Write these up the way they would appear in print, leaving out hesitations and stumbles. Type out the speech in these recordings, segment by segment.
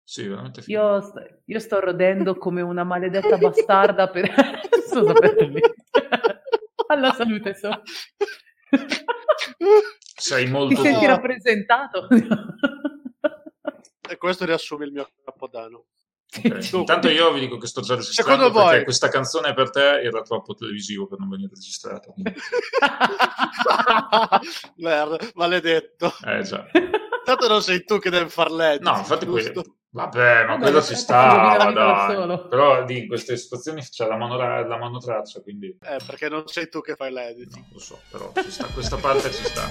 Sì, veramente figo. Io sto rodendo come una maledetta bastarda per... Scusa per lì. Alla salute, Sei Ti molto senti tu. rappresentato? E questo riassume il mio capodanno. Ok. Intanto io vi dico che sto già registrando Secondo perché voi? questa canzone per te era troppo televisivo per non venire registrata. Merda, maledetto. Già. Tanto non sei tu che devi far l'editing, No, infatti poi... giusto? Vabbè, ma Vabbè, quello ci aspetta, quando viene la stava, vita da dai. solo. Però in queste situazioni c'è la monotraccia, quindi... Perché non sei tu che fai l'editing. No, lo so, però ci sta, questa parte ci sta.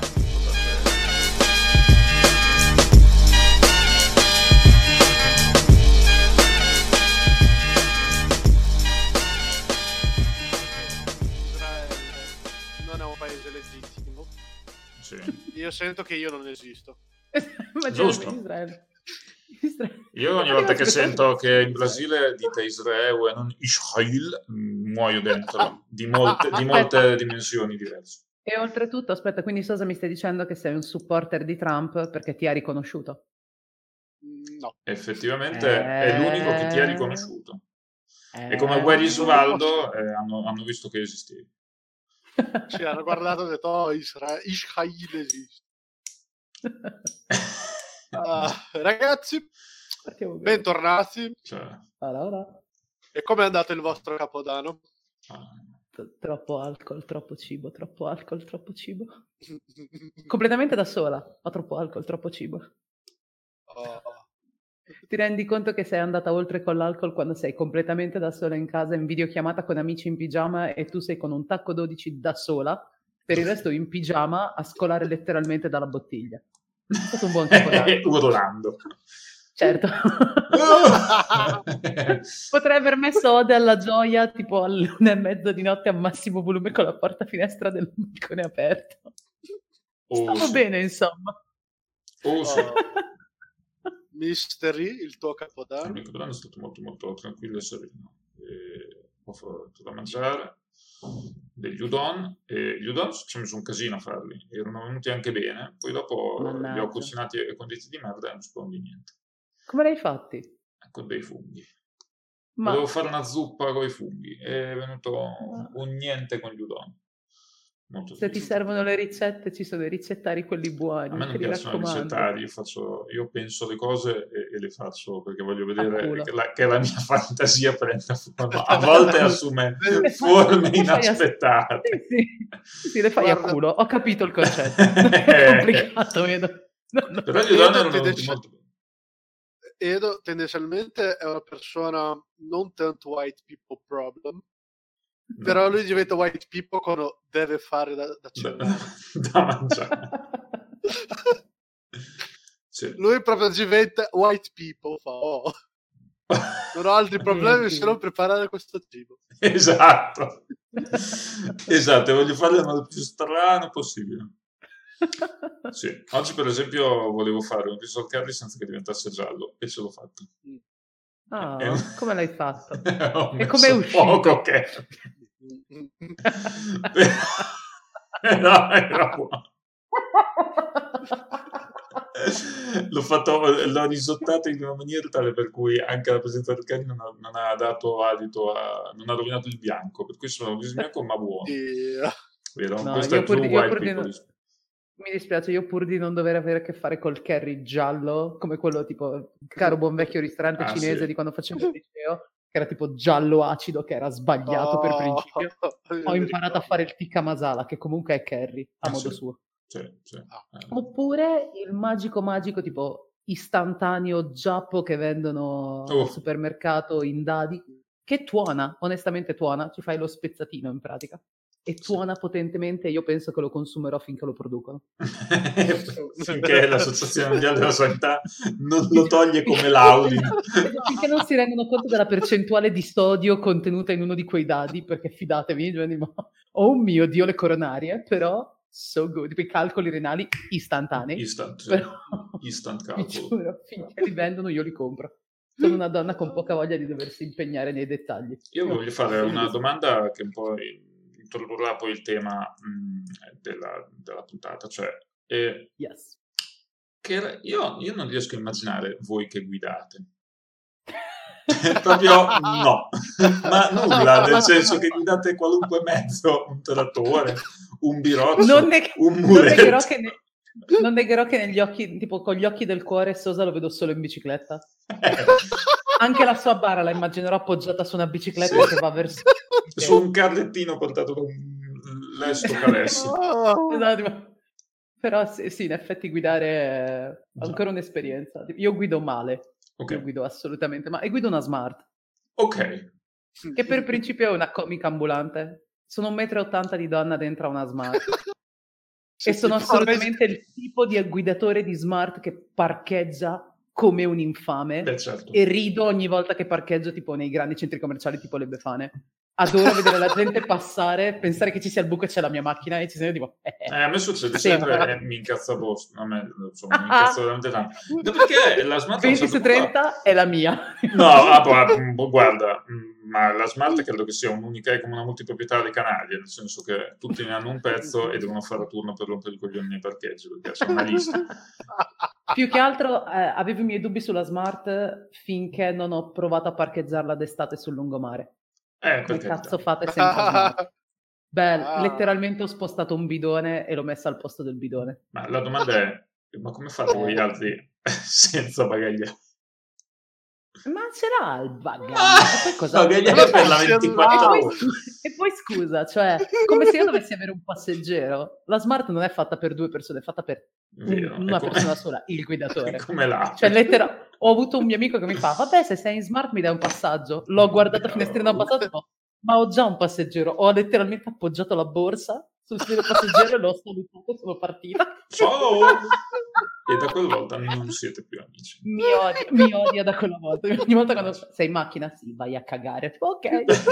Non è un paese legittimo. Sì. Io sento che io non esisto. Ma Giusto. Israele. Io ogni volta che sento che in Brasile dite Israele e non Israel, muoio dentro di molte dimensioni diverse. E oltretutto, aspetta, quindi Sosa mi stai dicendo che sei un supporter di Trump perché ti ha riconosciuto? No. Effettivamente è l'unico che ti ha riconosciuto. E come Guerri Suvaldo hanno visto che esistevi. Ci hanno guardato e detto Israele esiste. Ragazzi, bentornati. E come è andato il vostro Capodanno? Troppo alcol, troppo cibo. Completamente da sola. Ho troppo alcol, troppo cibo. Ti rendi conto che sei andata oltre con l'alcol quando sei completamente da sola in casa in videochiamata con amici in pigiama e tu sei con un tacco 12 da sola, per il resto in pigiama a scolare letteralmente dalla bottiglia. È stato un buon Capodanno. Urlando. Certo. Potrei aver messo Ode alla gioia tipo all'1:30 di notte a massimo volume con la porta finestra del balcone aperto. Stavo bene, insomma. Sì. Mystery, il tuo Capodanno? Il mio Capodanno è stato molto molto tranquillo e sereno. Ho fatto da mangiare degli udon e gli udon ci ho messo un casino a farli, erano venuti anche bene, poi dopo li ho cucinati e conditi di merda e non si può di niente. Come l'hai fatti? Con dei funghi. Volevo fare una zuppa con i funghi, è venuto un niente con gli udon. Molto Se ti servono le ricette, ci sono i ricettari quelli buoni. A me non piacciono i ricettari, io penso le cose e le faccio perché voglio vedere che la mia fantasia prenda forma. A volte assume forme inaspettate. Sì, le fai a culo. Ho capito il concetto. È complicato, vedo. Però gli udon erano venuti molto bene. Edo tendenzialmente è una persona non tanto white people problem, no. Però lui diventa white people quando deve fare da da mangiare. Sì. Lui proprio diventa white people, non ho altri problemi se non preparare questo cibo. Esatto, voglio farlo nel modo più strano possibile. Sì. Oggi per esempio volevo fare un riso al curry senza che diventasse giallo e ce l'ho fatto. Come l'hai fatto? E come è uscito? Poco curry. No, era buono. L'ho risottato in una maniera tale per cui anche la presenza del curry non ha dato adito non ha rovinato il bianco, per cui sono un riso bianco ma buono. Questo è true white people. Mi dispiace, io pur di non dover avere a che fare col curry giallo, come quello tipo caro buon vecchio ristorante cinese di quando facevo il liceo, che era tipo giallo acido, che era sbagliato per principio, ho imparato a fare il tikka masala, che comunque è curry, a modo suo. Sì. Oppure il magico tipo istantaneo giappo che vendono al supermercato in dadi, che tuona, onestamente tuona, ci fai lo spezzatino in pratica. E tuona potentemente, io penso che lo consumerò finché lo producono. Finché l'Associazione Mondiale della Sanità non lo toglie come Laudin. Finché non si rendono conto della percentuale di sodio contenuta in uno di quei dadi, perché fidatevi, oh mio Dio, le coronarie, però so good, i calcoli renali istantanei. Instant calcolo. Giuro, finché li vendono io li compro. Sono una donna con poca voglia di doversi impegnare nei dettagli. Io voglio fare una domanda che un po' introdurrà poi il tema della puntata, cioè yes. che io non riesco a immaginare voi che guidate, Proprio no, ma nulla, nel senso che guidate qualunque mezzo, un trattore, un birozzo, un muletto. Non negherò che negli occhi, tipo con gli occhi del cuore, Sosa lo vedo solo in bicicletta. Anche la sua bara la immaginerò appoggiata su una bicicletta che va verso... Su un carrettino portato da un lesto calesso. Esatto. Però sì, in effetti guidare è ancora un'esperienza. Io guido male, io guido assolutamente male, e guido una Smart. Ok. Che per principio è una comica ambulante. Sono 1,80 m di donna dentro a una Smart. E sono assolutamente il tipo di guidatore di Smart che parcheggia come un infame. Beh, certo. E rido ogni volta che parcheggio tipo nei grandi centri commerciali tipo le Befane. Adoro vedere la gente passare, pensare che ci sia il buco e c'è la mia macchina e ci sono tipo... a me succede sempre e mi incazza a me, insomma, mi incazza veramente tanto. Perché la Smart 20 su 30 è la mia. No, guarda, ma la Smart credo che sia un'unica come una multiproprietà dei Canali, nel senso che tutti ne hanno un pezzo e devono fare a turno per rompere i coglioni nei parcheggi, perché sono una lista. Più che altro avevo i miei dubbi sulla Smart finché non ho provato a parcheggiarla d'estate sul lungomare. Come cazzo fate senza Smart? Letteralmente ho spostato un bidone e l'ho messa al posto del bidone. Ma la domanda è, ma come fate voi altri senza bagagliaio? Ma ce l'ha il bagaglio. Bagagliaio per la 24 ore. E poi scusa, cioè, come se io dovessi avere un passeggero. La Smart non è fatta per 2 persone, è fatta per una persona sola, il guidatore. Come là? Cioè, ho avuto un mio amico che mi fa, vabbè, se sei in Smart mi dai un passaggio. L'ho guardato finestrino passaggio, ma ho già un passeggero. Ho letteralmente appoggiato la borsa sul sedile passeggero e l'ho salutato e sono partita. Ciao! E da quella volta non siete più amici. Mi odia da quella volta. Ogni volta quando sei in macchina, sì, vai a cagare. Ok.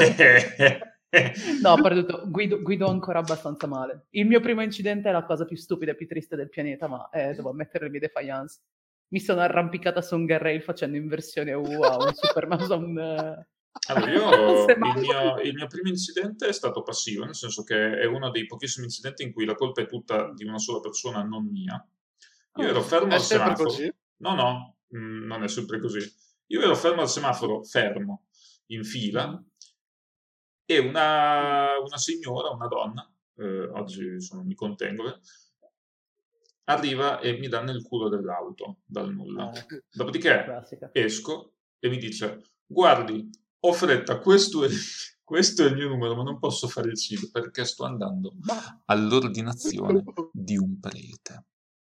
No, perduto. Guido ancora abbastanza male. Il mio primo incidente è la cosa più stupida e più triste del pianeta, ma devo ammettere le mie defiance. Mi sono arrampicata su un guardrail facendo inversione a un Superman. Allora, il mio primo incidente è stato passivo, nel senso che è uno dei pochissimi incidenti in cui la colpa è tutta di una sola persona, non mia. Io ero fermo al semaforo. Così? No, non è sempre così. Io ero fermo al semaforo, fermo, in fila, e una signora, una donna, oggi mi contengo, arriva e mi dà nel culo dell'auto, dal nulla. Dopodiché esco e mi dice, guardi, ho fretta, questo è il mio numero, ma non posso fare il cibo perché sto andando all'ordinazione di un prete.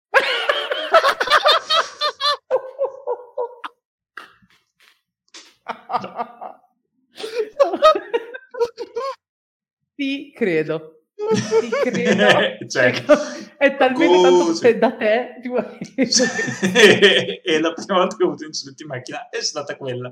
Ti credo. Cioè, è talmente tanto da te. E la prima volta che ho avuto un incidente in macchina è stata quella.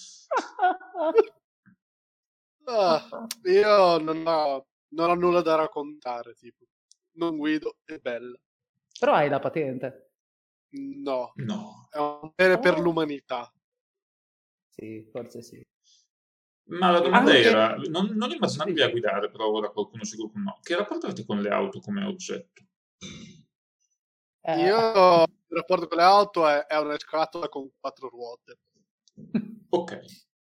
Io non ho nulla da raccontare, tipo. Non guido, è bella. Però hai la patente. No. È un bene per l'umanità. Sì, forse sì. Ma la domanda era, non immaginatevi a guidare, però ora qualcuno sicuro no. Che rapporto avete con le auto come oggetto? Io il rapporto con le auto è una scatola con 4 ruote. Ok.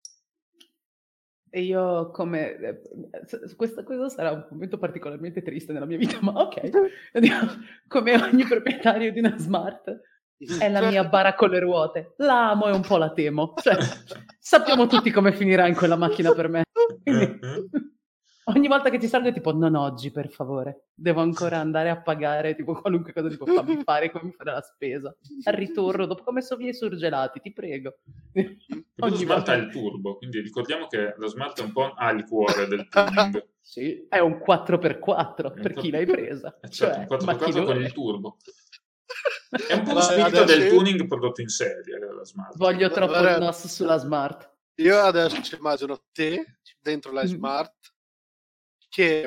E io questo sarà un momento particolarmente triste nella mia vita, ma ok. Come ogni proprietario di una Smart, è la mia bara con le ruote. La amo e un po' la temo. Cioè, sappiamo tutti come finirà in quella macchina per me. Quindi, ogni volta che ci salgo è tipo, non oggi, per favore. Devo ancora andare a pagare tipo qualunque cosa, tipo fammi fare come fare la spesa. Al ritorno, dopo che ho messo via i surgelati, ti prego. Ogni Smart ha il turbo, quindi ricordiamo che la Smart è un po' il cuore del tuning. Sì, è un 4x4 per chi l'hai presa. Certo, un 4x4 con il turbo. È un po' lo spirito del tuning prodotto in serie, la Smart. Voglio troppo il NOS sulla Smart. Io adesso ci immagino te dentro la Smart che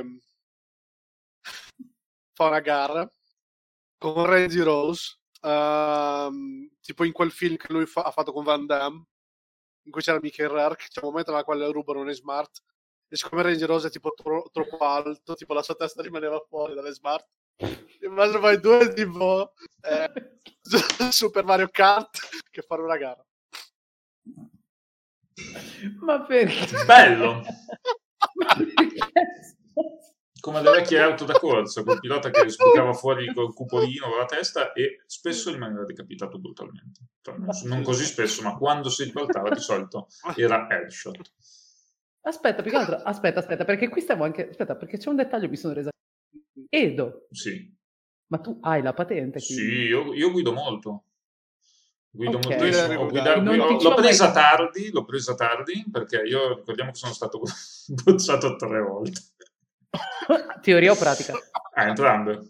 fa una gara con Randy Rose, tipo in quel film che lui ha fatto con Van Damme, in cui c'era Mickey Rourke, c'è un momento nella quale rubano una Smart e siccome Randy Rose è tipo troppo alto, tipo la sua testa rimaneva fuori dalle Smart. Immagino poi due tipo Super Mario Kart che fanno una gara. Ma perché? Bello! Ma perché? Come le vecchie auto da corsa, col pilota che sbucava fuori col cupolino con la testa e spesso rimaneva decapitato brutalmente. Non così spesso, ma quando si ribaltava di solito era headshot. Aspetta, più che altro, aspetta, perché qui stavo anche... Aspetta, perché c'è un dettaglio, mi sono resa... Edo, Sì. ma tu hai la patente? Sì, Quindi. io guido molto. Guido Ok. moltissimo. Non ti L'ho ci ho presa mai- presa tardi, perché io ricordiamo che sono stato bocciato 3 volte. Teoria o pratica? Entrambe.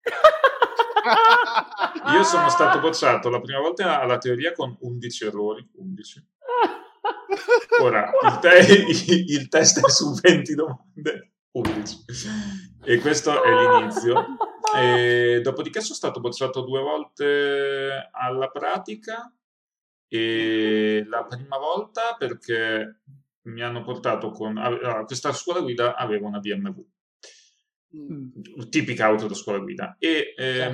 Io sono stato bocciato la prima volta alla teoria con 11 errori. 11. Ora, il test è su 20 domande. 11. E questo è l'inizio. E dopodiché sono stato bocciato 2 volte alla pratica. E la prima volta perché mi hanno portato questa scuola guida aveva una BMW, tipica auto da scuola guida, e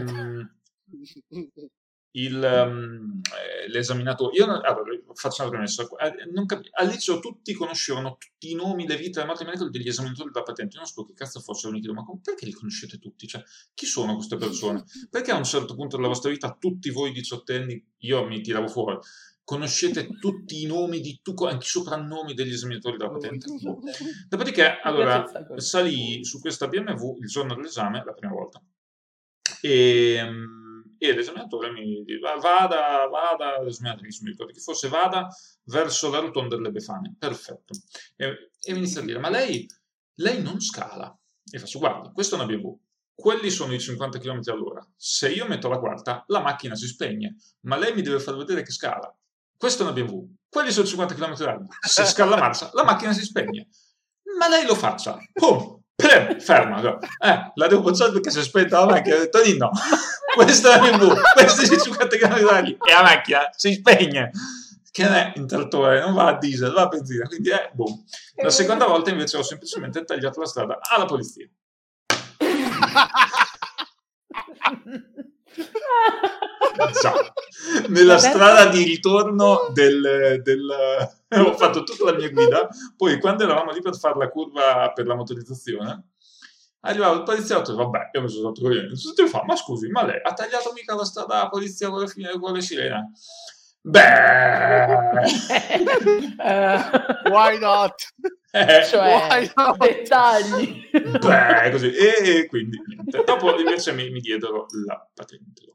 l'esaminatore, allora, faccio una premessa, al liceo tutti conoscevano tutti i nomi, le vite, le morti degli esaminatori della patente. Io non so che cazzo fossero, mi chiedo, ma perché li conoscete tutti? Cioè, chi sono queste persone? Perché a un certo punto della vostra vita tutti voi diciottenni, io mi tiravo fuori, conoscete tutti i nomi anche i soprannomi degli esaminatori della patente? Dopodiché, allora, salì su questa BMW il giorno dell'esame, la prima volta, e l'esaminatore mi diceva vada, l'esaminatore mi ricordo che fosse, vada verso la rotonda delle Befane. Perfetto. E mi inizia a dire, ma lei non scala. E faccio, guarda, questa è una BMW, quelli sono i 50 km all'ora, se io metto la quarta la macchina si spegne, ma lei mi deve far vedere che scala. Questa è una BMW, quelli sono 50 km all'ora, se scala la marcia la macchina si spegne, ma lei lo faccia. Pum! Ferma, la devo bocciare perché si è spenta la macchina. Ho detto di no, questa è la BMW, questi sono 50 km e la macchina si spegne, che non è in trattore, non va a diesel, va a benzina, quindi boom. La seconda volta invece ho semplicemente tagliato la strada alla polizia. Già. Nella strada di ritorno ho fatto tutta la mia guida, poi quando eravamo lì per fare la curva per la motorizzazione arrivava il poliziotto e vabbè, io mi sono dato coglione, ma scusi, ma lei ha tagliato mica la strada alla polizia con le sirene? Beh, why not? Cioè, why not? Dettagli. Beh, così. E quindi niente. Dopo invece mi diedero la patente.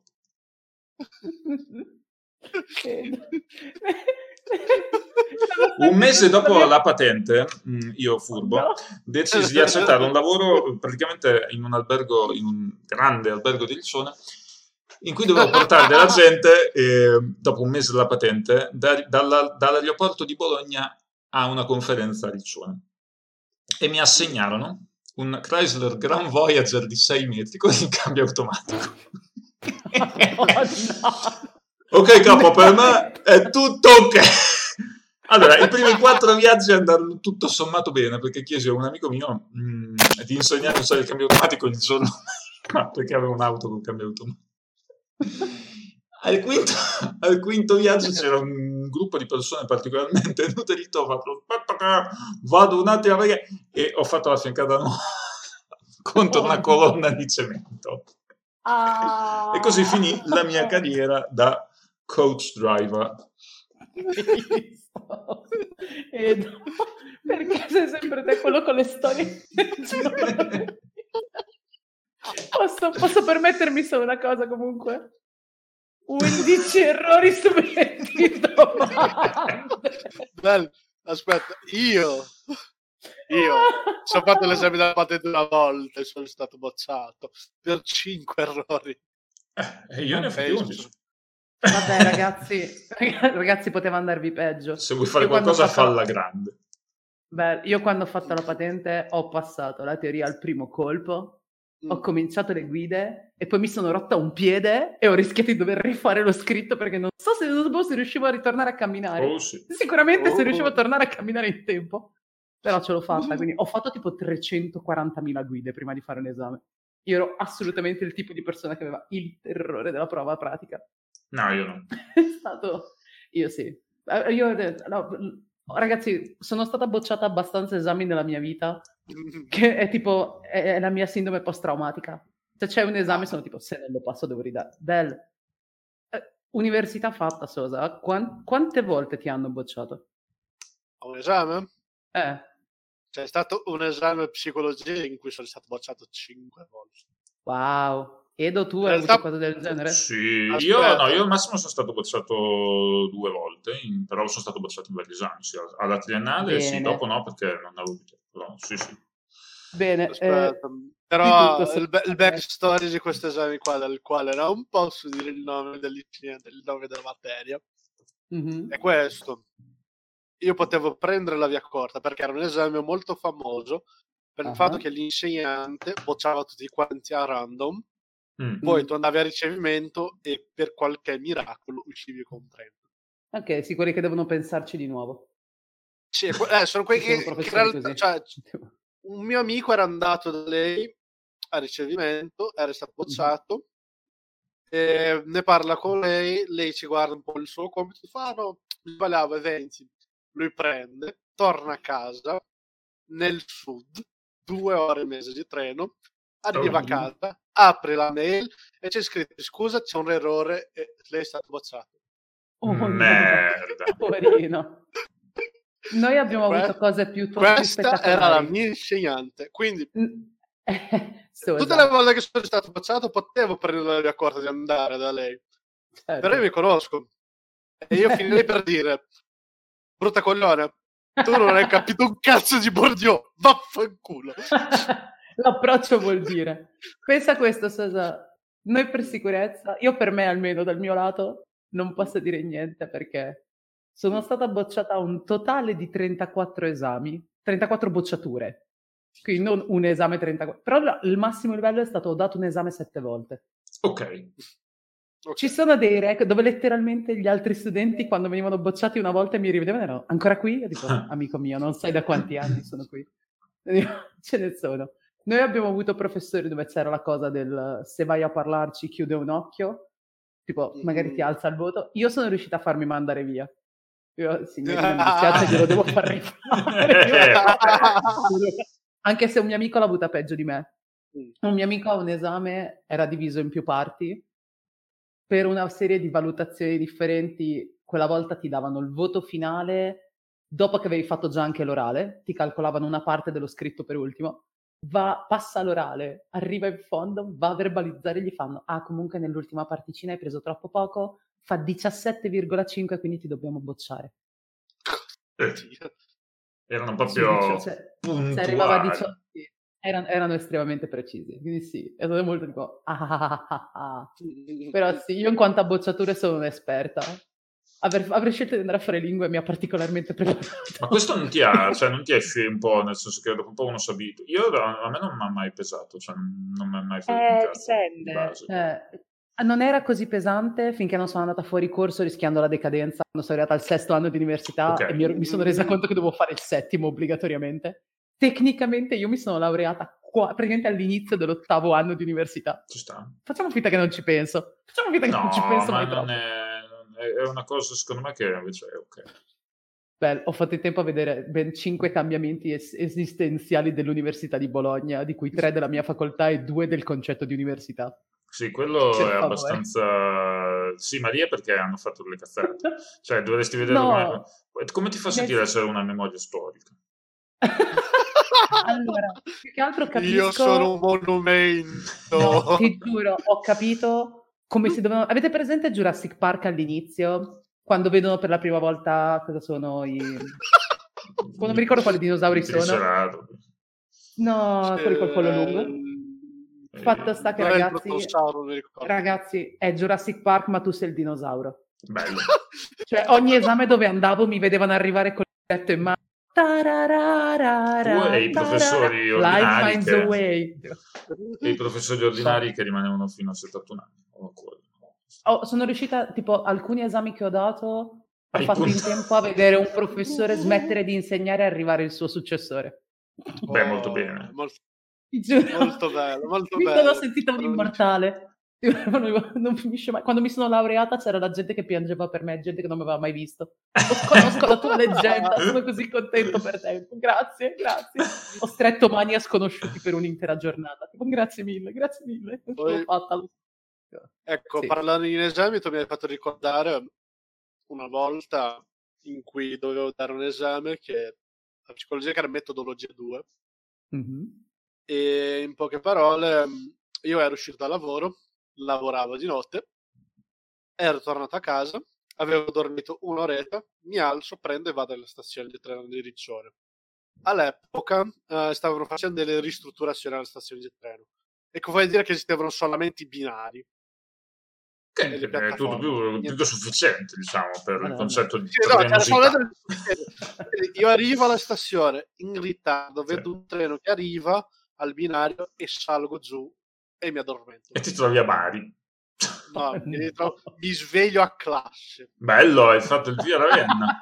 Un mese dopo la patente, io furbo, decisi di accettare un lavoro praticamente in un grande albergo di Riccione, in cui dovevo portare della gente, dopo un mese della patente, dall'aeroporto di Bologna a una conferenza a Riccione. E mi assegnarono un Chrysler Grand Voyager di 6 metri con il cambio automatico. Oh, no. Ok, capo, per me è tutto ok. Allora, i primi 4 viaggi andarono tutto sommato bene, perché chiesi a un amico mio di insegnare a usare il cambio automatico il giorno perché avevo un'auto con cambio automatico. Al quinto viaggio c'era un gruppo di persone particolarmente nutrite, ho fatto vado un attimo perché, e ho fatto la fiancata nuova contro una colonna di cemento. E così finì la mia carriera da coach driver. Perché sei sempre te quello con le storie? Posso permettermi solo una cosa comunque? 11 errori su 20 domande. Bello. Aspetta, io sono fatto l'esame della patente una volta e sono stato bocciato per 5 errori. Io ne ho fatti 11. Vabbè ragazzi, poteva andarvi peggio. Se vuoi fare qualcosa falla grande. Beh, io quando ho fatto la patente ho passato la teoria al primo colpo, ho cominciato le guide e poi mi sono rotta un piede e ho rischiato di dover rifare lo scritto perché non so se riuscivo a ritornare a camminare. Sì. Sicuramente se riuscivo a tornare a camminare in tempo, però ce l'ho fatta, quindi ho fatto tipo 340.000 guide prima di fare l'esame. Io ero assolutamente il tipo di persona che aveva il terrore della prova pratica. No, io no. È stato... Io sì. Io Ragazzi, sono stata bocciata abbastanza esami nella mia vita, che è tipo, è la mia sindrome post-traumatica. Se c'è un esame sono tipo, se non lo passo devo ridare. Università fatta, Sosa, quante volte ti hanno bocciato? Un esame? C'è stato un esame psicologia in cui sono stato bocciato 5 volte. Wow. Edo, tu hai avuto cosa del genere? Sì, io al massimo sono stato bocciato 2 volte, però sono stato bocciato in vari esami, sì, alla triennale sì, dopo no perché non avevo più tempo, però sì. Bene, però il backstory di questo esame qua, del quale non posso dire il nome dell'incidente, il nome della materia, è questo. Io potevo prendere la via corta perché era un esame molto famoso per il fatto che l'insegnante bocciava tutti quanti a random. Poi tu andavi a ricevimento e per qualche miracolo uscivi con 30. Ok, sì, quelli che devono pensarci di nuovo. Sì, sono quelli che in realtà, cioè, un mio amico era andato da lei a ricevimento, era stato bocciato, e ne parla con lei ci guarda un po' il suo compito, fa no, sbagliavo 20. Lui prende, torna a casa nel sud, 2 ore e mezza di treno, arriva a casa, apre la mail e c'è scritto scusa, c'è un errore e lei è stato bocciato. Merda. Poverino. Noi abbiamo avuto cose più questa era la mia insegnante, quindi tutte le volte che sono stato bocciato potevo prendere la via corta di andare da lei, però io mi conosco e io finirei per dire brutta coglione, tu non hai capito un cazzo di Bourdieu, vaffanculo. L'approccio vuol dire. Pensa a questo, Sosa. Noi per sicurezza, io per me almeno dal mio lato, non posso dire niente perché sono stata bocciata a un totale di 34 esami, 34 bocciature. Quindi non un esame 34. Però il massimo livello è stato ho dato un esame 7 volte. Ok. Ci sono dei record dove letteralmente gli altri studenti quando venivano bocciati una volta e mi rivedevano erano ancora qui? Io dico, amico mio, non sai da quanti anni sono qui. Ce ne sono. Noi abbiamo avuto professori dove c'era la cosa del se vai a parlarci chiude un occhio, tipo magari ti alza il voto. Io sono riuscita a farmi mandare via. Io, signorina, mi dispiace, glielo devo far rifare. Anche se un mio amico l'ha avuta peggio di me. Un mio amico a un esame era diviso in più parti. Per una serie di valutazioni differenti, quella volta ti davano il voto finale dopo che avevi fatto già anche l'orale, ti calcolavano una parte dello scritto per ultimo, passa l'orale, arriva in fondo, va a verbalizzare, gli fanno comunque nell'ultima particina hai preso troppo poco, fa 17,5 quindi ti dobbiamo bocciare. Erano proprio puntuali. Se arrivava a 18 erano estremamente precisi, quindi sì, è stato molto tipo però sì, io in quanto a bocciature sono un'esperta. Avrei scelto di andare a fare lingue mi ha particolarmente preparato. Ma questo non ti ha un po', nel senso che dopo un po' uno si abitua. A me non mi ha mai pesato, cioè non mi ha mai fatto dipende. Non era così pesante finché non sono andata fuori corso rischiando la decadenza quando sono arrivata al 6º anno di università e mi sono resa conto che dovevo fare il 7º obbligatoriamente. Tecnicamente io mi sono laureata praticamente all'inizio dell'8º anno di università. Ci sta. Facciamo finta che non ci penso. Non ci penso mai troppo. È una cosa secondo me che invece è ok. Beh, ho fatto in tempo a vedere ben 5 cambiamenti esistenziali dell'Università di Bologna, di cui 3 della mia facoltà e 2 del concetto di università. Sì, quello è abbastanza... Sì, ma lì è perché hanno fatto delle cazzate. Cioè, dovresti vedere come ti fa sentire essere una memoria storica? Allora, più che altro capisco... Io sono un monumento. No, ti giuro, ho capito come si dovevano... Avete presente Jurassic Park all'inizio? Quando vedono per la prima volta cosa sono i... Non mi ricordo quali dinosauri sono. No, quelli col collo lungo. Fatto sta che ragazzi, è Jurassic Park ma tu sei il dinosauro. Bello. Cioè ogni esame dove andavo mi vedevano arrivare con il letto in mano. Tu e i professori ordinari e i professori ordinari che rimanevano fino a 71 anni. Sono riuscita, tipo, alcuni esami che ho dato ho fatto in tempo a vedere un professore smettere di insegnare e arrivare il suo successore. Beh, molto bene. Molto bello, molto bello. Mi sono sentita un immortale. Non finisce mai. Quando mi sono laureata c'era la gente che piangeva per me, gente che non mi aveva mai visto. Conosco la tua leggenda, sono così contento per te. Grazie. Ho stretto mani a sconosciuti per un'intera giornata. Tipo, grazie mille. Poi, l'ho fatta. ecco, Sì. parlando in esami, tu mi hai fatto ricordare una volta in cui dovevo dare un esame che la psicologia, che era metodologia 2, e in poche parole io ero uscito da lavoro, lavoravo di notte, ero tornato a casa, avevo dormito un'oretta, mi alzo, prendo e vado alla stazione di treno di Riccione. All'epoca stavano facendo delle ristrutturazioni alla stazione di treno, e che vuol dire che esistevano solamente i binari Che e le è piattaforme. tutto Niente. sufficiente, diciamo, per il Madonna. concetto di Sì, no, c'era trenosità. solamente io arrivo alla stazione in ritardo, vedo un treno che arriva al binario e salgo giù e mi addormento. E ti trovi a Bari. No, mi sveglio a classe. Bello, hai fatto il via Ravenna.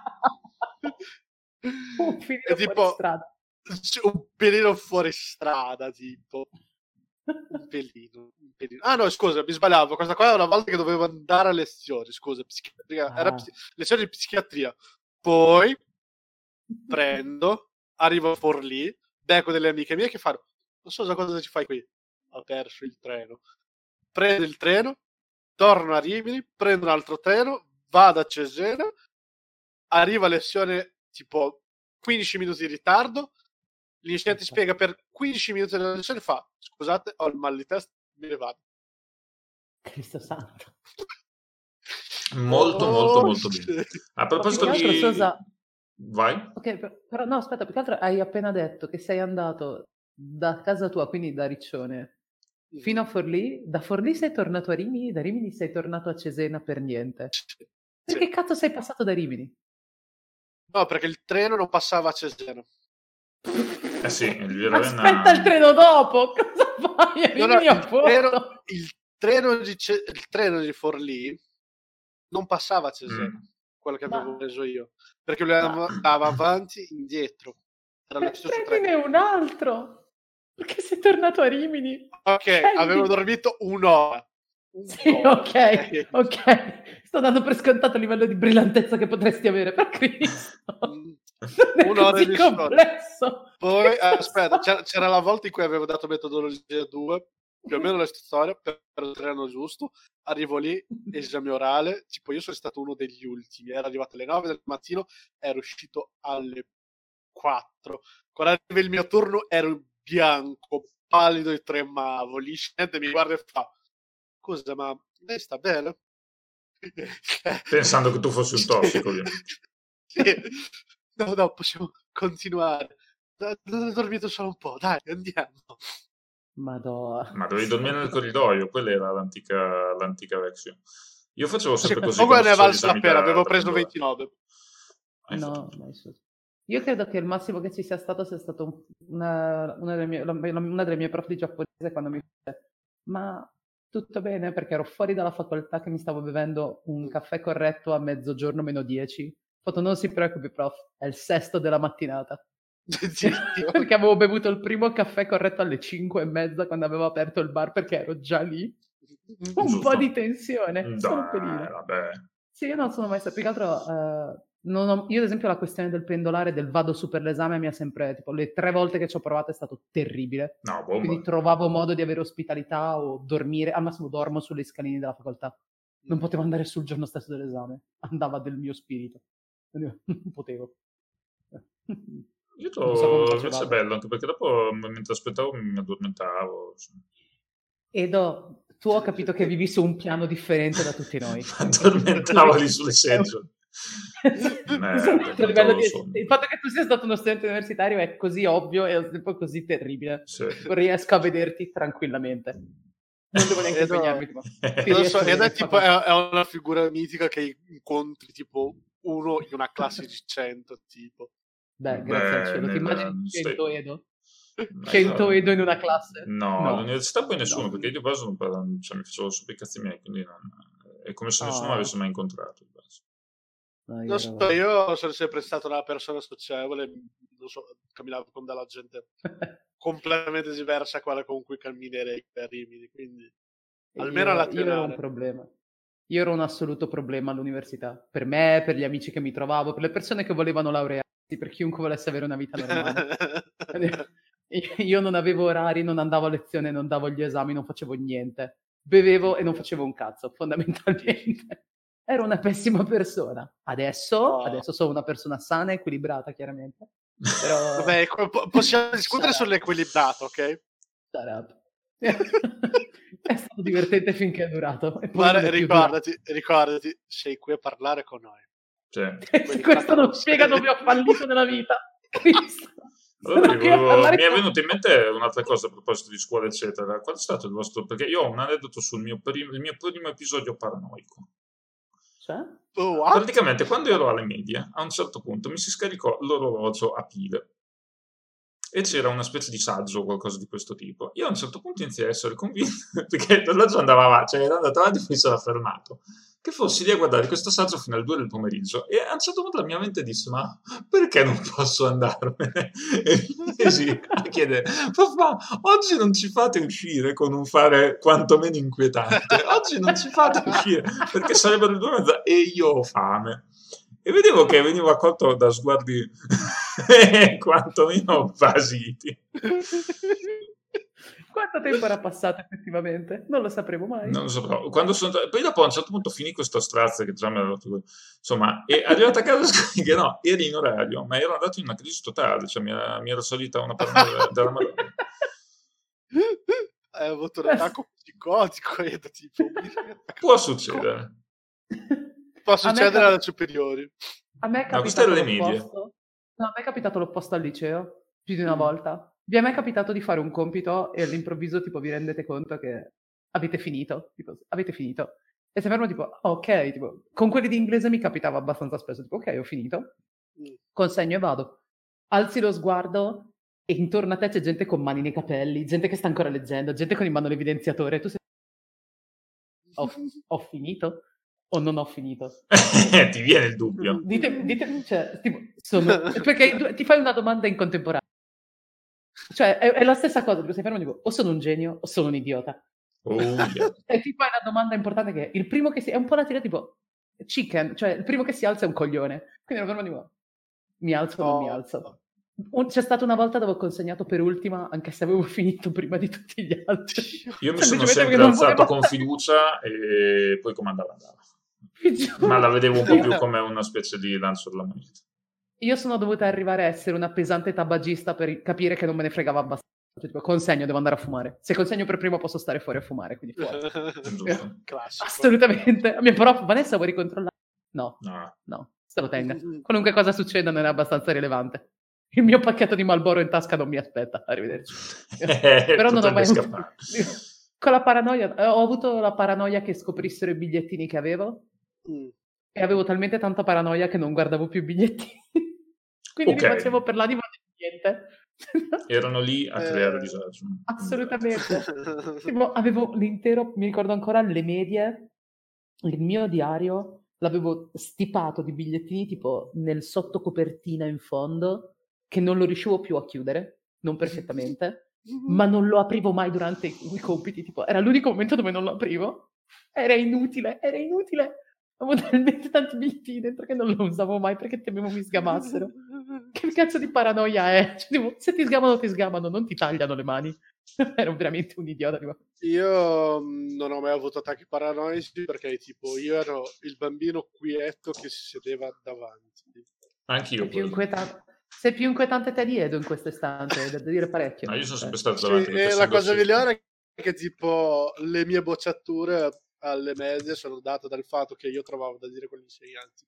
Un filino È tipo fuori strada. un pelino fuori strada, tipo. Un pelino. Ah no, scusa, mi sbagliavo. Questa qua è una volta che dovevo andare a lezioni, scusa, psichiatria. Era lezioni di psichiatria. Poi prendo, arrivo a Forlì, becco delle amiche mie che fanno: non so cosa ci fai qui. Ho perso il treno. Prendo il treno, torno a Rimini, prendo un altro treno, vado a Cesena, arrivo a lezione tipo 15 minuti di ritardo, l'insegnante spiega per 15 minuti della lezione, fa: scusate, ho il mal di testa, me ne vado. Cristo santo. Molto bene. A proposito di... Vai. Ok, però no, aspetta, più che altro hai appena detto che sei andato da casa tua, quindi da Riccione, fino a Forlì. Da Forlì sei tornato a Rimini, da Rimini sei tornato a Cesena per niente. Perché cazzo sei passato da Rimini? No, perché il treno non passava a Cesena. Sì, il Aspetta il treno dopo, cosa fai a Rimini a Porto? Il treno di Forlì non passava a Cesena, quello che avevo preso io, perché lui andava avanti, indietro. Era lo stesso Prendine un altro, perché sei tornato a Rimini. Ok, avevo dormito un'ora. Sì, ok. Sto dando per scontato il livello di brillantezza che potresti avere, per Cristo. Un'ora di complesso. Poi, aspetta, c'era la volta in cui avevo dato metodologia 2, più o meno la storia, per il treno giusto. Arrivo lì, esame orale, tipo io sono stato uno degli ultimi, era arrivato alle 9 del mattino, ero uscito alle 4. Quando arriva il mio turno ero bianco, pallido e tremavo. L'insegnante mi guarda e fa: scusa, ma lei sta bene? Pensando che tu fossi un tossico, ovviamente. Sì. No, possiamo continuare. Ho dormito solo un po', dai, andiamo. Madonna. Ma dovevi dormire nel corridoio, quella era l'antica versione. Io facevo sempre così. Comunque ne valsa la pena, avevo preso 29. No, io credo che il massimo che ci sia stato una delle mie prof di giapponese quando mi disse: ma tutto bene? Perché ero fuori dalla facoltà che mi stavo bevendo un caffè corretto a mezzogiorno meno 10. Non si preoccupi prof, è il 6 della mattinata. Perché avevo bevuto il primo caffè corretto alle 5:30 quando avevo aperto il bar, perché ero già lì. Un po' di tensione, solo un pelino. Vabbè. Sì, io non sono mai stato, più che altro io ad esempio la questione del pendolare, del vado su per l'esame, mi ha sempre, tipo, le 3 volte che ci ho provato è stato terribile. No, bomba. Quindi trovavo modo di avere ospitalità o dormire, al massimo dormo sulle scaline della facoltà. Non potevo andare sul giorno stesso dell'esame, andava del mio spirito. Quindi non potevo. Io invece è bello, anche perché dopo mentre aspettavo mi addormentavo. Edo, tu ho capito che vivi su un piano differente da tutti noi. Addormentavo lì sulle seggiole. Il fatto che tu sia stato uno studente universitario è così ovvio e al tempo così terribile. Sì. Riesco a vederti tranquillamente. Non devo neanche impegnarmi. Ed è tipo è una figura mitica che incontri tipo uno in una classe di 100, tipo. Beh, grazie al cielo. Ti immagini 100 Edo? 100 Edo in una classe? No, all'università poi nessuno, perché io poi mi facevo sopra i cazzi miei, quindi è come se nessuno mi avesse mai incontrato. Non so, io sono sempre stata una persona socievole, non so, camminavo con della gente completamente diversa a quella con cui camminerei per Rimini, quindi... Almeno alla io ero un problema. Io ero un assoluto problema all'università. Per me, per gli amici che mi trovavo, per le persone che volevano laurearsi, per chiunque volesse avere una vita normale. Io non avevo orari, non andavo a lezione, non davo gli esami, non facevo niente. Bevevo e non facevo un cazzo, fondamentalmente. Ero una pessima persona. Adesso sono una persona sana e equilibrata, chiaramente. Però... Vabbè, possiamo discutere sull'equilibrato, ok? Shut up. È stato divertente finché è durato. E poi Guarda, ricordati, sei qui a parlare con noi. Cioè. Questo non spiega dove ho fallito nella vita. Cristo. Allora, mi è venuta in mente un'altra cosa a proposito di scuola, eccetera. Qual è stato il vostro... Perché io ho un aneddoto sul il mio primo episodio paranoico. Cioè? Praticamente, quando ero alle medie, a un certo punto mi si scaricò l'orologio a pile e c'era una specie di saggio o qualcosa di questo tipo. Io a un certo punto iniziai a essere convinto, perché l'orologio andava avanti, cioè era andato avanti e poi si era fermato, che fossi lì a guardare questo saggio fino alle 2 del pomeriggio. E a un certo punto la mia mente disse: ma perché non posso andarmene? E mi misi a chiedere: papà, oggi non ci fate uscire con un fare quantomeno inquietante, oggi non ci fate uscire perché sarebbero le 2:30 e io ho fame. E vedevo che venivo accolto da sguardi quantomeno basiti. Quanto tempo era passato effettivamente? Non lo sapremo mai. Non lo saprò. Poi dopo a un certo punto finì questo strazio che già mi aveva rotto. Insomma, e arrivato a casa che no, eri in orario, ma ero andato in una crisi totale, cioè mi era salita una paranoia della Madonna. Hai avuto un attacco psicotico tipo. Può succedere. Può succedere alle superiori. A me è capitato l'opposto. No, a me è capitato l'opposto al liceo, più di una volta. Vi è mai capitato di fare un compito e all'improvviso tipo vi rendete conto che avete finito? Tipo, avete finito. E si fermo tipo, ok, tipo, con quelli di inglese mi capitava abbastanza spesso, tipo, ok, ho finito, consegno e vado. Alzi lo sguardo e intorno a te c'è gente con mani nei capelli, gente che sta ancora leggendo, gente con in mano l'evidenziatore, tu sei... Ho finito? O non ho finito? Ti viene il dubbio. Dite, cioè, tipo, perché ti fai una domanda in contemporanea. Cioè, è la stessa cosa, sei fermo e dico, o sono un genio o sono un idiota. Yeah. E tipo è una domanda importante che il primo che si... è un po' la tira tipo chicken, cioè il primo che si alza è un coglione. Quindi ero fermo e dico, mi alzo o non mi alzo? C'è stata una volta dove ho consegnato per ultima, anche se avevo finito prima di tutti gli altri. Io mi sono sempre alzato con fiducia e poi comandavo andava. Ma la vedevo un po' più come una specie di lancio della moneta. Io sono dovuta arrivare a essere una pesante tabagista per capire che non me ne fregava abbastanza. Cioè, tipo, consegno, devo andare a fumare. Se consegno per primo posso stare fuori a fumare, quindi fuori. Assolutamente. A mia prof, Vanessa, vuoi ricontrollare? No, se lo tenga. Qualunque cosa succeda non è abbastanza rilevante. Il mio pacchetto di Marlboro in tasca non mi aspetta. Arrivederci. Però non ho mai avuto... Con la paranoia, ho avuto la paranoia che scoprissero i bigliettini che avevo e avevo talmente tanta paranoia che non guardavo più i bigliettini. Quindi mi facevo per l'anima di niente. Erano lì a creare disagio. Assolutamente. Tipo, avevo l'intero, mi ricordo ancora le medie, il mio diario l'avevo stipato di bigliettini tipo nel sottocopertina in fondo, che non lo riuscivo più a chiudere, non perfettamente, ma non lo aprivo mai durante i compiti, tipo, era l'unico momento dove non lo aprivo. Era inutile. Avevo talmente tanti bigliettini dentro che non lo usavo mai perché temevo mi sgamassero. Che cazzo di paranoia è? Cioè, tipo, se ti sgamano, non ti tagliano le mani. Ero veramente un idiota. Tipo. Io non ho mai avuto attacchi paranoici perché tipo io ero il bambino quieto che si sedeva davanti. Anch'io. Sei più inquietante te di Edo in questo istante, da dire parecchio. No, io sono sempre stato davanti. E la cosa migliore è che tipo le mie bocciature alle medie sono date dal fatto che io trovavo da dire con gli insegnanti.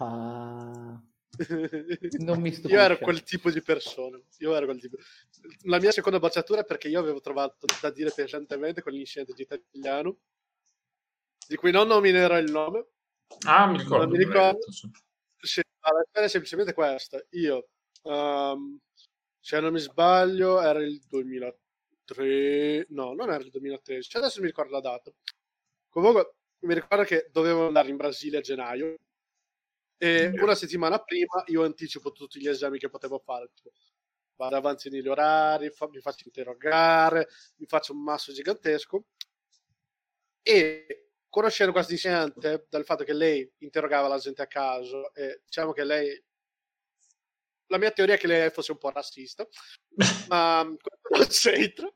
Non mi stupisce. Io ero quel tipo di persona. La mia seconda bocciatura è perché io avevo trovato da dire pesantemente con l'insegnante di italiano, di cui non nominerò il nome. Mi ricordo. Non mi ricordo. La storia è semplicemente questa. Io, se non mi sbaglio, era il 2003. No, non era il 2013. Adesso mi ricordo la data. Comunque, mi ricordo che dovevo andare in Brasile a gennaio. E una settimana prima io anticipo tutti gli esami che potevo fare. Tipo, vado avanti negli orari, mi faccio interrogare, mi faccio un masso gigantesco. E conoscendo questa insegnante, dal fatto che lei interrogava la gente a caso, e diciamo che lei, la mia teoria è che lei fosse un po' razzista, ma non c'entra.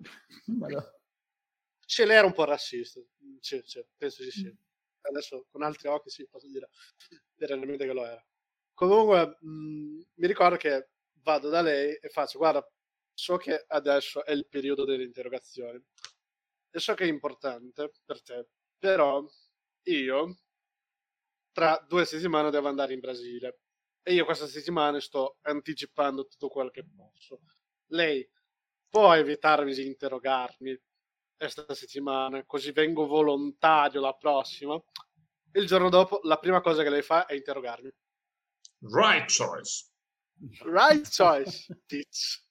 Lei era un po' razzista, sì, penso di sì. Adesso con altri occhi sì, posso dire realmente che lo era. Comunque mi ricordo che vado da lei e faccio: guarda, so che adesso è il periodo delle interrogazioni e so che è importante per te, però io tra 2 settimane devo andare in Brasile e io questa settimana sto anticipando tutto quello che posso. Lei può evitarmi di interrogarmi questa settimana, così vengo volontario la prossima? Il giorno dopo la prima cosa che lei fa è interrogarmi. Right choice. Bitch.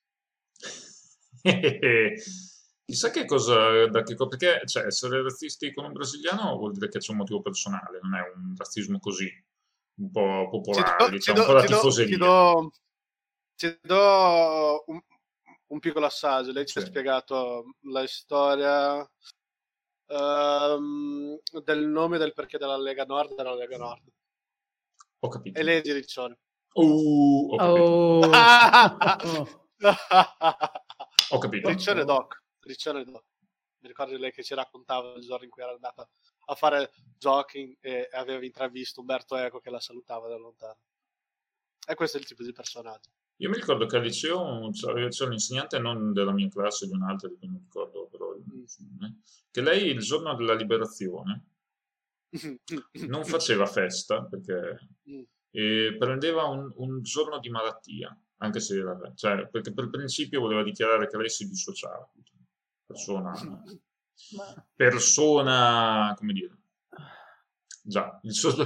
Chissà che cosa, perché cioè, essere razzisti con un brasiliano vuol dire che c'è un motivo personale, non è un razzismo così un po' popolare, diciamo, un po' da tifoseria. Ti do un piccolo assaggio. Lei ci ha spiegato la storia del nome e del perché della Lega Nord della Lega Nord. Ho capito. E lei è di Riccione. Ho capito. Riccione Doc. Mi ricordo lei che ci raccontava il giorno in cui era andata a fare jogging e aveva intravisto Umberto Eco che la salutava da lontano. E questo è il tipo di personaggio. Io mi ricordo che al liceo c'era un insegnante, non della mia classe, di un'altra, di cui non ricordo però che lei il giorno della liberazione non faceva festa perché prendeva un giorno di malattia, anche se era, cioè, perché per principio voleva dichiarare che lei si dissociava, persona, come dire, già, il suo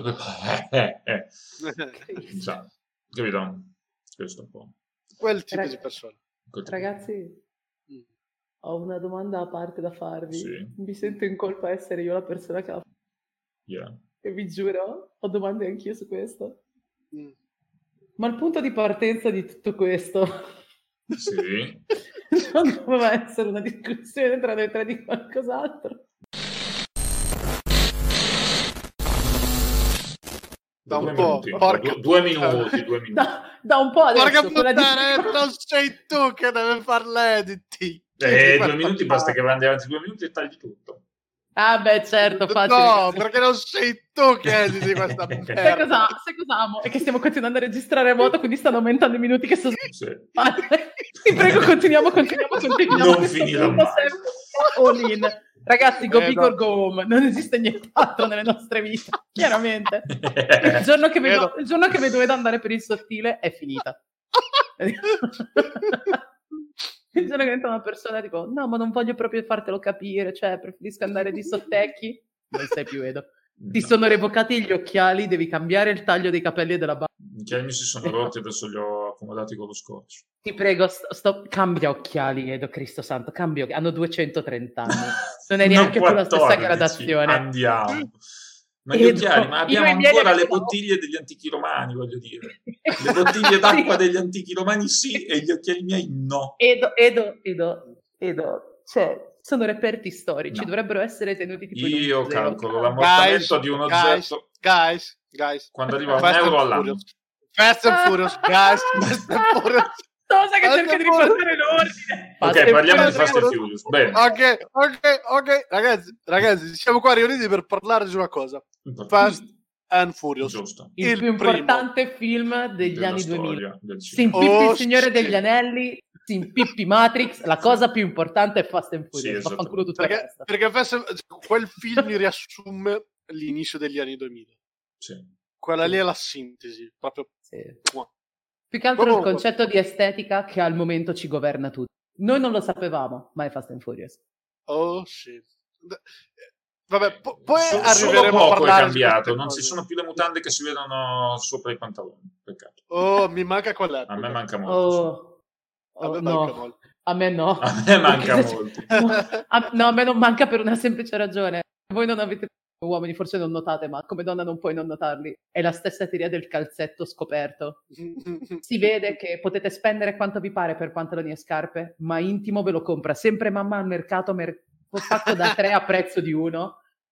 già, capito? Questo un po'. Quel tipo di persona. Ragazzi, ho una domanda a parte da farvi. Sì. Mi sento in colpa essere io la persona che e vi giuro, ho domande anch'io su questo. Ma il punto di partenza di tutto questo sì. non doveva essere una discussione tra noi tre di qualcos'altro? Da un po', due minuti. Da un po' adesso. Porca puttana, non sei tu che deve fare l'editing. 2 minuti, basta che vandi avanti 2 minuti e tagli tutto. Ah beh, certo, facile. No, perché non sei tu che editi questa merda. Sai cosa amo? È che stiamo continuando a registrare a vuoto, quindi stanno aumentando i minuti che sono... Sì. Ti prego, continuiamo. Non finirà mai. All in. Ragazzi, go big or go home. Non esiste nient'altro nelle nostre vite, chiaramente. Il giorno che vedo Ed andare per il sottile è finita. Il giorno che diventa una persona tipo, no, ma non voglio proprio fartelo capire, cioè preferisco andare di sottecchi, non sei più Edo. Ti sono revocati gli occhiali, devi cambiare il taglio dei capelli e della barba. Che mi si sono rotti, adesso li ho accomodati con lo scotch. Ti prego, cambia occhiali, Edo, Cristo santo, cambia occhiali. Hanno 230 anni, non è neanche più la stessa gradazione. Andiamo. Ma gli occhiali, ma abbiamo ancora le bottiglie degli antichi romani, voglio dire. Le bottiglie d'acqua degli antichi romani sì, e gli occhiali miei no. Edo, cioè, sono reperti storici, dovrebbero essere tenuti tipo in un Io museo. calcolo l'ammortamento di un oggetto. Guys. Quando arriva a €1 all'anno. Fast and Furious, guys. Fast and Furious. Cosa che cerca di riportare l'ordine. Ok, parliamo di Fast and Furious. Bene. Ok. Ragazzi, siamo qua riuniti per parlare di una cosa. Fast and Furious. Giusto. Il più importante film degli anni 2000. Si impippi il Signore degli Anelli, si impippi Matrix, la cosa più importante è Fast and Furious. Sì, perché quel film mi riassume l'inizio degli anni 2000. Sì. Quella lì è la sintesi, proprio. Sì. Più che altro il concetto di estetica che al momento ci governa tutti. Noi non lo sapevamo, ma è Fast and Furious. Oh, sì. Vabbè, poi solo poco è cambiato, non ci sono più le mutande che si vedono sopra i pantaloni. Peccato. Oh, mi manca quella. A me manca molto. A me no. A me manca molto. No, a me non manca per una semplice ragione. Voi non avete uomini, forse non notate, ma come donna non puoi non notarli. È la stessa teoria del calzetto scoperto. Si vede che potete spendere quanto vi pare per pantaloni e scarpe, ma intimo ve lo compra sempre mamma al mercato fatto da 3 a prezzo di 1.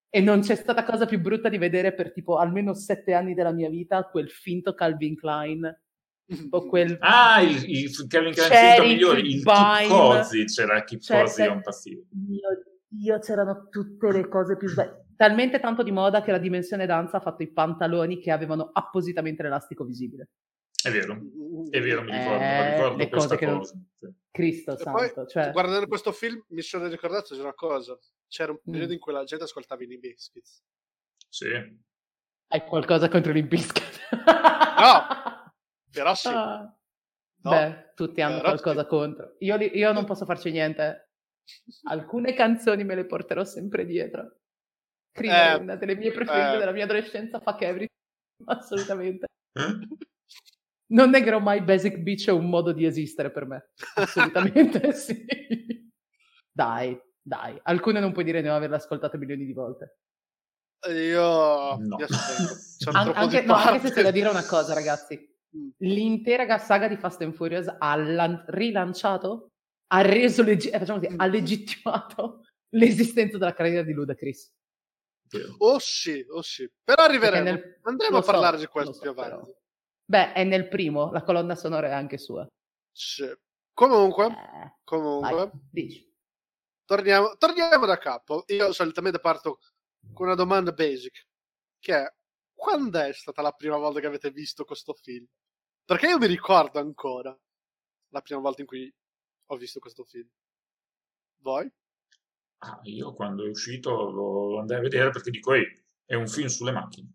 E non c'è stata cosa più brutta di vedere per tipo almeno 7 anni della mia vita quel finto Calvin Klein. O quel il Calvin Klein finto migliore, il Keep Cozy, c'era Keep Cozy, è un passivo. Io c'erano tutte le cose più talmente tanto di moda che la Dimensione Danza ha fatto i pantaloni che avevano appositamente l'elastico visibile. È vero, mi ricordo le questa cose che cosa. Non... Cristo santo. Poi, cioè... guardando questo film mi sono ricordato di una cosa. C'era un periodo in cui la gente ascoltava i Limp Bizkit. Sì. Hai qualcosa contro i Limp Bizkit? No, però sì. No. Beh, tutti hanno qualcosa contro. Io non posso farci niente. Alcune canzoni me le porterò sempre dietro. Cream è una delle mie preferite della mia adolescenza, Fuck Everything, assolutamente. Non negherò mai Basic Beach è un modo di esistere per me. Assolutamente sì. Dai. Alcune non puoi dire di non averle ascoltate milioni di volte. Io no. Anche se c'è da dire una cosa, ragazzi. L'intera saga di Fast and Furious ha rilanciato, ha reso ha legittimato l'esistenza della carriera di Ludacris. Oh sì. Però arriveremo. Andremo a parlare di questo più avanti. Però. Beh, è nel primo, la colonna sonora è anche sua. Sì. Comunque. Vai, dici. Torniamo da capo. Io solitamente parto con una domanda basic, che è: quando è stata la prima volta che avete visto questo film? Perché io mi ricordo ancora la prima volta in cui ho visto questo film. Voi? Io quando è uscito lo andai a vedere perché dico, è un film sulle macchine.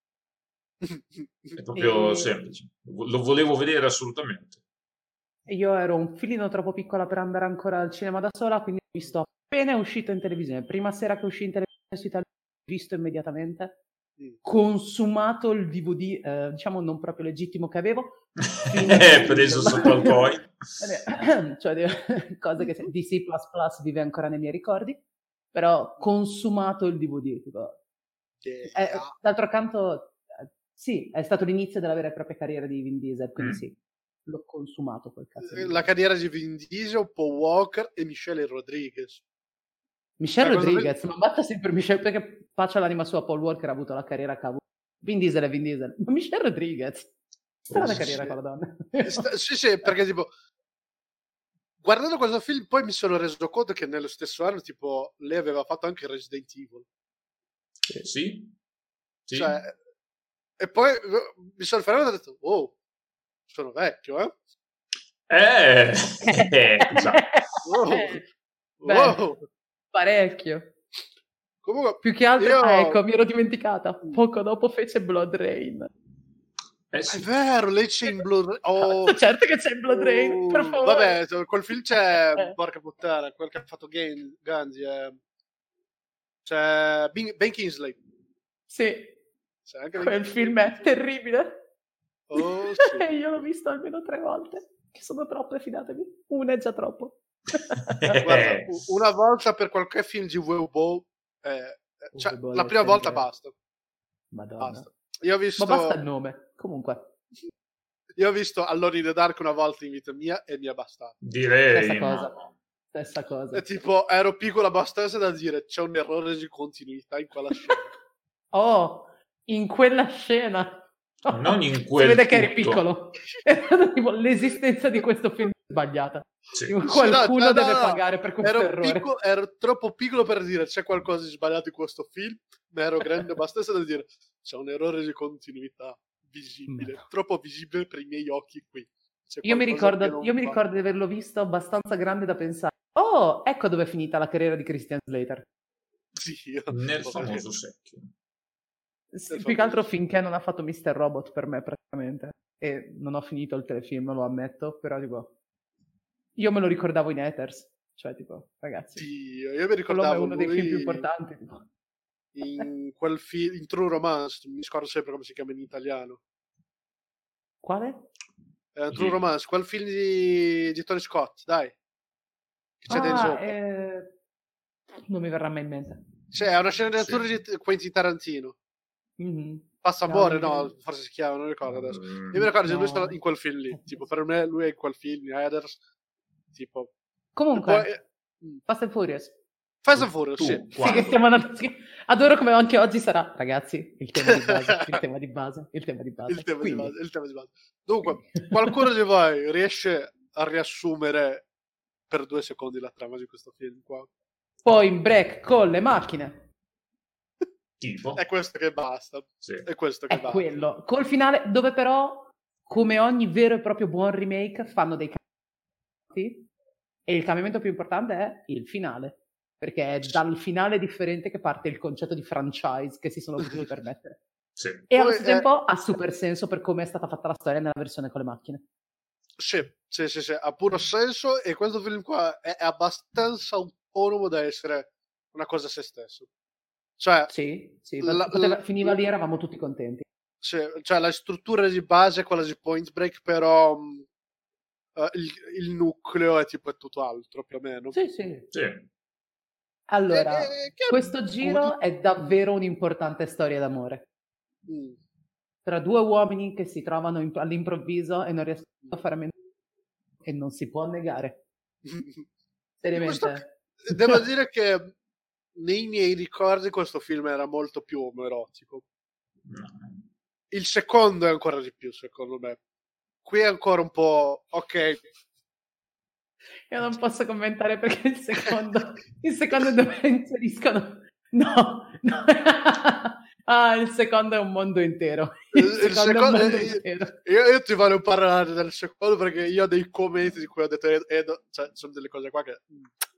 È proprio semplice. Lo volevo vedere assolutamente. Io ero un filino troppo piccola per andare ancora al cinema da sola, quindi ho visto appena uscito in televisione. Prima sera che uscì in televisione su Italia, ho visto immediatamente, consumato il DVD, diciamo non proprio legittimo che avevo. Preso sotto al coin. Cioè, cose che DC++ vive ancora nei miei ricordi, però consumato il DVD. Tipo. D'altro canto, sì, è stato l'inizio della vera e propria carriera di Vin Diesel, quindi sì, l'ho consumato quel cazzo. La carriera di Vin Diesel, Paul Walker e Michelle Rodriguez. Michelle Rodriguez, ma batta sempre Michelle, perché faccia l'anima sua. Paul Walker ha avuto la carriera cavolo. Vin Diesel è Vin Diesel, ma Michelle Rodriguez strana carriera con la donna. Sì, perché tipo guardando questo film poi mi sono reso conto che nello stesso anno tipo lei aveva fatto anche Resident Evil. Sì. Cioè, e poi mi sono fermato e ho detto wow, sono vecchio, già. Wow. Parecchio. Comunque, più che altro, ecco, mi ero dimenticata. Poco dopo fece Blood Rain. Sì. È vero, lei c'è in Blood Rain. Certo che c'è in Blood Rain, per favore. Vabbè, quel film c'è, porca puttana, quel che ha fatto Ganzi. C'è Ben Kingsley. Sì. Anche quel film è terribile. Oh, sì. Io l'ho visto almeno 3 volte, che sono troppe, fidatevi. Una è già troppo. Guarda, una volta per qualche film di Uwe Boll, la prima volta basta. Madonna. Basta. Io ho visto... Ma basta il nome, comunque. Io ho visto Alone in the Dark una volta in vita mia e mi è bastato. Direi stessa cosa. E tipo, ero piccola abbastanza da dire c'è un errore di continuità in quella scena. In quella scena. Non in quel si vede tutto. Che eri piccolo. Tipo, l'esistenza di questo film è sbagliata. Sì. Qualcuno deve pagare per questo errore. Ero troppo piccolo per dire c'è qualcosa di sbagliato in questo film, ma ero grande abbastanza da dire c'è un errore di continuità visibile, troppo visibile per i miei occhi qui. Io mi ricordo di averlo visto abbastanza grande da pensare ecco dove è finita la carriera di Christian Slater. Sì, nel famoso secchio. Più che altro finché non ha fatto Mr. Robot per me praticamente, e non ho finito il telefilm, lo ammetto, però tipo io me lo ricordavo in Ethers, cioè tipo ragazzi, sì, io mi ricordavo è uno dei film più importanti tipo. In quel film, in True Romance, mi scordo sempre come si chiama in italiano. Quale? True Romance, quel film di Tony Scott, dai. Che c'è dentro. Non mi verrà mai in mente. C'è una sceneggiatura di Quentin Tarantino. Mm-hmm. Passa amore, no, forse si chiama, non ricordo adesso. Io mi ricordo che lui sta in quel film lì, tipo per me lui è in quel film, Heathers, tipo. Comunque, Fast and Furious. Fast and Furious, sì. Sì, che stiamo andando... Adoro come anche oggi sarà, ragazzi, il tema di base, il tema di base, il tema di base. Il tema di base. Dunque, qualcuno di voi riesce a riassumere per 2 secondi la trama di questo film qua? Poi in break con le macchine. Tipo? È questo che basta. Sì. È questo che basta. Quello. Col finale, dove però, come ogni vero e proprio buon remake, fanno dei cambiamenti. E il cambiamento più importante è il finale. Perché è dal finale differente che parte il concetto di franchise che si sono potuti permettere. Sì. E allo stesso tempo ha super senso per come è stata fatta la storia nella versione con le macchine. Sì, ha puro senso, e questo film qua è abbastanza autonomo da essere una cosa a se stesso. Cioè, sì, finiva lì, eravamo tutti contenti. Sì, cioè la struttura di base è quella di Point Break, però il nucleo è tipo tutto altro, più o meno. Sì. Allora, questo giro è davvero un'importante storia d'amore. Tra 2 uomini che si trovano all'improvviso e non riescono a fare a meno, e non si può negare. Seriamente. Devo dire che nei miei ricordi questo film era molto più omoerotico. Il secondo è ancora di più, secondo me. Qui è ancora un po'... ok. Io non posso commentare perché il secondo dove inseriscono... No. Il secondo è un mondo intero. Il secondo è un mondo intero. Io ti voglio parlare del secondo perché io ho dei commenti di cui ho detto cioè, sono delle cose qua che...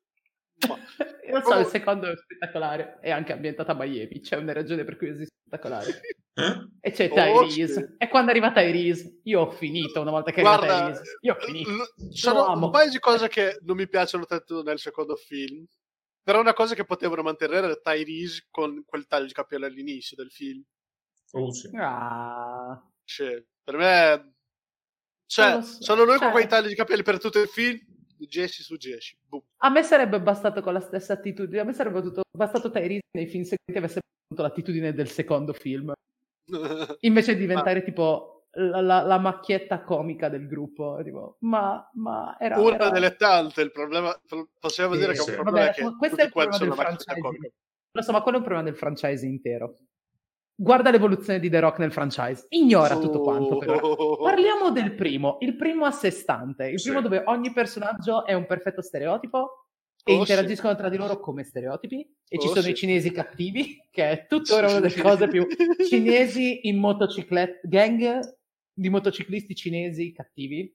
Io lo so, il secondo è spettacolare, è anche ambientato a Miami, c'è una ragione per cui è spettacolare. E c'è Tyrese. Sì. E quando arriva Tyrese, io ho finito una volta che arriva Tyrese. Io ho finito. Sono un paio di cose che non mi piacciono tanto nel secondo film, però una cosa che potevano mantenere era Tyrese con quel taglio di capelli all'inizio del film. Sì. Cioè, per me... Cioè, sono noi con quei tagli di capelli per tutto il film, 10 su 10. Boom. A me sarebbe bastato con la stessa attitudine. A me sarebbe bastato Tyrese nei film seguenti avesse avuto l'attitudine del secondo film. Invece di diventare tipo la macchietta comica del gruppo. Tipo, ma era... Una delle tante. Il problema... Possiamo dire che è un problema che... Questo è il problema del franchise. Lo so, ma quello è un problema del franchise intero. Guarda l'evoluzione di The Rock nel franchise, ignora tutto quanto però. Parliamo del primo, il primo a sé stante, il primo dove ogni personaggio è un perfetto stereotipo e interagiscono tra di loro come stereotipi, e ci sono i cinesi cattivi, che è tuttora una delle cose più cinesi in gang di motociclisti cinesi cattivi,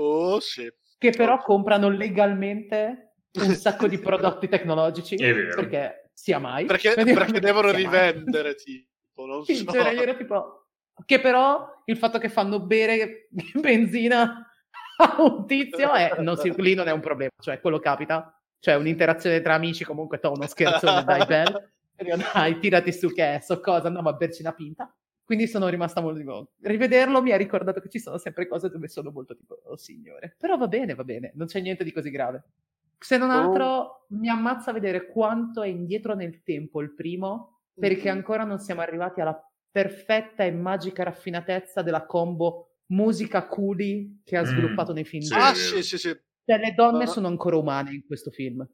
che però comprano legalmente un sacco di prodotti tecnologici, perché sia mai. Perché devono rivendere, tipo. Non so. Io tipo, che però il fatto che fanno bere benzina a un tizio lì non è un problema, cioè quello capita, cioè un'interazione tra amici, comunque uno scherzone, dai bel, dai tirati su che so cosa, andiamo a berci una pinta. Quindi sono rimasta molto tipo, rivederlo mi ha ricordato che ci sono sempre cose dove sono molto tipo, oh signore, però va bene, non c'è niente di così grave. Se non altro mi ammazza vedere quanto è indietro nel tempo il primo, perché ancora non siamo arrivati alla perfetta e magica raffinatezza della combo musica Cooley che ha sviluppato nei film. Sì. Cioè, le donne sono ancora umane in questo film.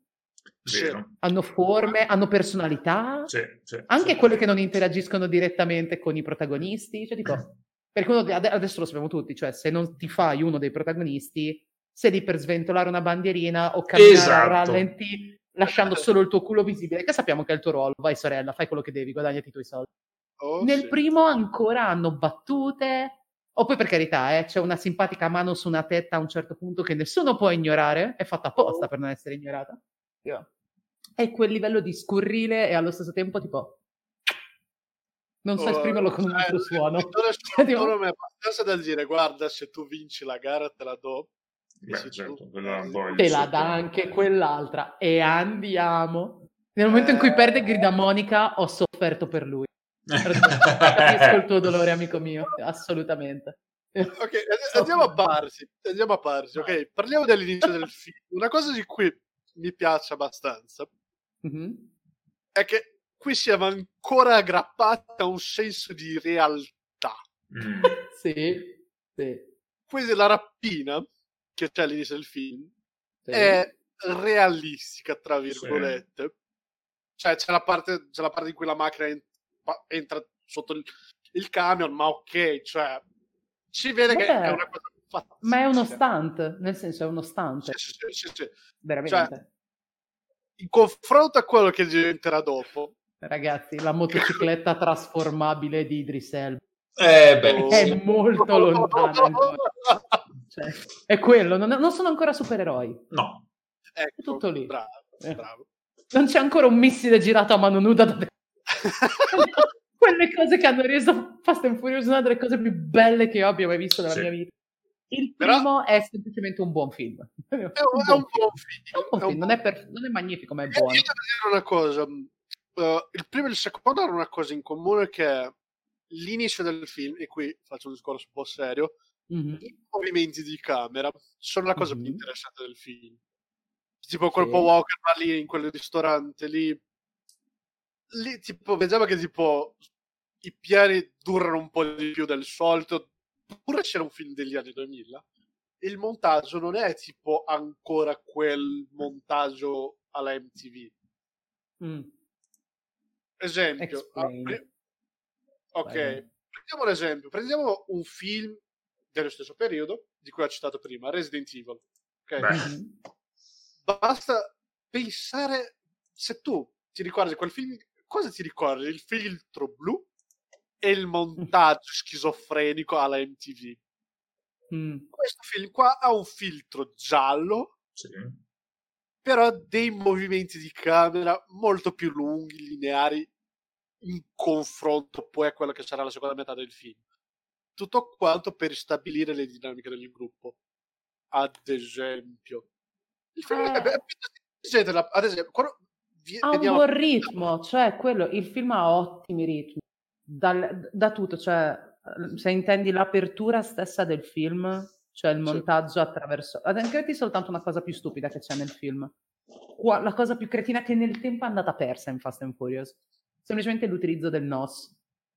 Hanno forme, hanno personalità, anche quelle che non interagiscono direttamente con i protagonisti. Cioè, tipo, perché adesso lo sappiamo tutti, cioè se non ti fai uno dei protagonisti, sei lì per sventolare una bandierina o camminare a rallenti, lasciando solo il tuo culo visibile, che sappiamo che è il tuo ruolo. Vai sorella, fai quello che devi, guadagnati i tuoi soldi. Nel primo ancora hanno battute, o poi per carità c'è una simpatica mano su una tetta a un certo punto che nessuno può ignorare, è fatta apposta per non essere ignorata. È quel livello di scurrile e allo stesso tempo tipo non so esprimerlo con un altro suono. Non è abbastanza da dire, guarda, se tu vinci la gara te la do. Te la dà anche quell'altra e andiamo. Nel momento in cui perde grida Monica, ho sofferto per lui. Capisco il tuo dolore, amico mio, assolutamente. Ok, andiamo a parti, ok? Parliamo dell'inizio del film. Una cosa di cui mi piace abbastanza è che qui siamo ancora aggrappati a un senso di realtà. Sì. Quindi la rapina che c'è all'inizio del film è realistica, tra virgolette, Cioè, c'è la parte in cui la macchina entra sotto il camion, ma ok, cioè, si vede che è una cosa fatta. Ma è uno stunt, nel senso è uno stunt. Sì. Veramente. Cioè, in confronto a quello che diventerà dopo. Ragazzi, la motocicletta trasformabile di Idris Elba Beh, è molto lontana ancora. Cioè, è quello, non sono ancora supereroi. No. Ecco, è tutto lì. Bravo. Non c'è ancora un missile girato a mano nuda da quelle cose che hanno reso Fast and Furious una delle cose più belle che io abbia mai visto nella mia vita. Il primo è semplicemente un buon film. È un buon film. Non è magnifico, ma è buono. Io devo dire una cosa. Il primo e il secondo hanno una cosa in comune, che l'inizio del film, e qui faccio un discorso un po' serio, i movimenti di camera sono la cosa più interessante del film. Tipo quel Paul Walker va lì in quel ristorante lì tipo vediamo che tipo i piani durano un po' di più del solito, pure c'era un film degli anni 2000, il montaggio non è tipo ancora quel montaggio alla MTV. Esempio, prendiamo l'esempio, prendiamo un film dello stesso periodo di cui ho citato prima, Resident Evil, ok? Basta pensare, se tu ti ricordi quel film, cosa ti ricordi? Il filtro blu e il montaggio schizofrenico alla MTV. Questo film qua ha un filtro giallo, però dei movimenti di camera molto più lunghi, lineari, in confronto poi a quello che sarà la seconda metà del film. Tutto quanto per stabilire le dinamiche del gruppo. Ad esempio, il film è ad esempio, ha un buon ritmo, cioè il film ha ottimi ritmi da tutto, cioè se intendi l'apertura stessa del film, cioè il montaggio attraverso, anche soltanto una cosa più stupida che c'è nel film, la cosa più cretina che nel tempo è andata persa in Fast and Furious, semplicemente l'utilizzo del NOS.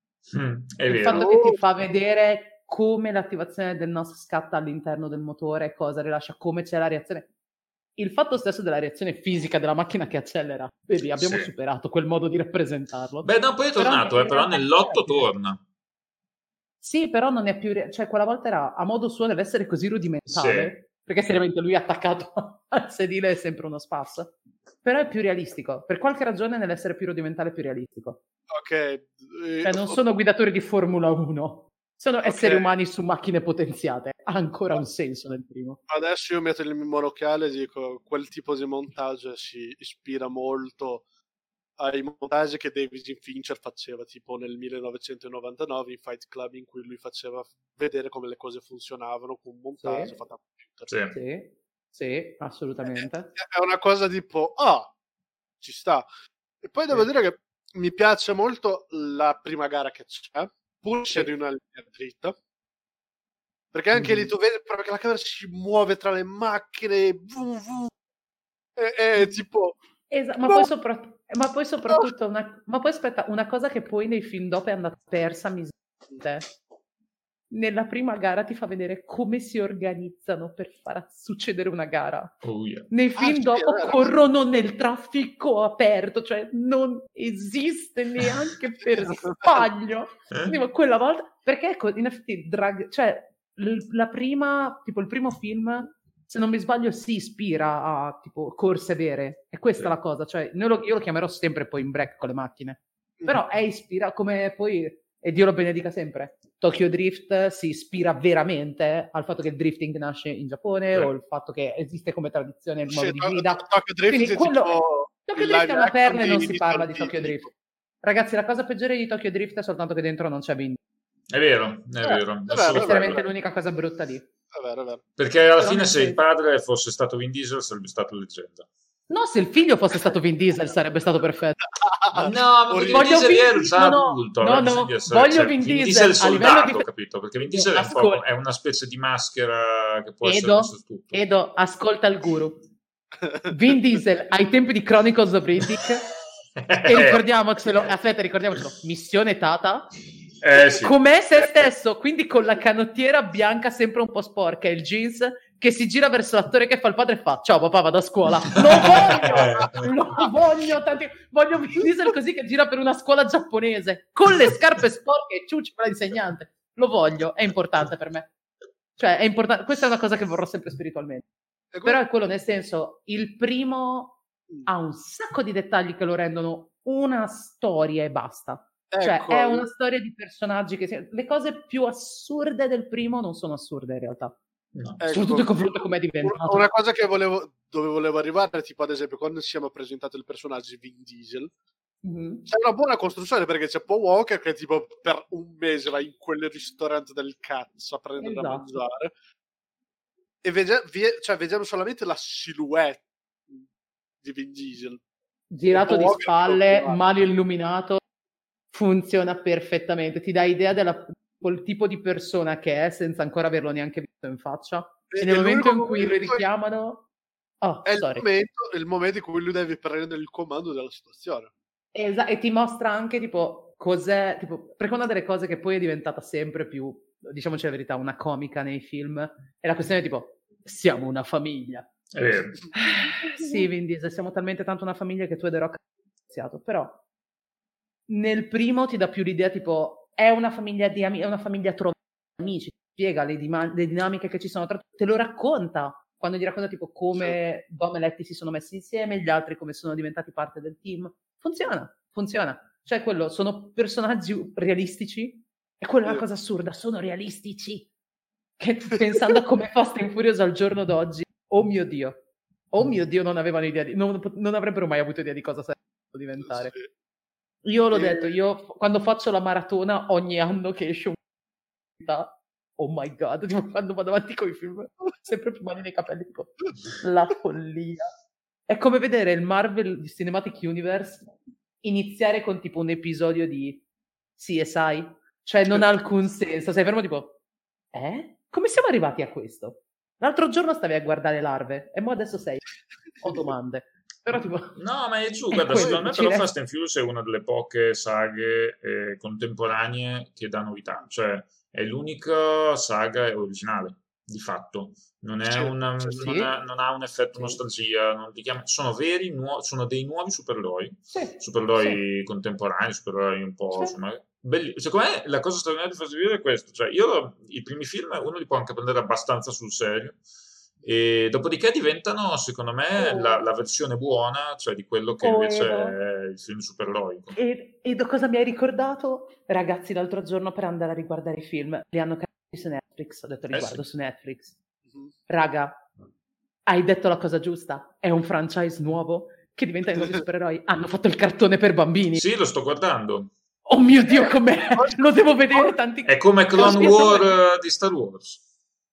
Il fatto che ti fa vedere come l'attivazione del NOS scatta all'interno del motore, cosa rilascia, come c'è la reazione. Il fatto stesso della reazione fisica della macchina che accelera, vedi, abbiamo superato quel modo di rappresentarlo. Beh, no, poi è tornato, però nell'8 torna. Sì, però non è più... cioè, quella volta era a modo suo, deve essere così rudimentale, perché seriamente lui attaccato al sedile è sempre uno spasso. Però è più realistico. Per qualche ragione nell'essere più rudimentale è più realistico. Ok. Cioè, non sono guidatori di Formula 1. Sono esseri umani su macchine potenziate. Ha ancora un senso nel primo. Adesso io metto il mio monocchiale e dico quel tipo di montaggio si ispira molto ai montaggi che David Fincher faceva tipo nel 1999 in Fight Club, in cui lui faceva vedere come le cose funzionavano con un montaggio fatto a computer. Sì, assolutamente. È una cosa tipo ci sta. E poi devo dire che mi piace molto la prima gara che c'è, pur se di una linea dritta, perché anche lì tu vedi proprio che la camera si muove tra le macchine, è tipo ma poi soprattutto una cosa che poi nei film dopo è andata persa miseramente. Nella prima gara ti fa vedere come si organizzano per far succedere una gara. Nei film dopo corrono nel traffico aperto, cioè non esiste neanche per sbaglio. Quella volta, perché in effetti cioè la prima, tipo il primo film, se non mi sbaglio, si ispira a tipo corse vere. E questa è la cosa, cioè io lo chiamerò sempre poi in break con le macchine. Però è ispira come poi, e Dio lo benedica sempre, Tokyo Drift si ispira veramente al fatto che il drifting nasce in Giappone o il fatto che esiste come tradizione il modo di guida. Tokyo Drift Tokyo Drift è una perla e non si parla di Tokyo Drift. Ragazzi, la cosa peggiore di Tokyo Drift è soltanto che dentro non c'è Vin. È vero. È veramente l'unica cosa brutta lì. È vero. Perché alla fine se il padre fosse stato Vin Diesel sarebbe stato leggenda. No, se il figlio fosse stato Vin Diesel sarebbe stato perfetto. No, Vin Diesel era già adulto. Voglio Vin Diesel soldato, a livello di... capito? Perché Vin Diesel è una specie di maschera che può essere messo tutto. Edo, ascolta il guru. Vin Diesel ai tempi di Chronicles of Riddick e ricordiamocelo, missione Tata. Sì. Com'è se stesso, quindi con la canottiera bianca sempre un po' sporca e il jeans che si gira verso l'attore che fa il padre e fa ciao papà, vado a scuola. Voglio Vin Diesel così che gira per una scuola giapponese con le scarpe sporche e ciucci per l'insegnante. Lo voglio, è importante per me. Cioè, è importante. Questa è una cosa che vorrò sempre spiritualmente. Però è quello, nel senso, il primo ha un sacco di dettagli che lo rendono una storia e basta. Cioè, è una storia di personaggi che... Le cose più assurde del primo non sono assurde in realtà. No. Soprattutto in confronto a come è diventato. Una cosa che dove volevo arrivare, tipo ad esempio quando ci hanno presentato il personaggio di Vin Diesel, c'è una buona costruzione perché c'è Paul Walker che tipo per un mese va in quel ristorante del cazzo a prendere da mangiare e vediamo solamente la silhouette di Vin Diesel girato di spalle, male illuminato, funziona perfettamente, ti dà idea quel tipo di persona che è senza ancora averlo neanche visto in faccia e nel momento in cui lo richiamano è il momento in cui lui deve prendere il comando della situazione. E ti mostra anche tipo cos'è, tipo, perché una delle cose che poi è diventata sempre più, diciamoci la verità, una comica nei film è la questione tipo siamo una famiglia. Sì, Vin Diesel, siamo talmente tanto una famiglia che tu e The Rock però nel primo ti dà più l'idea tipo è una famiglia di amici, è una famiglia trovata amici, spiega le dinamiche che ci sono tra te lo racconta quando gli racconta tipo come Dom e Letty si sono messi insieme, gli altri come sono diventati parte del team. Funziona. Cioè quello, sono personaggi realistici e quella è una cosa assurda, sono realistici. Che pensando a come Fast and Furious al giorno d'oggi, oh mio Dio, non avevano idea non avrebbero mai avuto idea di cosa sarebbero diventare. Io l'ho detto, quando faccio la maratona ogni anno che esce oh my god, tipo, quando vado avanti con i film sempre più male nei capelli, tipo, la follia. È come vedere il Marvel Cinematic Universe iniziare con tipo un episodio di CSI, cioè non ha alcun senso, sei fermo tipo come siamo arrivati a questo? L'altro giorno stavi a guardare larve e mo adesso ho domande. Però tipo no, ma è giù, guarda, secondo me però Fast and Furious è una delle poche saghe contemporanee che dà novità, cioè è l'unica saga originale di fatto, non è non ha un effetto nostalgia, non li sono veri, sono dei nuovi supereroi, contemporanei, supereroi un po' insomma, belli. Secondo me la cosa straordinaria di Fast and Furious è questo, cioè i primi film uno li può anche prendere abbastanza sul serio e dopodiché diventano secondo me la versione buona, cioè di quello che invece è il film supereroico. E da cosa mi hai ricordato? Ragazzi, l'altro giorno per andare a riguardare i film li hanno caricati su Netflix, ho detto riguardo su Netflix. Raga, hai detto la cosa giusta, è un franchise nuovo che diventa i nuovi supereroi, hanno fatto il cartone per bambini. Sì, lo sto guardando. Oh mio Dio, com'è? Lo devo vedere tanti. È come Clone War di Star Wars.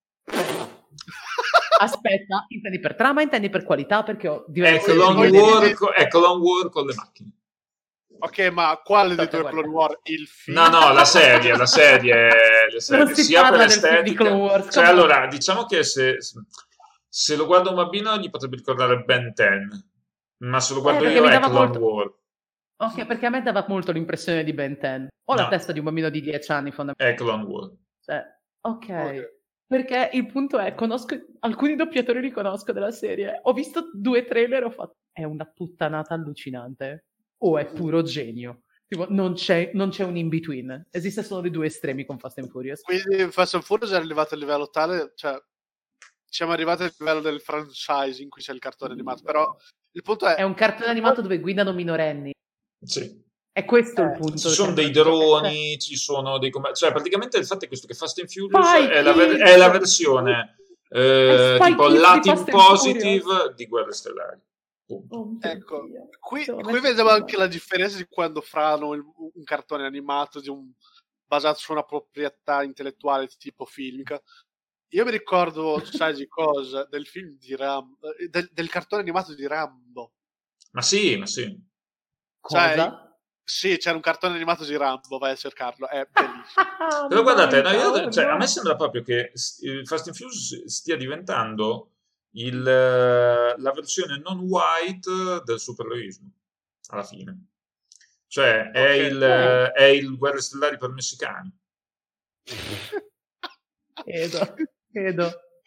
Aspetta, intendi per trama, intendi per qualità? Perché ho è Clone War con le macchine. Ok, ma quale dei due Clone War? Il film? No, la serie non si sia parla per del film di Clone Wars. Cioè, allora, diciamo che se lo guarda un bambino gli potrebbe ricordare Ben 10, ma se lo guardo io è Clone War. Ok, perché a me dava molto l'impressione di Ben 10. Ho la testa di un bambino di 10 anni, fondamentalmente. È Clone War. Ok. Perché il punto è, alcuni doppiatori li conosco della serie. Ho visto 2 trailer e ho fatto, è una puttanata allucinante. O è puro genio. Tipo, non c'è un in-between. Esiste solo i 2 estremi con Fast and Furious. Quindi Fast and Furious è arrivato a livello tale, cioè, siamo arrivati al livello del franchise in cui c'è il cartone animato, però il punto è... È un cartone animato dove guidano minorenni. Sì. È questo il punto. Ci sono dei droni, ci sono dei cioè praticamente il fatto è questo, che Fast and Furious è la versione tipo Latin Positive di Guerre Stellari. Ecco, qui vediamo anche la differenza di quando fanno un cartone animato basato su una proprietà intellettuale tipo filmica. Io mi ricordo, sai di cosa, del film di Rambo, del cartone animato di Rambo. Ma sì. Cosa? Cioè, sì, c'era un cartone animato di Rambo, vai a cercarlo, è bellissimo. Però guardate, a me sembra proprio che Fast and Furious stia diventando la versione non white del supereroismo alla fine, cioè è il Guerre Stellari per messicani. Credo.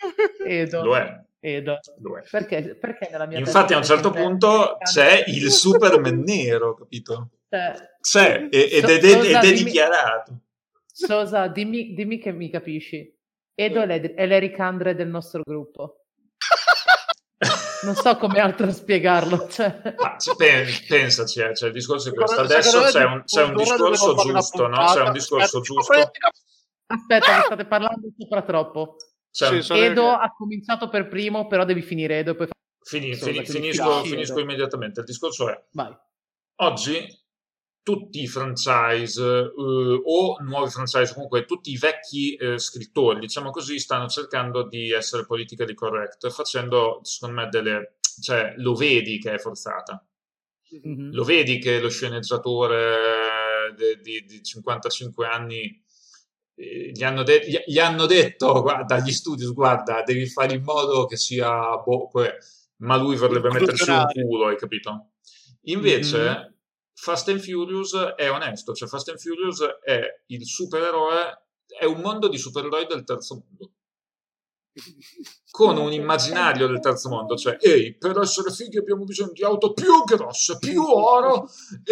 Edo. Lo è. Edo. Lo è. Perché nella mia Infatti a un certo punto c'è il Superman nero, capito? C'è, ed è dichiarato. Sosa, dimmi che mi capisci. Edo è l'Eric Andre del nostro gruppo. Non so come altro spiegarlo. Cioè. Ma pensaci, cioè, il discorso è questo. Adesso c'è un discorso giusto, no? C'è un discorso giusto. Aspetta, mi state parlando sopra troppo. Edo ha cominciato per primo, però devi finire Edo e poi finisco immediatamente. Il discorso è: vai. Oggi tutti i franchise o nuovi franchise, comunque tutti i vecchi scrittori, diciamo così, stanno cercando di essere politically correct, facendo, secondo me, cioè lo vedi che è forzata. Mm-hmm. Lo vedi che lo sceneggiatore di 55 anni gli hanno detto, guarda, gli studios, guarda, devi fare in modo che sia ma lui vorrebbe metterci un culo, hai capito? Invece Fast and Furious è onesto, cioè Fast and Furious è il supereroe, è un mondo di supereroi del terzo mondo, con un immaginario del terzo mondo, cioè per essere fighi abbiamo bisogno di auto più grosse, più oro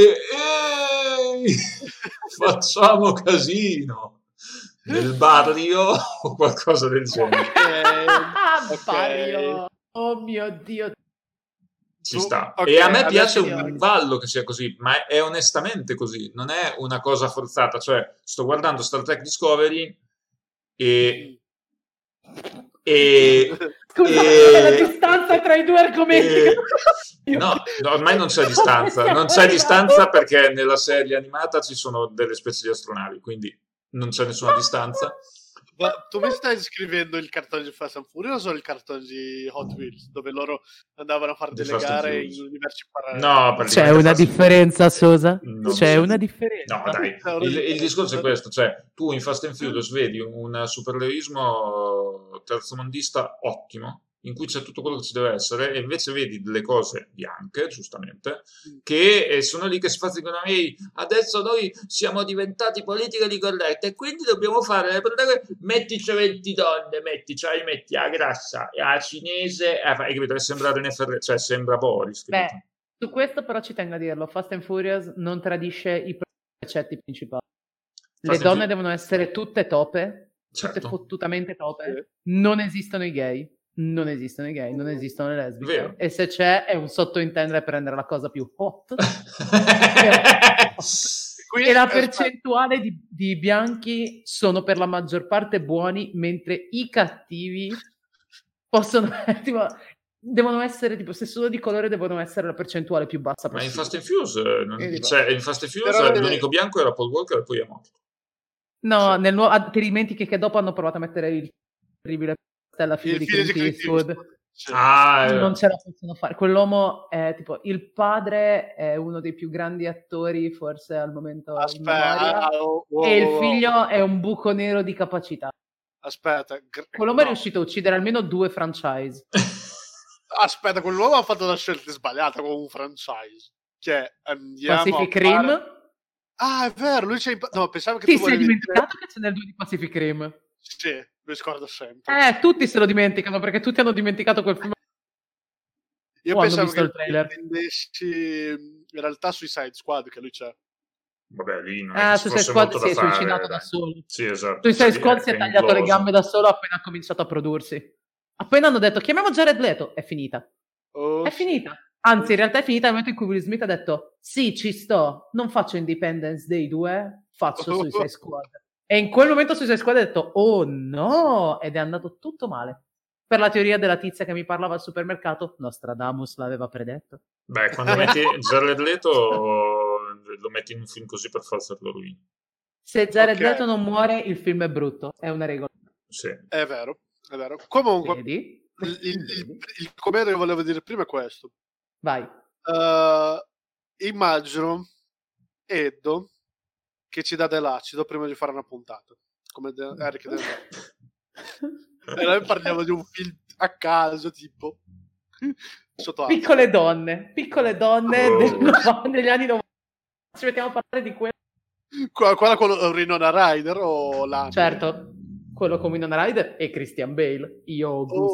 e facciamo casino nel barrio o qualcosa del genere. Barrio, oh mio Dio. Ci sta. E a me piace un ballo che sia così, ma è onestamente così, non è una cosa forzata. Cioè, sto guardando Star Trek Discovery Scusate, la distanza tra i due argomenti. No, ormai non c'è distanza. Non c'è distanza perché nella serie animata ci sono delle specie di astronavi, quindi non c'è nessuna distanza. Ma tu mi stai scrivendo il cartone di Fast and Furious o il cartone di Hot Wheels, dove loro andavano a fare delle gare in universi paralleli? No, c'è una differenza, Sosa? C'è una differenza? No, dai, il discorso è questo, cioè tu in Fast and Furious vedi un supereroismo terzomondista ottimo, in cui c'è tutto quello che ci deve essere, e invece vedi delle cose bianche, giustamente, che sono lì che si fazzicono: adesso noi siamo diventati politically correct e quindi dobbiamo fare le protagonisti, mettici 20 donne, metti la grassa, la cinese, hai capito? Che sembra René Ferré, cioè sembra Boris. Beh, su questo però ci tengo a dirlo, Fast and Furious non tradisce i precetti principali. Le donne devono essere tutte tope, tutte fottutamente tope, non esistono i gay. Non esistono i gay, non esistono le lesbiche. Vero. E se c'è è un sottointendere per rendere la cosa più hot. E la percentuale di bianchi sono per la maggior parte buoni, mentre i cattivi possono devono essere tipo, se sono di colore devono essere la percentuale più bassa possibile. Ma in Fast and Furious l'unico bianco era Paul Walker e poi è morto. No, ti dimentichi che dopo hanno provato a mettere il terribile la figlia di Clint Eastwood. Non ce la possono fare. Quell'uomo è tipo il padre, è uno dei più grandi attori forse al momento in memoria, e il figlio è un buco nero di capacità. Aspetta, quell'uomo è riuscito a uccidere almeno 2 franchise. Aspetta, quell'uomo ha fatto una scelta sbagliata con un franchise, che andiamo Pacific Rim. Ah, è vero, lui c'è pensavo che tu sei dimenticato che c'è nel 2 di Pacific Rim. Sì, lo scordo sempre. Tutti se lo dimenticano perché tutti hanno dimenticato quel film. Io pensavo che il trailer in realtà Suicide Squad, che lui c'è. Vabbè, lì non è Suicide Squad si è suicidato da solo. Sì, esatto. Suicide Squad si è tagliato le gambe da solo appena ha cominciato a prodursi. Appena hanno detto chiamiamo Jared Leto, è finita. Finita. Anzi, in realtà è finita nel momento in cui Will Smith ha detto sì, ci sto, non faccio Independence Day 2, faccio Suicide Squad. E in quel momento Suicide Squad ha detto oh no, ed è andato tutto male. Per la teoria della tizia che mi parlava al supermercato, Nostradamus l'aveva predetto. Beh, quando metti Jared Leto lo metti in un film così per forza lo rovini. Se Jared Leto non muore, il film è brutto, è una regola. Sì. È vero. Comunque, il commento che volevo dire prima è questo. Vai. Immagino Edo che ci dà dell'acido prima di fare una puntata, come Eric e noi parliamo di un film a caso, tipo piccole donne degli anni 90. Ci mettiamo a parlare di quello. Quella con Winona Ryder o la certo, quello con Winona Ryder e Christian Bale. Io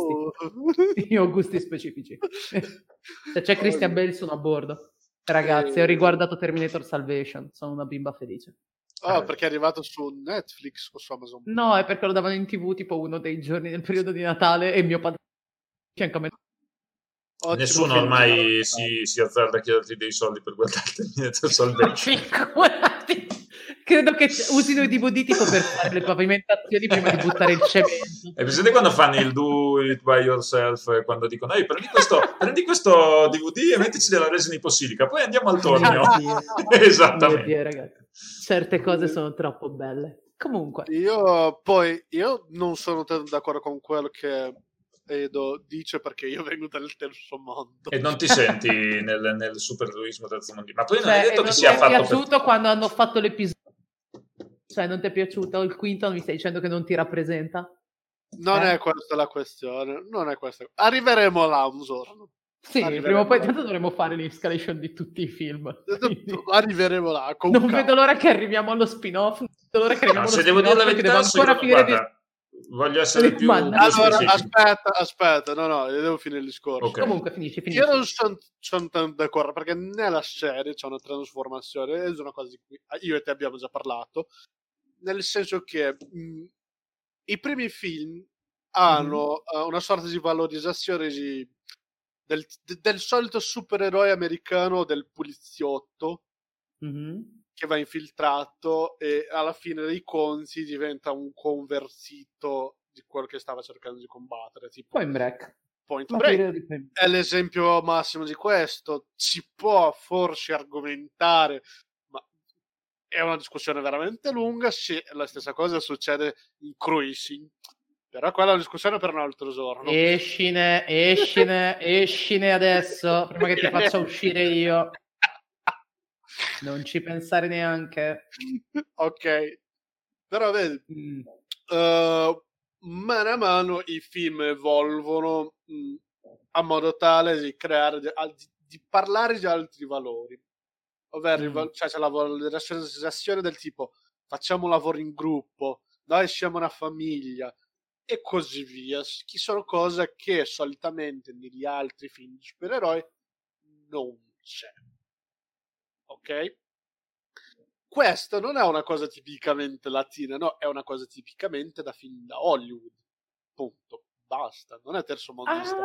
ho gusti specifici. Se c'è Christian Bale sono a bordo. Ragazzi, ho riguardato Terminator Salvation, sono una bimba felice. Perché è arrivato su Netflix o su Amazon? No, è perché lo davano in TV tipo uno dei giorni del periodo di Natale e mio padre fianco a me. Nessuno ormai si azzarda a chiederti dei soldi per guardare Terminator Salvation. Credo che usino i DVD tipo per fare le pavimentazioni prima di buttare il cemento. E vedete quando fanno il do it by yourself, quando dicono ehi prendi questo DVD e mettici della resina iposilica, poi andiamo al tornio. Esattamente. Ragazzi. Certe cose sono troppo belle. Comunque io non sono tanto d'accordo con quello che Edo dice, perché io vengo dal terzo mondo e non ti senti nel supereroismo terzo mondo, ma poi non hai detto che sia fatto. Non ti è piaciuto quando hanno fatto l'episodio? Cioè, non ti è piaciuto il quinto? Mi stai dicendo che non ti rappresenta? Non è questa la questione, non è questa. Arriveremo là un giorno. Sì, prima o poi tanto dovremo fare l'escalation di tutti i film. Arriveremo là. Non vedo l'ora che arriviamo allo spin-off. Se devo dire la verità, voglio essere più... Allora, aspetta, no, devo finire il discorso. Okay. Comunque, finisci. Io non sono tanto d'accordo, perché nella serie c'è una trasformazione, è una cosa di cui io e te abbiamo già parlato, nel senso che i primi film hanno una sorta di valorizzazione del solito supereroe americano, del poliziotto, che va infiltrato e alla fine dei conti diventa un convertito di quello che stava cercando di combattere, tipo Point Break è l'esempio massimo di questo. Si può forse argomentare, ma è una discussione veramente lunga, se la stessa cosa succede in Cruising, però quella è una discussione per un altro giorno. Escine adesso, prima che ti faccia uscire io. Non ci pensare neanche. Ok, però vedi, mano a mano i film evolvono a modo tale di creare, di parlare di altri valori, ovvero cioè, c'è la valorizzazione del tipo facciamo un lavoro in gruppo, noi siamo una famiglia e così via, che sono cose che solitamente negli altri film di supereroi non c'è. Ok? Questo non è una cosa tipicamente latina, no, è una cosa tipicamente da film da Hollywood. Punto. Basta, non è terzo mondista.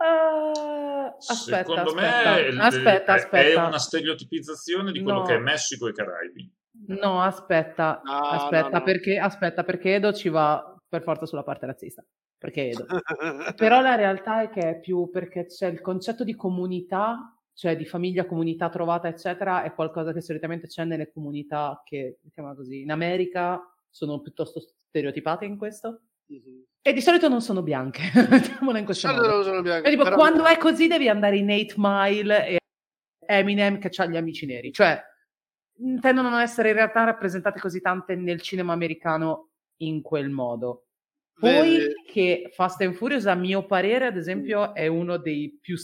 Secondo me è una stereotipizzazione di quello che è Messico e Caraibi. No, aspetta, perché Edo ci va per forza sulla parte razzista. Perché Edo. Però la realtà è che è più perché c'è il concetto di comunità, cioè di famiglia, comunità trovata, eccetera, è qualcosa che solitamente c'è nelle comunità che, diciamo così, in America sono piuttosto stereotipate in questo. E di solito non sono bianche, mettiamola in questo modo. Sono bianche, tipo, però... Quando è così devi andare in 8 Mile e Eminem che ha gli amici neri, cioè tendono a non essere in realtà rappresentate così tante nel cinema americano in quel modo. Poi che Fast and Furious, a mio parere, ad esempio, è uno dei più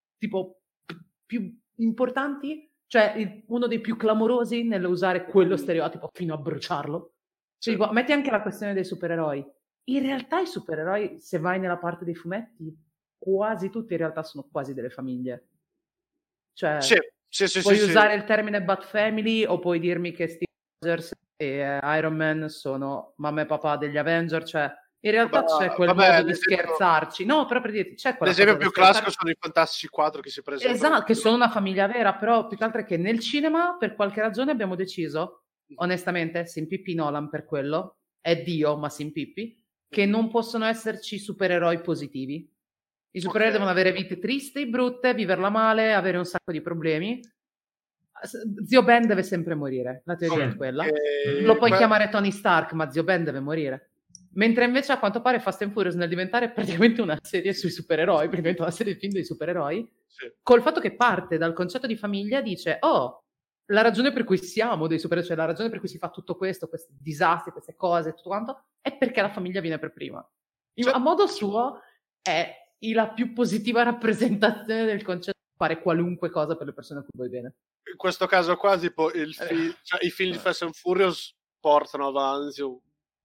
importanti, cioè uno dei più clamorosi nell'usare quello stereotipo fino a bruciarlo. Cioè, tipo, metti anche la questione dei supereroi. In realtà i supereroi, se vai nella parte dei fumetti, quasi tutti in realtà sono quasi delle famiglie. Cioè, puoi usare il termine Bat Family o puoi dirmi che Steve Rogers e Iron Man sono mamma e papà degli Avenger, cioè in realtà c'è quel modo di scherzarci. No, però per dirti, c'è quella l'esempio più classico sono i Fantastici 4 che si presentano. Esatto, che sono una famiglia vera, però più che altro è che nel cinema per qualche ragione abbiamo deciso, onestamente, Sin Pippi Nolan per quello, è Dio, ma Sin Pippi, che non possono esserci supereroi positivi. I supereroi devono avere vite tristi, brutte, viverla male, avere un sacco di problemi. Zio Ben deve sempre morire, la teoria è quella. Lo puoi chiamare Tony Stark, ma Zio Ben deve morire. Mentre invece a quanto pare Fast and Furious nel diventare praticamente una serie sui supereroi, praticamente una serie di film dei supereroi, col fatto che parte dal concetto di famiglia, dice la ragione per cui siamo dei supereroi, cioè la ragione per cui si fa tutto questo, questi disastri, queste cose, tutto quanto, è perché la famiglia viene per prima. A modo suo è la più positiva rappresentazione del concetto di fare qualunque cosa per le persone a cui vuoi bene. In questo caso qua tipo i film di Fast and Furious portano avanti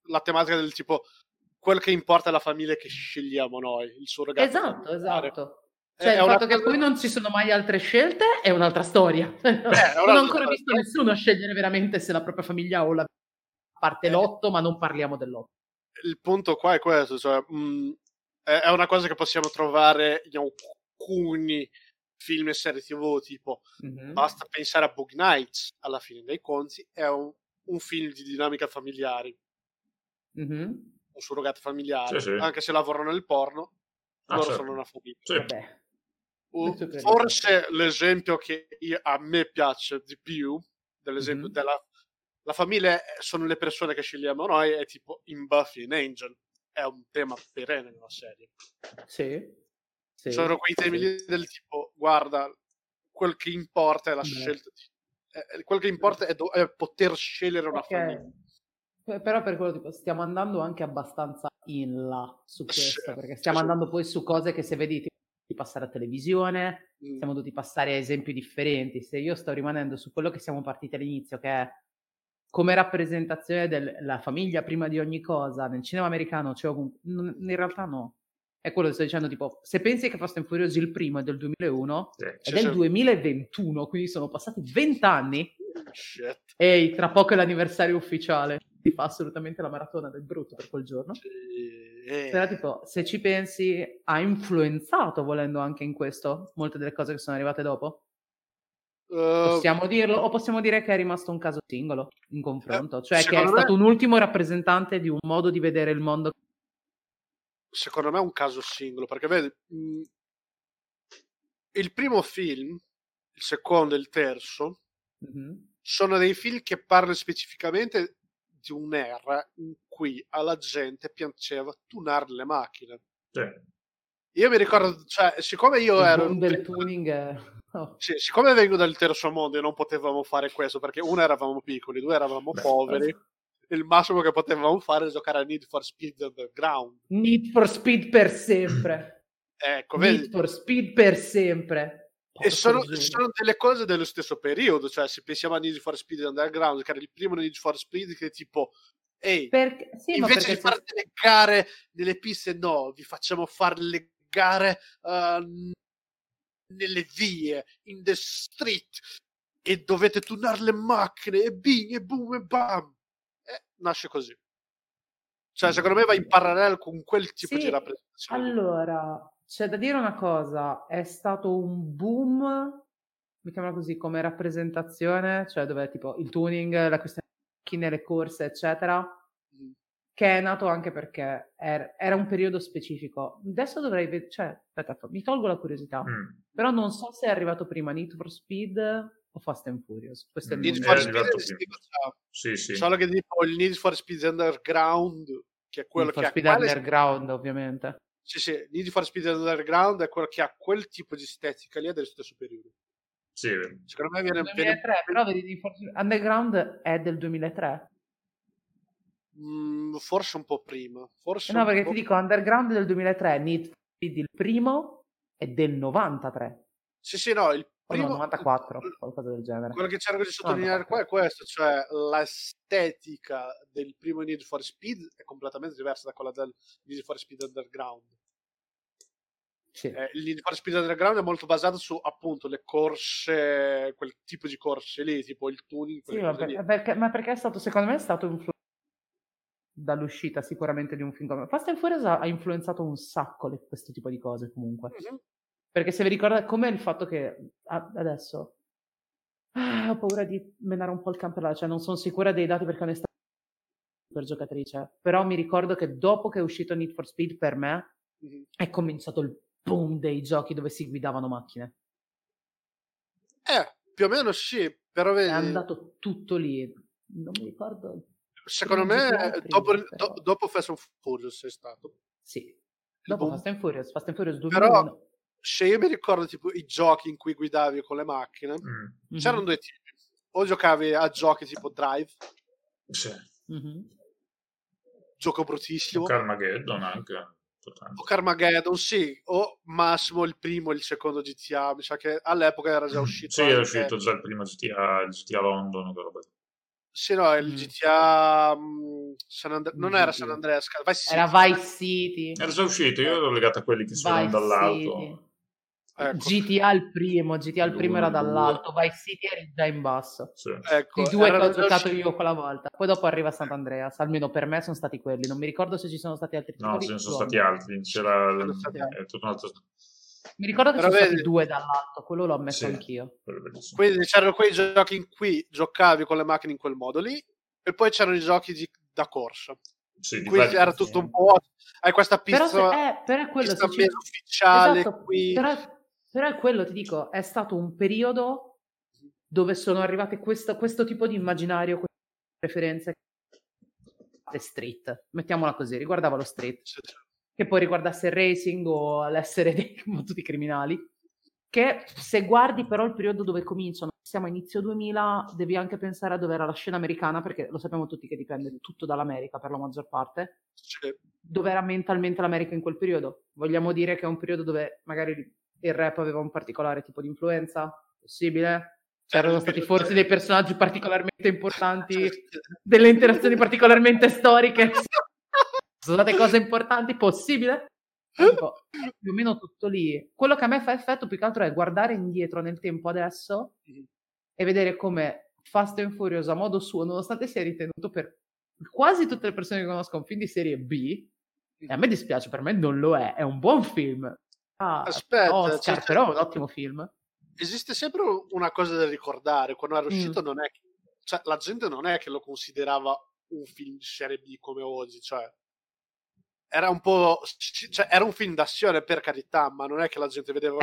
la tematica del tipo quel che importa è la famiglia che scegliamo noi, il surrogato. Esatto. Cioè, il fatto che poi non ci sono mai altre scelte è un'altra storia. Non ho ancora visto nessuno scegliere veramente se la propria famiglia o la parte l'otto, ma non parliamo dell'8. Il punto qua è questo, cioè, è una cosa che possiamo trovare in alcuni film e serie TV, tipo basta pensare a Bug Nights, alla fine dei conti è un film di dinamica familiari, un surrogato familiare, sì. Anche se lavorano nel porno, loro sono una famiglia. Sì. Vabbè. Forse l'esempio che a me piace di più, dell'esempio la famiglia sono le persone che scegliamo noi, è tipo in Buffy and Angel, è un tema perenne nella serie. Sì. Sono quei temi del tipo, guarda, quel che importa è la scelta, quel che importa è poter scegliere una famiglia. Però per quello tipo stiamo andando anche abbastanza in là su questo, perché stiamo andando poi su cose che se vedi di passare a televisione, siamo dovuti passare a esempi differenti. Se io sto rimanendo su quello che siamo partiti all'inizio, che è come rappresentazione della famiglia prima di ogni cosa nel cinema americano, cioè, in realtà no. È quello che sto dicendo, tipo, se pensi che Fast and Furious il primo è del 2001, è del 2021, quindi sono passati 20 anni. E tra poco è l'anniversario ufficiale. Si fa assolutamente la maratona del brutto per quel giorno. Però tipo, se ci pensi, ha influenzato, volendo anche in questo, molte delle cose che sono arrivate dopo? Possiamo dirlo? O possiamo dire che è rimasto un caso singolo in confronto? Cioè che è stato un ultimo rappresentante di un modo di vedere il mondo? Secondo me è un caso singolo, perché vedi, il primo film, il secondo e il terzo, sono dei film che parlano specificamente di un'era in cui alla gente piaceva tunare le macchine. Io mi ricordo, cioè, siccome io ero del tuning sì, siccome vengo dal terzo mondo e non potevamo fare questo, perché uno eravamo piccoli, due eravamo poveri, il massimo che potevamo fare è giocare a Need for Speed Underground. Need for Speed per sempre. Ecco, Need for Speed per sempre. E sono delle cose dello stesso periodo, cioè se pensiamo a Need for Speed Underground, che era il primo Need for Speed che tipo, invece di fare delle gare nelle piste, no, vi facciamo fare le gare nelle vie, in the street, e dovete tunare le macchine, e bing, e boom, e bam. Nasce così. Cioè, secondo me va in parallelo con quel tipo di rappresentazione. Allora, c'è da dire una cosa, è stato un boom, mettiamola così, come rappresentazione, cioè dove tipo il tuning, la questione delle macchine, le corse, eccetera, che è nato anche perché era un periodo specifico. Adesso dovrei vedere, cioè, aspetta, mi tolgo la curiosità, però non so se è arrivato prima Need for Speed o Fast and Furious. Questo è il Need for Speed sì. Solo che tipo il Need for Speed Underground, che è quello Need for Speed Underground, ovviamente. Sì, Need for Speed Underground è quello che ha quel tipo di estetica lì, è dello stesso periodo. Sì, secondo me viene 2003, però vedi, Underground è del 2003. Forse un po' prima. No, perché ti dico, Underground è del 2003, Need for Speed il primo è del 93. Sì, no, il primo... no, 94, qualcosa del genere. Quello che cerco di sottolineare qua è questo, cioè l'estetica del primo Need for Speed è completamente diversa da quella del Need for Speed Underground. Sì. Il Need for Speed Underground è molto basato su appunto le corse, quel tipo di corse lì, tipo il tuning. Sì, ma perché è stato, secondo me, è stato influenzato dall'uscita sicuramente di un film come Fast and Furious ha influenzato un sacco questo tipo di cose comunque. Perché se vi ricordate come il fatto che adesso ho paura di menare un po' il campo là, cioè non sono sicura dei dati perché onestamente per giocatrice, però mi ricordo che dopo che è uscito Need for Speed per me è cominciato il boom dei giochi dove si guidavano macchine. Più o meno sì, però vedi... È andato tutto lì, non mi ricordo. Secondo me dopo Fast and Furious è stato. Sì, dopo Fast and Furious 2001. Però se io mi ricordo tipo i giochi in cui guidavi con le macchine, c'erano due tipi. O giocavi a giochi tipo Drive, gioco bruttissimo, o Carmageddon anche. O Carmageddon, sì, o massimo il primo e il secondo GTA, mi sa che all'epoca era già uscito. Sì, era uscito già il primo GTA London, Sì, no, il GTA non era San Andreas, era Vice City. Era già uscito, io ero legato a quelli che si vedevano dall'alto. Ecco. GTA il primo era dall'alto, Vice City eri già in basso. Sì. Ecco, i due che ho giocato io quella volta. Poi dopo arriva San Andreas, almeno per me sono stati quelli. Non mi ricordo se ci sono stati altri titoli. No, ce ne sono stati altri. Tutto un altro... Mi ricordo che sono stati 2 dall'alto, quello l'ho ammesso anch'io. Quindi c'erano quei giochi in cui giocavi con le macchine in quel modo lì, e poi c'erano i giochi da corsa. Sì, quindi era tutto un po'. Hai questa pista, però è quello meno ufficiale. Esatto, qui. Però è quello, ti dico, è stato un periodo dove sono arrivate questo tipo di immaginario, queste preferenze. Street, mettiamola così, riguardava lo street. Che poi riguardasse il racing o l'essere dei tutti criminali, che se guardi però il periodo dove cominciano, siamo a inizio 2000, devi anche pensare a dove era la scena americana, perché lo sappiamo tutti che dipende tutto dall'America per la maggior parte, dove era mentalmente l'America in quel periodo. Vogliamo dire che è un periodo dove magari il rap aveva un particolare tipo di influenza? Possibile? C'erano stati forse dei personaggi particolarmente importanti, delle interazioni particolarmente storiche. Sono state cose importanti, possibile? Tipo, più o meno tutto lì. Quello che a me fa effetto più che altro è guardare indietro nel tempo adesso e vedere come Fast and Furious a modo suo, nonostante sia ritenuto per quasi tutte le persone che conosco un film di serie B, e a me dispiace, per me non lo è un buon film. Aspetta, Oscar, però è un ottimo film. Esiste sempre una cosa da ricordare, quando era uscito non è che, cioè, la gente non è che lo considerava un film di serie B come oggi, cioè era un po', cioè, era un film d'azione, per carità, ma non è che la gente vedeva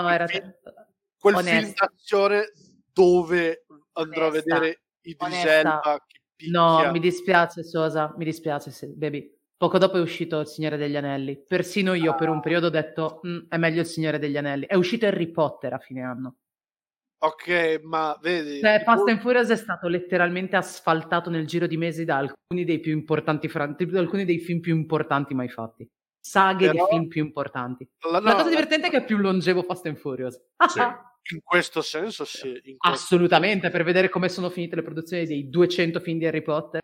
quel film d'azione dove andrò a vedere Idris Elba che picchia. No, mi dispiace Sosa, baby. Poco dopo è uscito Il Signore degli Anelli. Persino io per un periodo ho detto è meglio Il Signore degli Anelli. È uscito Harry Potter a fine anno. Ok, ma vedi, Fast and Furious è stato letteralmente asfaltato nel giro di mesi da alcuni dei più importanti alcuni dei film più importanti mai fatti. Saghe di film più importanti. La cosa divertente è che è più longevo Fast and Furious. Sì. In questo senso sì. Assolutamente, per vedere come sono finite le produzioni dei 200 film di Harry Potter.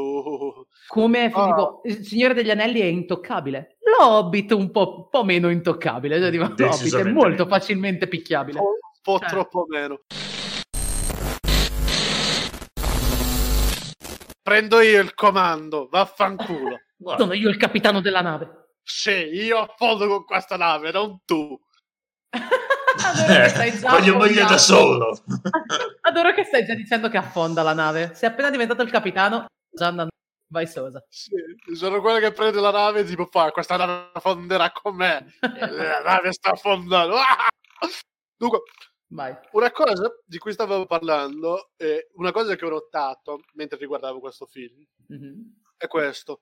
Come tipo, Il Signore degli Anelli è intoccabile. L'Hobbit un po' meno intoccabile. Cioè, L'Hobbit è molto facilmente picchiabile. Un po' troppo meno. Prendo io il comando, vaffanculo. Sono io il capitano della nave. Sì, io affondo con questa nave, non tu. Voglio morire da solo. Adoro che stai già dicendo che affonda la nave. Sei appena diventato il capitano, già andando. Vai Sosa. Sì, sono quello che prende la nave e tipo questa nave affonderà con me. La nave sta affondando. Dunque, vai. Una cosa di cui stavo parlando, una cosa che ho notato mentre riguardavo questo film, è questo.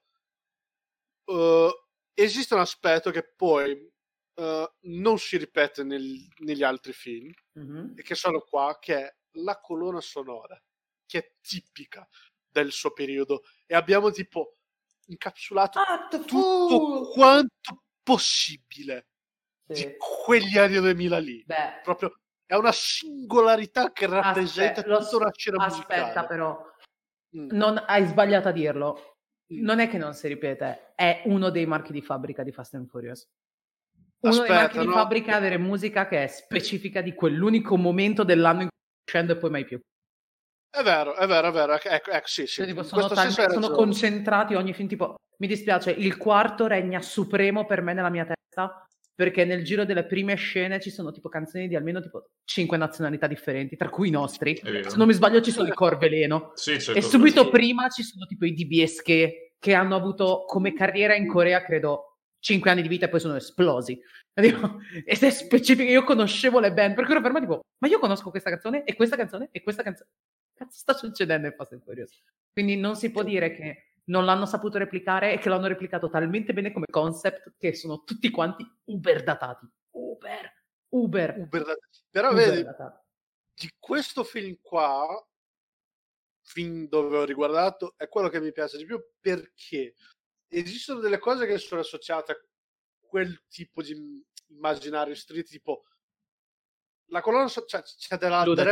Esiste un aspetto che poi non si ripete negli altri film, e che sono qua, che è la colonna sonora, che è tipica del suo periodo, e abbiamo tipo incapsulato tutto quanto possibile di quegli anni 2000 lì. Beh, proprio è una singolarità che rappresenta tutta una scena musicale. Aspetta però, non hai sbagliato a dirlo. Non è che non si ripete, è uno dei marchi di fabbrica di Fast and Furious. Uno dei marchi di fabbrica è avere musica che è specifica di quell'unico momento dell'anno in cui scende e poi mai più. È vero. Ecco, sì. Cioè, tipo, sono concentrati ogni film, tipo, mi dispiace, il quarto regna supremo per me nella mia testa, perché nel giro delle prime scene ci sono tipo canzoni di almeno tipo 5 nazionalità differenti, tra cui i nostri. Se non mi sbaglio ci sono i Corveleno. E subito prima ci sono tipo i DBS che hanno avuto come carriera in Corea, credo, 5 anni di vita e poi sono esplosi. Ed è specifico, io conoscevo le band, perché ero fermo tipo, ma io conosco questa canzone e questa canzone e questa canzone. Cazzo sta succedendo in Fast and Furious? Quindi non si può dire che non l'hanno saputo replicare e che l'hanno replicato talmente bene come concept che sono tutti quanti uber datati. Uber però vedi, di questo film qua, film dove ho riguardato, è quello che mi piace di più, perché esistono delle cose che sono associate a quel tipo di immaginario street, tipo la colonna c'è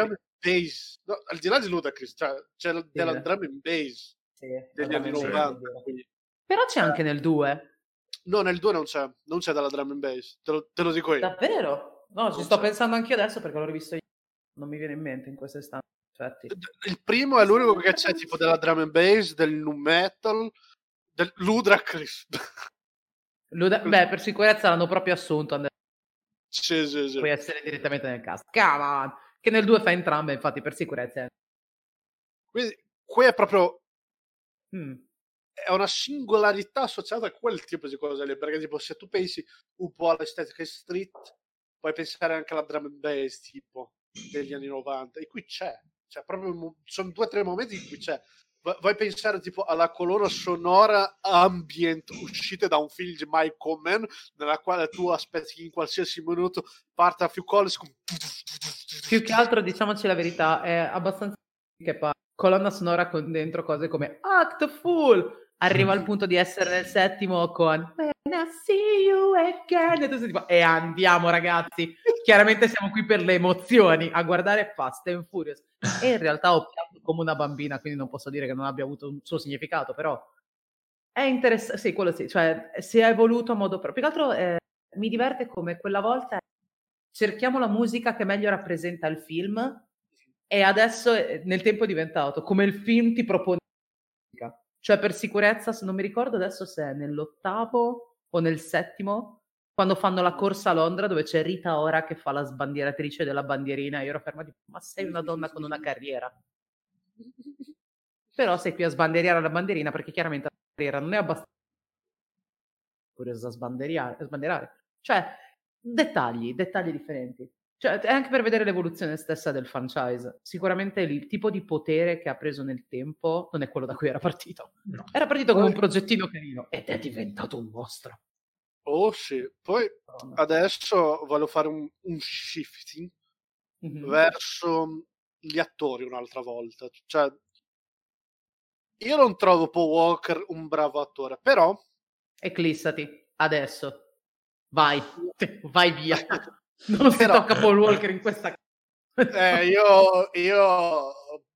bass, no, al di là di Ludacris, cioè c'è della drum and bass degli anni 90. Però c'è anche nel 2. No, nel 2 non c'è della drum and bass, te lo dico io. Davvero? No, ci sto pensando anche io adesso perché l'ho rivisto io. Non mi viene in mente in questo istante. Il primo è l'unico che c'è tipo della drum and bass, del nu metal, del Ludacris. Beh, per sicurezza l'hanno proprio assunto. Sì. Puoi essere direttamente nel cast. Come on! Che nel 2 fa entrambe, infatti, per sicurezza. Quindi qui è proprio è una singolarità associata a quel tipo di cose lì, perché tipo se tu pensi un po' all'estetica street, puoi pensare anche alla drum and bass tipo degli anni 90, e qui c'è proprio, sono 2 o 3 momenti in cui c'è. Vuoi pensare tipo alla colonna sonora ambient uscita da un film di Michael Mann, nella quale tu aspetti che in qualsiasi minuto parta Phil Collins con... Più che altro, diciamoci la verità, è abbastanza che colonna sonora con dentro cose come Act Full, arriva al punto di essere nel 7° con When I see you again, e tu sei tipo, e andiamo ragazzi, chiaramente siamo qui per le emozioni, a guardare Fast and Furious, e in realtà ho pianto come una bambina, quindi non posso dire che non abbia avuto un suo significato, però è interessante, sì, quello sì, cioè si è evoluto a modo proprio. Più che altro mi diverte come quella volta cerchiamo la musica che meglio rappresenta il film, e adesso nel tempo è diventato come il film ti propone musica. Cioè, per sicurezza, se non mi ricordo adesso se è nell'8° o nel 7°, quando fanno la corsa a Londra, dove c'è Rita Ora che fa la sbandieratrice della bandierina, io ero ferma tipo, ma sei una donna con una carriera. Però sei qui a sbandierare la bandierina, perché chiaramente la carriera non è abbastanza curiosa a sbandierare. Cioè, dettagli differenti. Cioè, è anche per vedere l'evoluzione stessa del franchise. Sicuramente il tipo di potere che ha preso nel tempo non è quello da cui era partito. No. Era partito come un progettino carino ed è diventato un mostro. Oh sì, poi adesso voglio fare un shifting verso gli attori un'altra volta. Cioè, io non trovo Paul Walker un bravo attore, però... Eclissati, adesso. Vai via. Non si tocca Paul Walker in questa io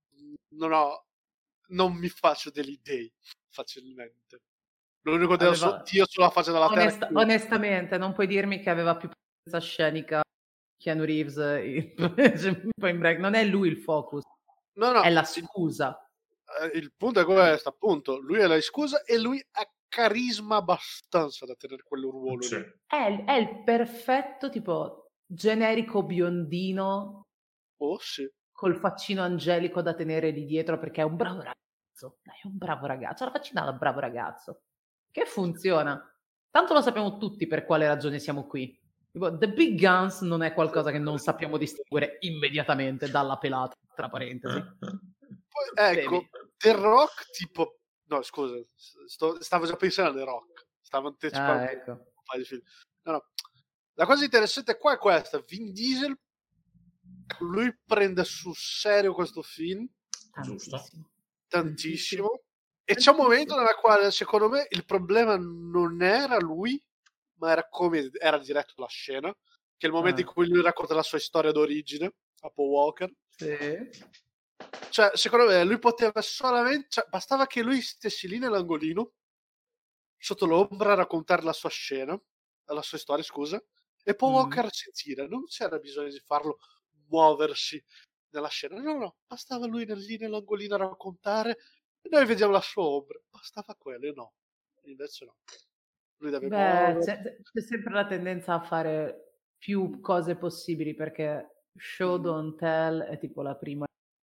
non mi faccio delle idee facilmente. L'unico Dio sulla faccia della terra. Onestamente, non puoi dirmi che aveva più presenza scenica Keanu Reeves in Point Break. Non è lui il focus, no, è la scusa. Il punto è questo, appunto. Lui è la scusa e lui ha carisma abbastanza da tenere quel ruolo. Sì. È il perfetto tipo generico biondino col faccino angelico da tenere lì dietro, perché è un bravo ragazzo. Dai, è un bravo ragazzo. La faccina da bravo ragazzo che funziona. Tanto lo sappiamo tutti per quale ragione siamo qui. Tipo, The Big Guns non è qualcosa che non sappiamo distinguere immediatamente dalla pelata, tra parentesi. Poi, ecco, The Rock tipo... No, scusa, stavo già pensando a The Rock. Stavo anticipando ecco. un paio di film. No. La cosa interessante qua è questa. Vin Diesel, lui prende sul serio questo film. Tantissimo. E c'è un momento nel quale, secondo me, il problema non era lui, ma era come era diretto la scena. Che è il momento in cui lui racconta la sua storia d'origine a Paul Walker. Sì. Cioè, secondo me, lui poteva solamente... Cioè, bastava che lui stessi lì nell'angolino, sotto l'ombra, a raccontare la sua scena, la sua storia, scusa, e Paul Walker a sentire. Non c'era bisogno di farlo muoversi nella scena. No, bastava lui lì nell'angolino a raccontare, e noi vediamo la sua ombra. Bastava quello, no. Invece no. Lui deve c'è sempre la tendenza a fare più cose possibili, perché show don't tell è tipo la prima.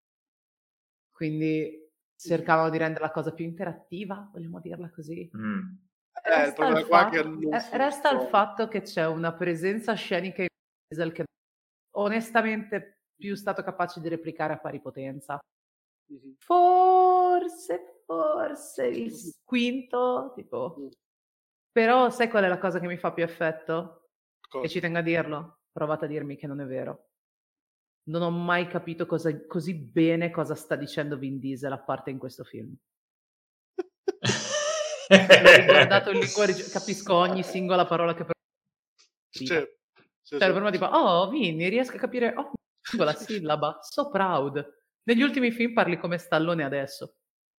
Quindi cercavano di rendere la cosa più interattiva, vogliamo dirla così. Resta il fatto che c'è una presenza scenica in Diesel che onestamente più stato capace di replicare a pari potenza. Forse il quinto, tipo. Però sai qual è la cosa che mi fa più effetto? E ci tengo a dirlo, provate a dirmi che non è vero. Non ho mai capito così bene cosa sta dicendo Vin Diesel, a parte in questo film. L'ho guardato in lingua capisco ogni singola parola che Sì. Per me tipo, Vin, riesco a capire singola sillaba, so proud. Negli ultimi film parli come Stallone adesso.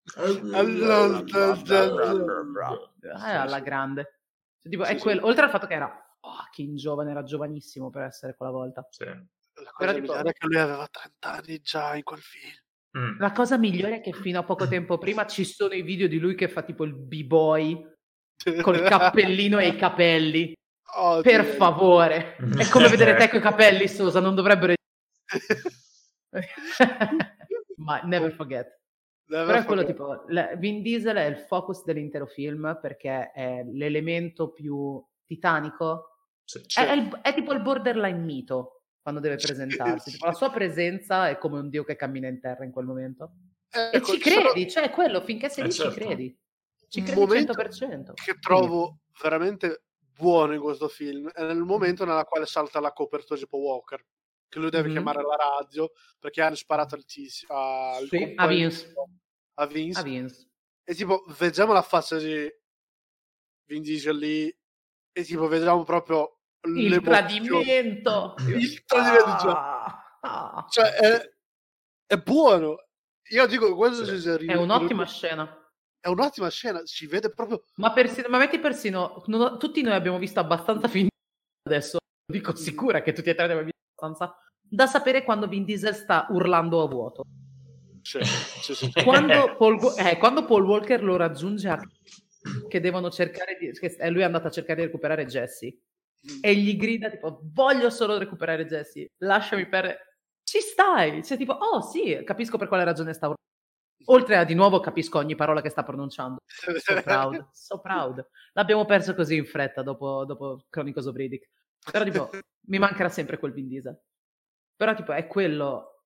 Alla grande. Tipo, è quello, oltre al fatto che era fucking giovane, era giovanissimo per essere quella volta. Sì. La cosa migliore è che lui aveva 30 anni già in quel film. La cosa migliore è che fino a poco tempo prima ci sono i video di lui che fa tipo il b-boy col cappellino e i capelli. Per favore. È come vedere te con i capelli, Sosa, non dovrebbero... Ma never forget. Però è quello tipo, Vin Diesel è il focus dell'intero film perché è l'elemento più titanico. È tipo il borderline mito quando deve presentarsi. Tipo, la sua presenza è come un dio che cammina in terra in quel momento. E ci credi, cioè quello, finché sei lì ci credi. Ci credi 100%. Che trovo veramente buono in questo film è nel momento nella quale salta la copertura di Paul Walker, che lui deve chiamare la radio perché hanno sparato al tizio a Vince. E tipo vediamo la faccia di Vin Diesel lì e tipo vediamo proprio il tradimento. Cioè è buono. Io dico questo è un'ottima scena. È un'ottima scena, si vede proprio. Ma metti persino tutti noi abbiamo visto abbastanza film adesso, dico sicura che tutti e tre ne abbiamo visto abbastanza da sapere quando Vin Diesel sta urlando a vuoto. Sì. Quando Paul Walker lo raggiunge che devono cercare che lui è andato a cercare di recuperare Jesse e gli grida tipo voglio solo recuperare Jesse, lasciami per... Ci stai? Cioè tipo oh sì, capisco per quale ragione sta urlando. Oltre a di nuovo capisco ogni parola che sta pronunciando. So proud. L'abbiamo perso così in fretta dopo Chronicles of Riddick. Però tipo mi mancherà sempre quel Vin Diesel. Però tipo è quello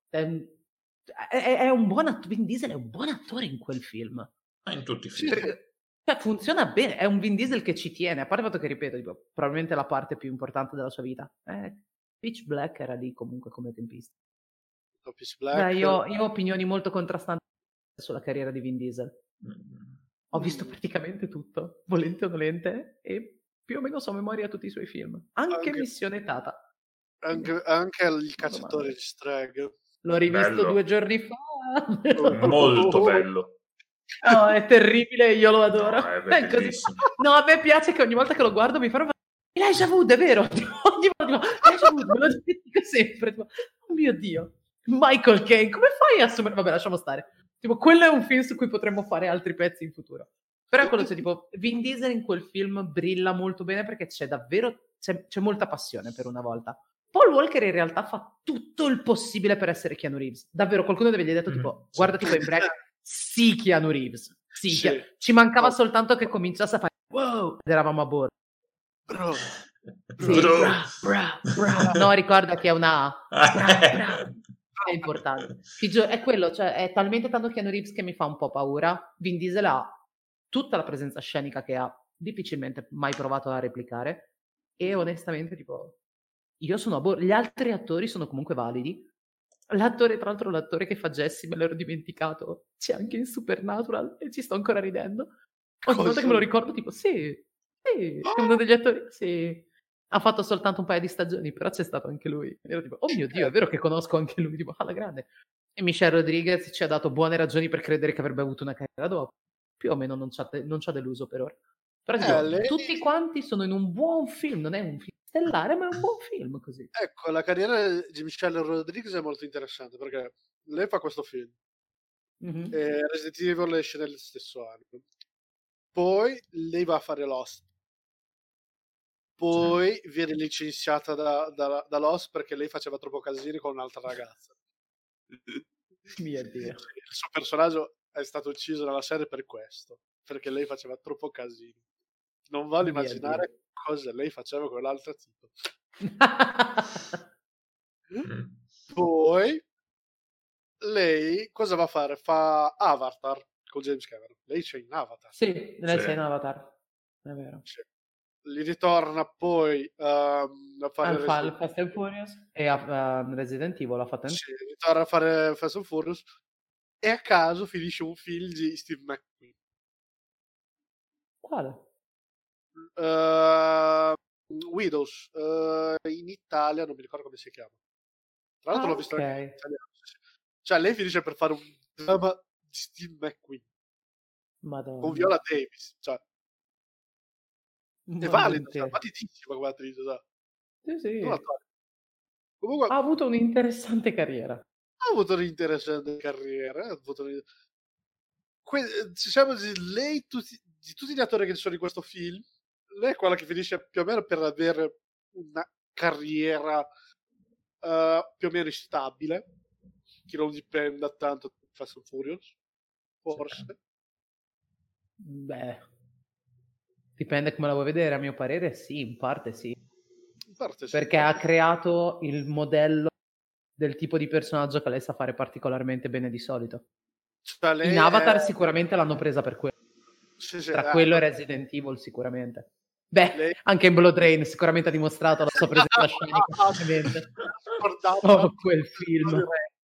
è un buon attore. Vin Diesel è un buon attore in quel film. In tutti i film. Cioè funziona bene, è un Vin Diesel che ci tiene, a parte il fatto che ripeto, tipo, probabilmente la parte più importante della sua vita. Pitch Black era lì comunque come tempista. Io ho opinioni molto contrastanti sulla carriera di Vin Diesel. Ho visto praticamente tutto, volente o nolente, e più o meno so a memoria tutti i suoi film, anche Missione Tata. Anche Il cacciatore di streghe. L'ho rivisto bello. 2 giorni fa. Molto bello. No, è terribile, io lo adoro. No, è così. No, a me piace che ogni volta che lo guardo mi fa Elijah Wood, è vero? Ogni volta Elijah Wood, me lo dimentico sempre. Oh mio Dio. Michael Caine, come fai a assumere? Vabbè, lasciamo stare. Tipo, quello è un film su cui potremmo fare altri pezzi in futuro. Però quello c'è tipo, Vin Diesel in quel film brilla molto bene perché c'è davvero, c'è molta passione per una volta. Paul Walker in realtà fa tutto il possibile per essere Keanu Reeves. Davvero, qualcuno deve gli detto tipo, guarda tipo in break, sì Keanu Reeves. Sì. Ci mancava soltanto che cominciasse a fare wow, ed eravamo a bordo. Bro. Sì, bra. No, ricorda che è una A. È importante. È quello, cioè è talmente tanto Keanu Reeves che mi fa un po' paura. Vin Diesel ha tutta la presenza scenica che ha difficilmente mai provato a replicare e onestamente tipo io sono a bordo. Gli altri attori sono comunque validi. L'attore, tra l'altro l'attore che fa Jesse, me l'ero dimenticato, c'è anche in Supernatural e ci sto ancora ridendo. Ogni volta che me lo ricordo tipo sì, è uno degli attori, sì. Ha fatto soltanto un paio di stagioni, però c'è stato anche lui. E ero tipo, oh mio Dio, è vero che conosco anche lui, tipo, alla grande. E Michelle Rodriguez ci ha dato buone ragioni per credere che avrebbe avuto una carriera dopo. Più o meno non ci ha deluso per ora. Però dico, tutti quanti sono in un buon film, non è un film stellare, ma è un buon film così. Ecco, la carriera di Michelle Rodriguez è molto interessante perché lei fa questo film. E Resident Evil esce nello stesso anno. Poi lei va a fare Lost. Poi viene licenziata da Lost perché lei faceva troppo casino con un'altra ragazza. Mio Dio. Il suo personaggio è stato ucciso nella serie per questo, perché lei faceva troppo casino. Non voglio immaginare cosa lei faceva con l'altro tipo. Poi lei cosa va a fare? Fa Avatar con James Cameron. Lei c'è in Avatar. Sì, lei c'è in Avatar. È vero. Sì. Li ritorna poi a fare Fast and Furious e a Resident Evil l'ha fatto sì, ritorna a fare Fast and Furious e a caso finisce un film di Steve McQueen. Quale? Widows in Italia non mi ricordo come si chiama. Tra l'altro l'ho visto anche in italiano. Cioè, lei finisce per fare un dramma di Steve McQueen. Madonna. Con Viola Davis. Cioè, è valido, cioè, validissima come attrice. Sì. Comunque, ha avuto un'interessante carriera. Ha avuto un'interessante carriera. Diciamo lei, di tutti gli attori che ci sono in questo film, lei è quella che finisce più o meno per avere una carriera più o meno instabile, che non dipenda tanto da Fast and Furious, forse. Beh, dipende come la vuoi vedere, a mio parere sì, in parte sì. Perché ha creato il modello del tipo di personaggio che lei sa fare particolarmente bene di solito. Cioè, in Avatar sicuramente l'hanno presa per quello. Tra quello e Resident Evil sicuramente. Beh, anche in Blood Rain sicuramente ha dimostrato la sua presenza scenica. Quel film.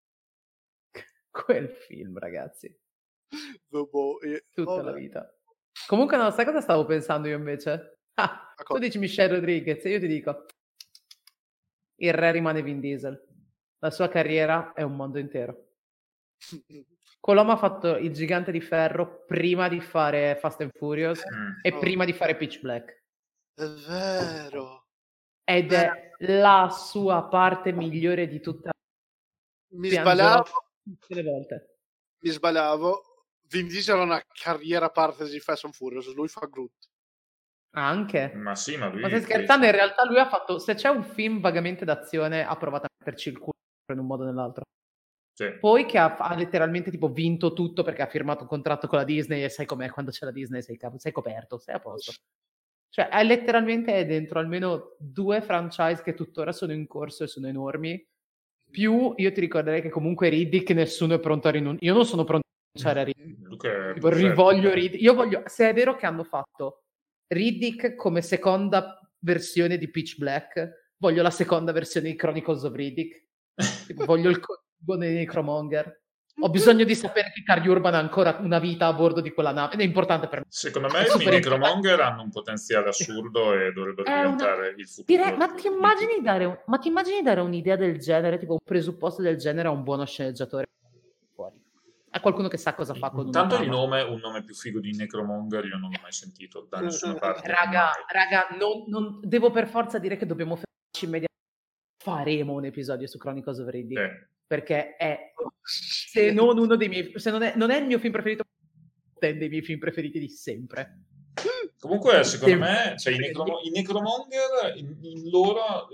Quel film, ragazzi. Tutta la vita. Comunque no, sai cosa stavo pensando io invece? Tu dici Michelle Rodriguez e io ti dico il re rimane Vin Diesel. La sua carriera è un mondo intero. Quell'uomo ha fatto il Gigante di Ferro prima di fare Fast and Furious e prima di fare Pitch Black. È vero. Ed è la sua parte migliore di tutta. Mi sbagliavo tutte le volte. Mi sbagliavo. Vin Diesel ha una carriera a parte di Fast and Furious. Lui fa Groot. Anche? Ma sì, ma lui... Ma stai scherzando? In realtà lui ha fatto... Se c'è un film vagamente d'azione, ha provato a metterci il culo in un modo o nell'altro. Sì. Poi che ha letteralmente tipo vinto tutto perché ha firmato un contratto con la Disney e sai com'è quando c'è la Disney, sei coperto, sei a posto. Cioè è letteralmente dentro almeno 2 franchise che tuttora sono in corso e sono enormi. Più io ti ricorderei che comunque Riddick nessuno è pronto a rinunciare. Io non sono pronto a rinunciare a Riddick. Tipo, rivoglio Riddick. Io voglio, se è vero che hanno fatto Riddick come seconda versione di Pitch Black, voglio la seconda versione di Chronicles of Riddick. Tipo, voglio il dei Necromonger. Ho bisogno di sapere che Carl Urban ha ancora una vita a bordo di quella nave ed è importante per me. Secondo me i Necromonger hanno un potenziale assurdo e dovrebbero diventare il futuro. Ma ti immagini dare un'idea del genere, tipo un presupposto del genere a un buono sceneggiatore fuori? A qualcuno che sa cosa fa con tanto un nome più figo di Necromonger io non l'ho mai sentito da nessuna parte. Raga, non devo per forza dire che dobbiamo fermarci immediatamente. Faremo un episodio su Chronicles of Riddick perché è se non uno dei miei, se non è il mio film preferito, è dei miei film preferiti di sempre. Comunque secondo me cioè, i Necromonger in loro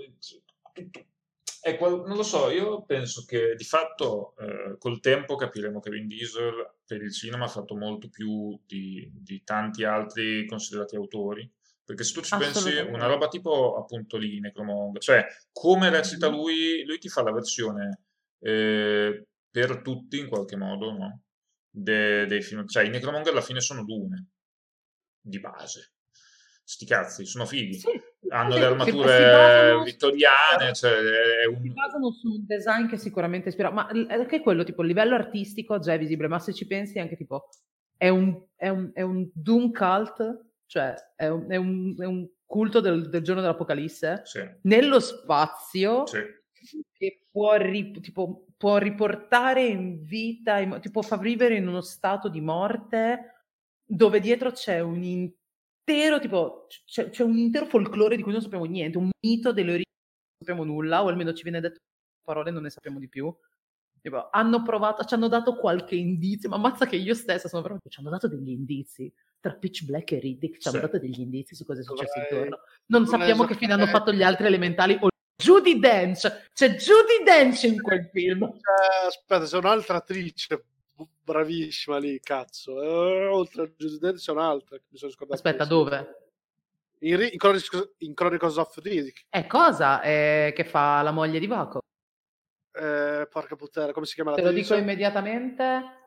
non lo so, io penso che di fatto col tempo capiremo che Vin Diesel per il cinema ha fatto molto più di tanti altri considerati autori. Perché se tu ci pensi, una roba tipo appunto lì, Necromonger, cioè come recita lui ti fa la versione per tutti in qualche modo, no? Dei film. Cioè i Necromonger alla fine sono dune, di base. Sti cazzi, sono fighi. Hanno le armature vittoriane, cioè si basano su un design che sicuramente ispira, ma anche quello tipo il livello artistico già è visibile, ma se ci pensi anche tipo è un Doom cult. Cioè, è un culto del giorno dell'Apocalisse nello spazio che può riportare in vita, ti può far vivere in uno stato di morte dove dietro c'è un intero c'è un intero folklore di cui non sappiamo niente, un mito delle origini non sappiamo nulla, o almeno ci viene detto parole non ne sappiamo di più. Tipo, hanno provato, ci hanno dato qualche indizio, ma ammazza che io stessa sono proprio, ci hanno dato degli indizi tra Pitch Black e Riddick, ci hanno dato degli indizi su cosa è successo intorno. Non sappiamo che fine hanno fatto gli altri elementali o Judi Dench, c'è Judi Dench in quel film. Aspetta, c'è un'altra attrice bravissima lì, cazzo. Oltre a Judi Dench c'è un'altra che mi sono scordato. Aspetta, dove? In Chronicles of Riddick. Cosa? Che fa la moglie di Vaco. Porca puttana, come si chiama Te lo dico immediatamente.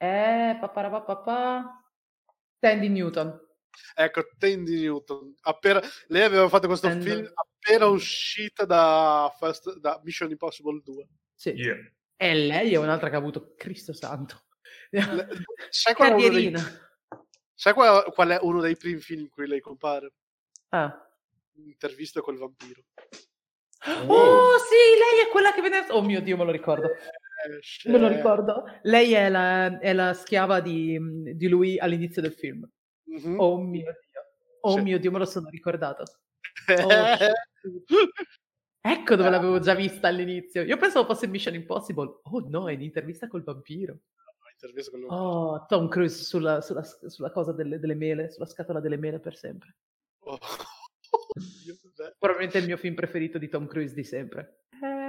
Tandy Newton. Ecco, Tandy Newton. Lei aveva fatto questo film appena uscita da Mission Impossible 2. Sì. Yeah. E lei è un'altra che ha avuto Cristo santo. Sai qual è uno dei primi film in cui lei compare? Intervista col vampiro. Oh sì, lei è quella che viene... Oh mio Dio, me lo ricordo. Me lo ricordo. Lei è la schiava di lui all'inizio del film. Mhm. Oh mio Dio. Oh Sì. mio Dio, me lo sono ricordato. Oh, shit. Ecco dove l'avevo già vista all'inizio. Io pensavo fosse Mission Impossible. Oh no, è l'intervista col vampiro. Intervista con lui. Oh, Tom Cruise sulla cosa delle mele, sulla scatola delle mele per sempre. Oh. Probabilmente è il mio film preferito di Tom Cruise di sempre.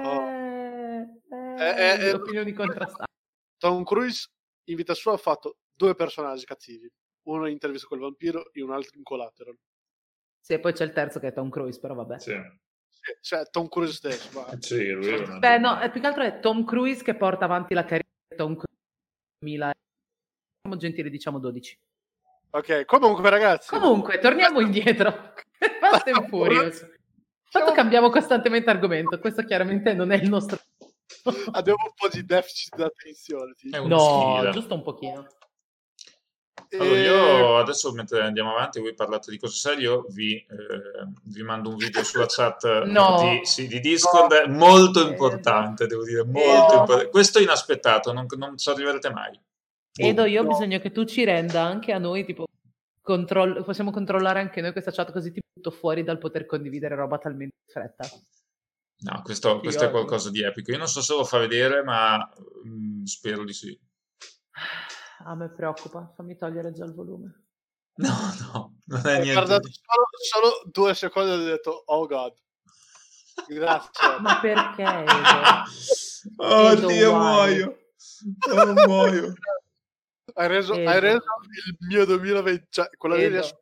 Opinioni contrastanti. Tom Cruise in vita sua ha fatto 2 personaggi cattivi. Uno in Intervista col vampiro e un altro in Collateral. Sì, e poi c'è il terzo che è Tom Cruise, però vabbè. Sì. Cioè Tom Cruise stesso. Sì, lui è una... Beh, no, più che altro è Tom Cruise che porta avanti la carriera di Tom Cruise 2000. Siamo gentili, diciamo 12. Ok, comunque ragazzi. Comunque, torniamo indietro. Fast and Furious. Tanto cambiamo costantemente argomento. Questo chiaramente non è il nostro... Abbiamo un po' di deficit di attenzione. No, giusto un pochino. Allora, io adesso mentre andiamo avanti, voi parlate di cose serie, vi mando un video sulla chat di Discord, molto importante, devo dire, molto importante. Questo è inaspettato, non ci arriverete mai. Edo, io ho bisogno che tu ci renda anche a noi, tipo, possiamo controllare anche noi questa chat, così ti butto fuori dal poter condividere roba talmente in fretta. No, questo è qualcosa di epico. Io non so se lo fa vedere, ma spero di sì. A me preoccupa, fammi togliere già il volume. No, non è niente. Guardato solo 2 secondi e ho detto, oh god. Grazie. Ma perché, Edo? Oh Dio, muoio. Muoio. Hai reso il mio 2020, cioè quella lì riesce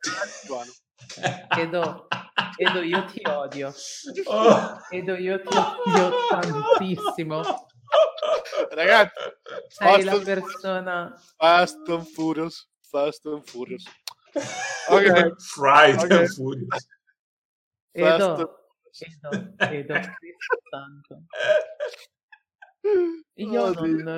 Edo, io ti odio. Edo, io ti odio tantissimo. Ragazzi, sei la persona Fast and Furious. Ok, Fried and Furious. Edo, tanto. Io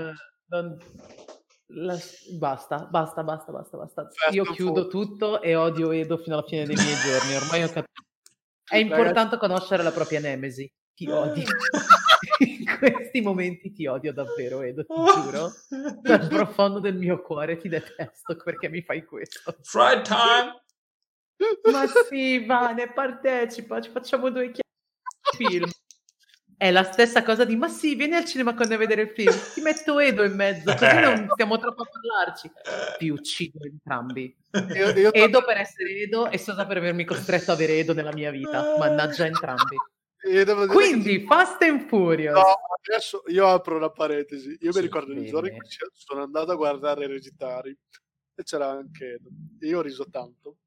basta. Io chiudo tutto e odio Edo fino alla fine dei miei giorni. Ormai ho capito. È importante conoscere la propria nemesi. Ti odio. In questi momenti ti odio davvero, Edo, ti giuro. Dal profondo del mio cuore ti detesto perché mi fai questo. Fried time! Ma sì, Vane, partecipa, ci facciamo 2 film. È la stessa cosa di, ma sì, vieni al cinema con me a vedere il film, ti metto Edo in mezzo, così non stiamo troppo a parlarci. Vi uccido entrambi. Edo per essere Edo e Sosa per avermi costretto a avere Edo nella mia vita. Mannaggia entrambi. Quindi, Fast and Furious. No, adesso io apro una parentesi. Io mi ricordo il giorno in cui sono andato a guardare Ereditari e c'era anche Edo. Io ho riso tanto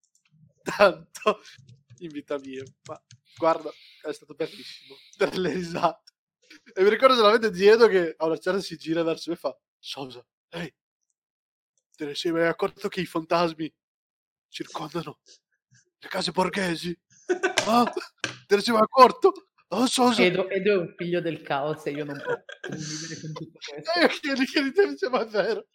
in vita mia, ma guarda, è stato bellissimo per le risate. E mi ricordo solamente di Edo che a una certa si gira verso me e fa: Sosa, ehi, te ne sei mai accorto che i fantasmi circondano le case borghesi? Ah, te ne sei mai accorto? Oh, Sosa. Edo è un figlio del caos e io non posso condividere con tutto questo. Che te ne sei mai vero?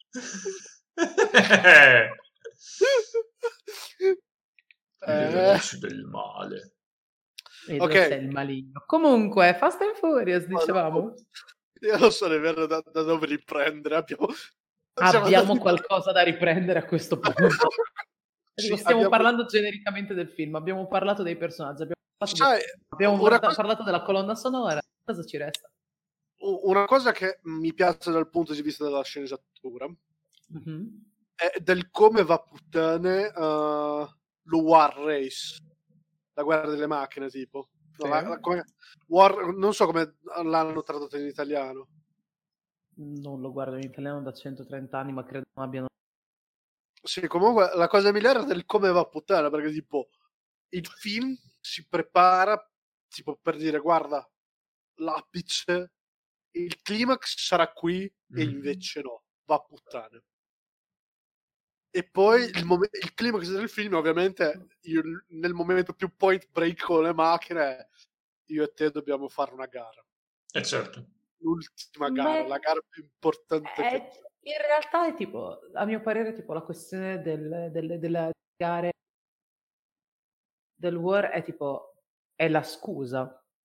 Del male. Edo sei il maligno. Comunque, Fast and Furious, dicevamo. Io non so nemmeno da dove riprendere. Abbiamo qualcosa da riprendere a questo punto. Stiamo parlando genericamente del film, abbiamo parlato dei personaggi, abbiamo parlato della colonna sonora. Cosa ci resta? Una cosa che mi piace dal punto di vista della sceneggiatura è del come va a puttane lo War Race, la guerra delle macchine, tipo. Sì. Non so come l'hanno tradotto in italiano. Non lo guardo in italiano da 130 anni, ma credo non abbiano. Sì, comunque la cosa migliore è del come va a puttana, perché tipo il film si prepara tipo per dire guarda, l'apice, il climax sarà qui e invece no, va a puttane. E poi il climax del film ovviamente nel momento più point break con le macchine io e te dobbiamo fare una gara. Certo. L'ultima gara, la gara più importante che... In realtà è tipo, a mio parere, tipo la questione delle gare del War è tipo, è la scusa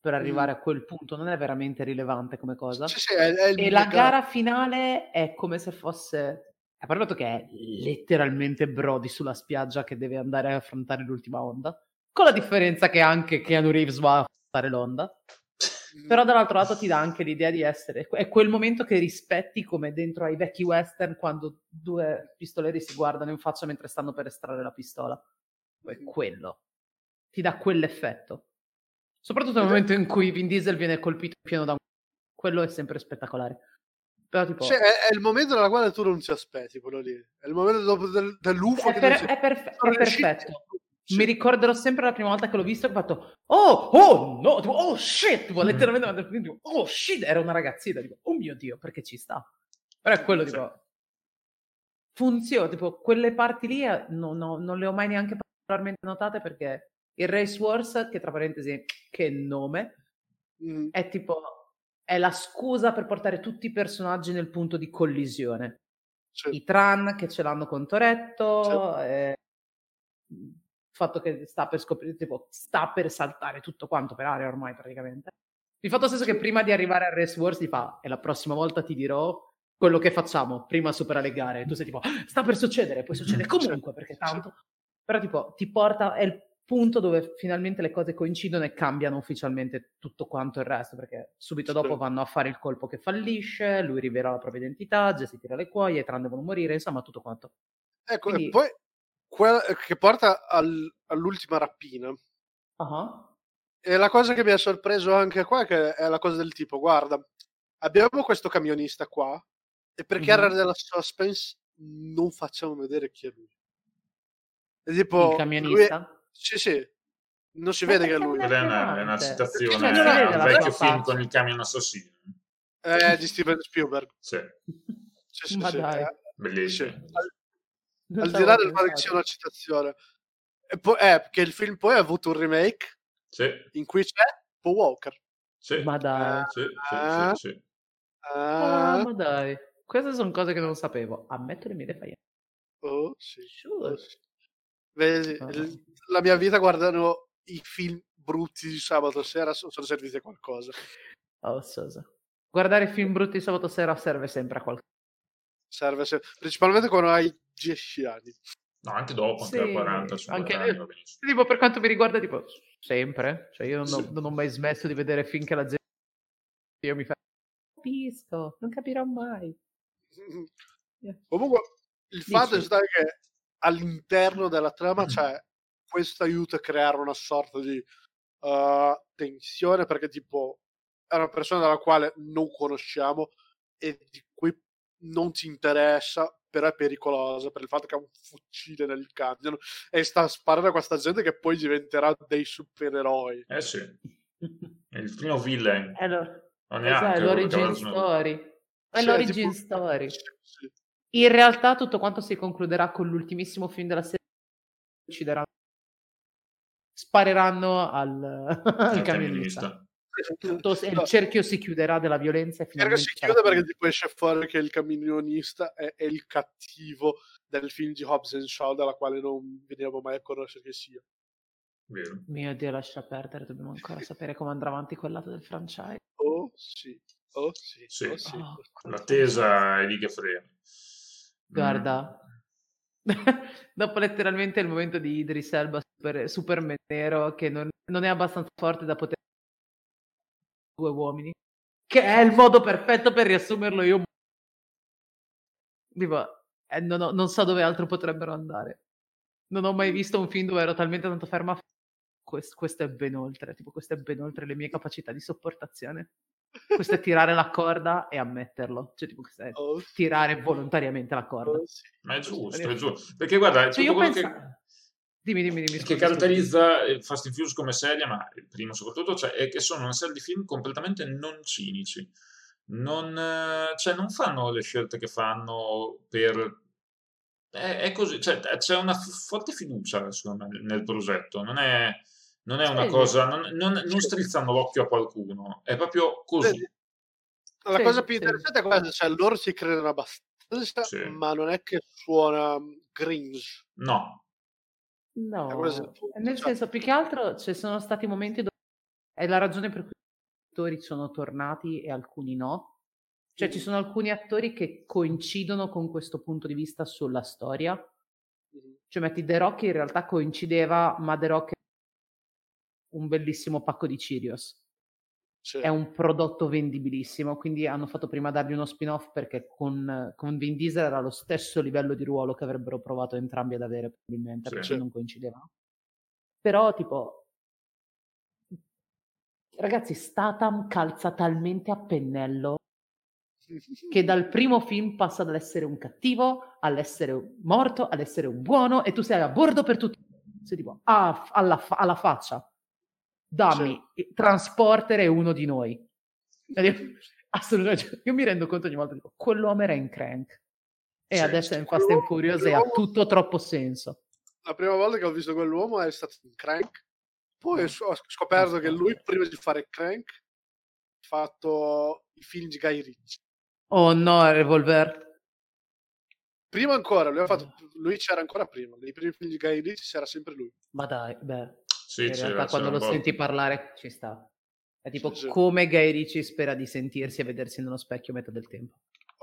per arrivare a quel punto, non è veramente rilevante come cosa. Sì, è il E la gara finale è come se fosse... A parte il fatto che è letteralmente Brody sulla spiaggia che deve andare a affrontare l'ultima onda, con la differenza che anche Keanu Reeves va a fare l'onda. Però dall'altro lato ti dà anche l'idea di essere... È quel momento che rispetti come dentro ai vecchi western quando due pistoleri si guardano in faccia mentre stanno per estrarre la pistola. È quello. Ti dà quell'effetto. Soprattutto nel momento in cui Vin Diesel viene colpito in pieno da un... Quello è sempre spettacolare. Però tipo... Cioè, è il momento nella quale tu non ci aspetti, quello lì. È il momento dopo dell'UFO È, che è perfetto. Sì. Mi ricorderò sempre la prima volta che l'ho visto che ho fatto oh no, tipo, oh shit, tipo, letteralmente oh shit, era una ragazzina, tipo, oh mio Dio, perché ci sta. Però è quello, tipo, funziona, tipo, quelle parti lì non le ho mai neanche particolarmente notate perché il Race Wars, che tra parentesi, che nome, è tipo, è la scusa per portare tutti i personaggi nel punto di collisione. Sì. I Tran che ce l'hanno con Toretto, il fatto che sta per scoprire, tipo, sta per saltare tutto quanto per aria ormai praticamente. Il fatto stesso che prima di arrivare a Race Wars ti fa, e la prossima volta ti dirò quello che facciamo, prima supera le gare, e tu sei tipo, sta per succedere, poi succede comunque, perché tanto... Però tipo, ti porta, è il punto dove finalmente le cose coincidono e cambiano ufficialmente tutto quanto il resto, perché subito dopo vanno a fare il colpo che fallisce, lui rivela la propria identità, già si tira le cuoie, i Tran devono morire, insomma tutto quanto. Ecco, quindi... e poi quella che porta all'ultima rapina. E la cosa che mi ha sorpreso anche qua è la cosa del tipo, guarda, abbiamo questo camionista qua e per creare della suspense non facciamo vedere chi è lui. E tipo, il camionista? Sì, non si vede che è lui. È una citazione al vecchio film con il camion assassino. Di Steven Spielberg. Sì. Ma dai. Bellissimo. Al di là del fatto che sia una citazione. E poi, che il film poi ha avuto un remake in cui c'è Paul Walker. Ma dai. Sì. Ma dai. Queste sono cose che non sapevo. Ammetto le mie defaglianze. Oh sì. Vedi, la mia vita guardando i film brutti di sabato sera sono serviti a qualcosa. Guardare film brutti sabato sera serve sempre a qualcosa. Serve principalmente quando hai 10 anni. No, anche dopo, anche a 40, anche tipo, per quanto mi riguarda, tipo, sempre. Cioè, io non ho mai smesso di vedere finché la gente io mi fa capisco, non capirò mai. Comunque, il fatto è stato che all'interno della trama c'è questo aiuto a creare una sorta di tensione, perché tipo è una persona dalla quale non conosciamo e di cui non ti interessa, però è pericolosa per il fatto che ha un fucile nel camion e sta sparando a questa gente che poi diventerà dei supereroi. Sì, è il primo villain. È l'origin story. È l'origin story. Sì. In realtà tutto quanto si concluderà con l'ultimissimo film della serie. Uccideranno, spareranno al camionista. Il cerchio si chiuderà della violenza e finalmente si chiude perché ti esce fuori che il camionista è il cattivo del film di Hobbs and Shaw, dalla quale non veniamo mai a conoscere che sia. Vero. Mio Dio, lascia perdere, dobbiamo ancora sapere come andrà avanti quel lato del franchise. Oh sì. L'attesa è lì che frena. Guarda, dopo letteralmente il momento di Idris Elba super nero che non è abbastanza forte da poter due uomini, che è il modo perfetto per riassumerlo io. Non so dove altro potrebbero andare. Non ho mai visto un film dove ero talmente tanto ferma. Questo è ben oltre, questo è ben oltre le mie capacità di sopportazione. Questo è tirare la corda e ammetterlo, cioè questo è tirare volontariamente la corda. Ma è giusto, perché guarda, cioè, tutto quello Dimmi, che caratterizza Fast and Furious come serie, ma il primo soprattutto, è che sono una serie di film completamente non cinici, non fanno le scelte che fanno per... È così, c'è una forte fiducia secondo me nel progetto, non è una cosa, non strizzano l'occhio a qualcuno, è proprio così. La cosa più interessante è questa, loro si credono abbastanza, ma non è che suona cringe. No, nel senso, più che altro ci sono stati momenti dove È la ragione per cui gli attori sono tornati e alcuni no. Cioè ci sono alcuni attori che coincidono con questo punto di vista sulla storia. Cioè metti The Rock in realtà coincideva, ma The Rock è un bellissimo pacco di Cheerios. Sì. È un prodotto vendibilissimo, quindi hanno fatto prima dargli uno spin-off perché con Vin Diesel era lo stesso livello di ruolo che avrebbero provato entrambi ad avere probabilmente, Sì. perché non coincidevano. Però tipo, ragazzi, Statham calza talmente a pennello che dal primo film passa dall'essere un cattivo all'essere un morto, all'essere un buono, e tu sei a bordo per tutti. Sei tipo, alla faccia. Dammi, Transporter è uno di noi. Assolutamente. Io mi rendo conto ogni volta, dico, quell'uomo era in Crank e adesso è in Fast and Furious e ha tutto troppo senso. La prima volta che ho visto quell'uomo è stato in Crank, poi ho scoperto che lui prima di fare Crank ha fatto i film di Guy Ritchie. Oh no, Revolver. Prima ancora, lui c'era ancora prima, nei primi film di Guy Ritchie c'era sempre lui. Ma dai, beh. Sì, in realtà quando lo senti parlare ci sta. È tipo come Guy Ritchie spera di sentirsi e vedersi nello specchio metà del tempo.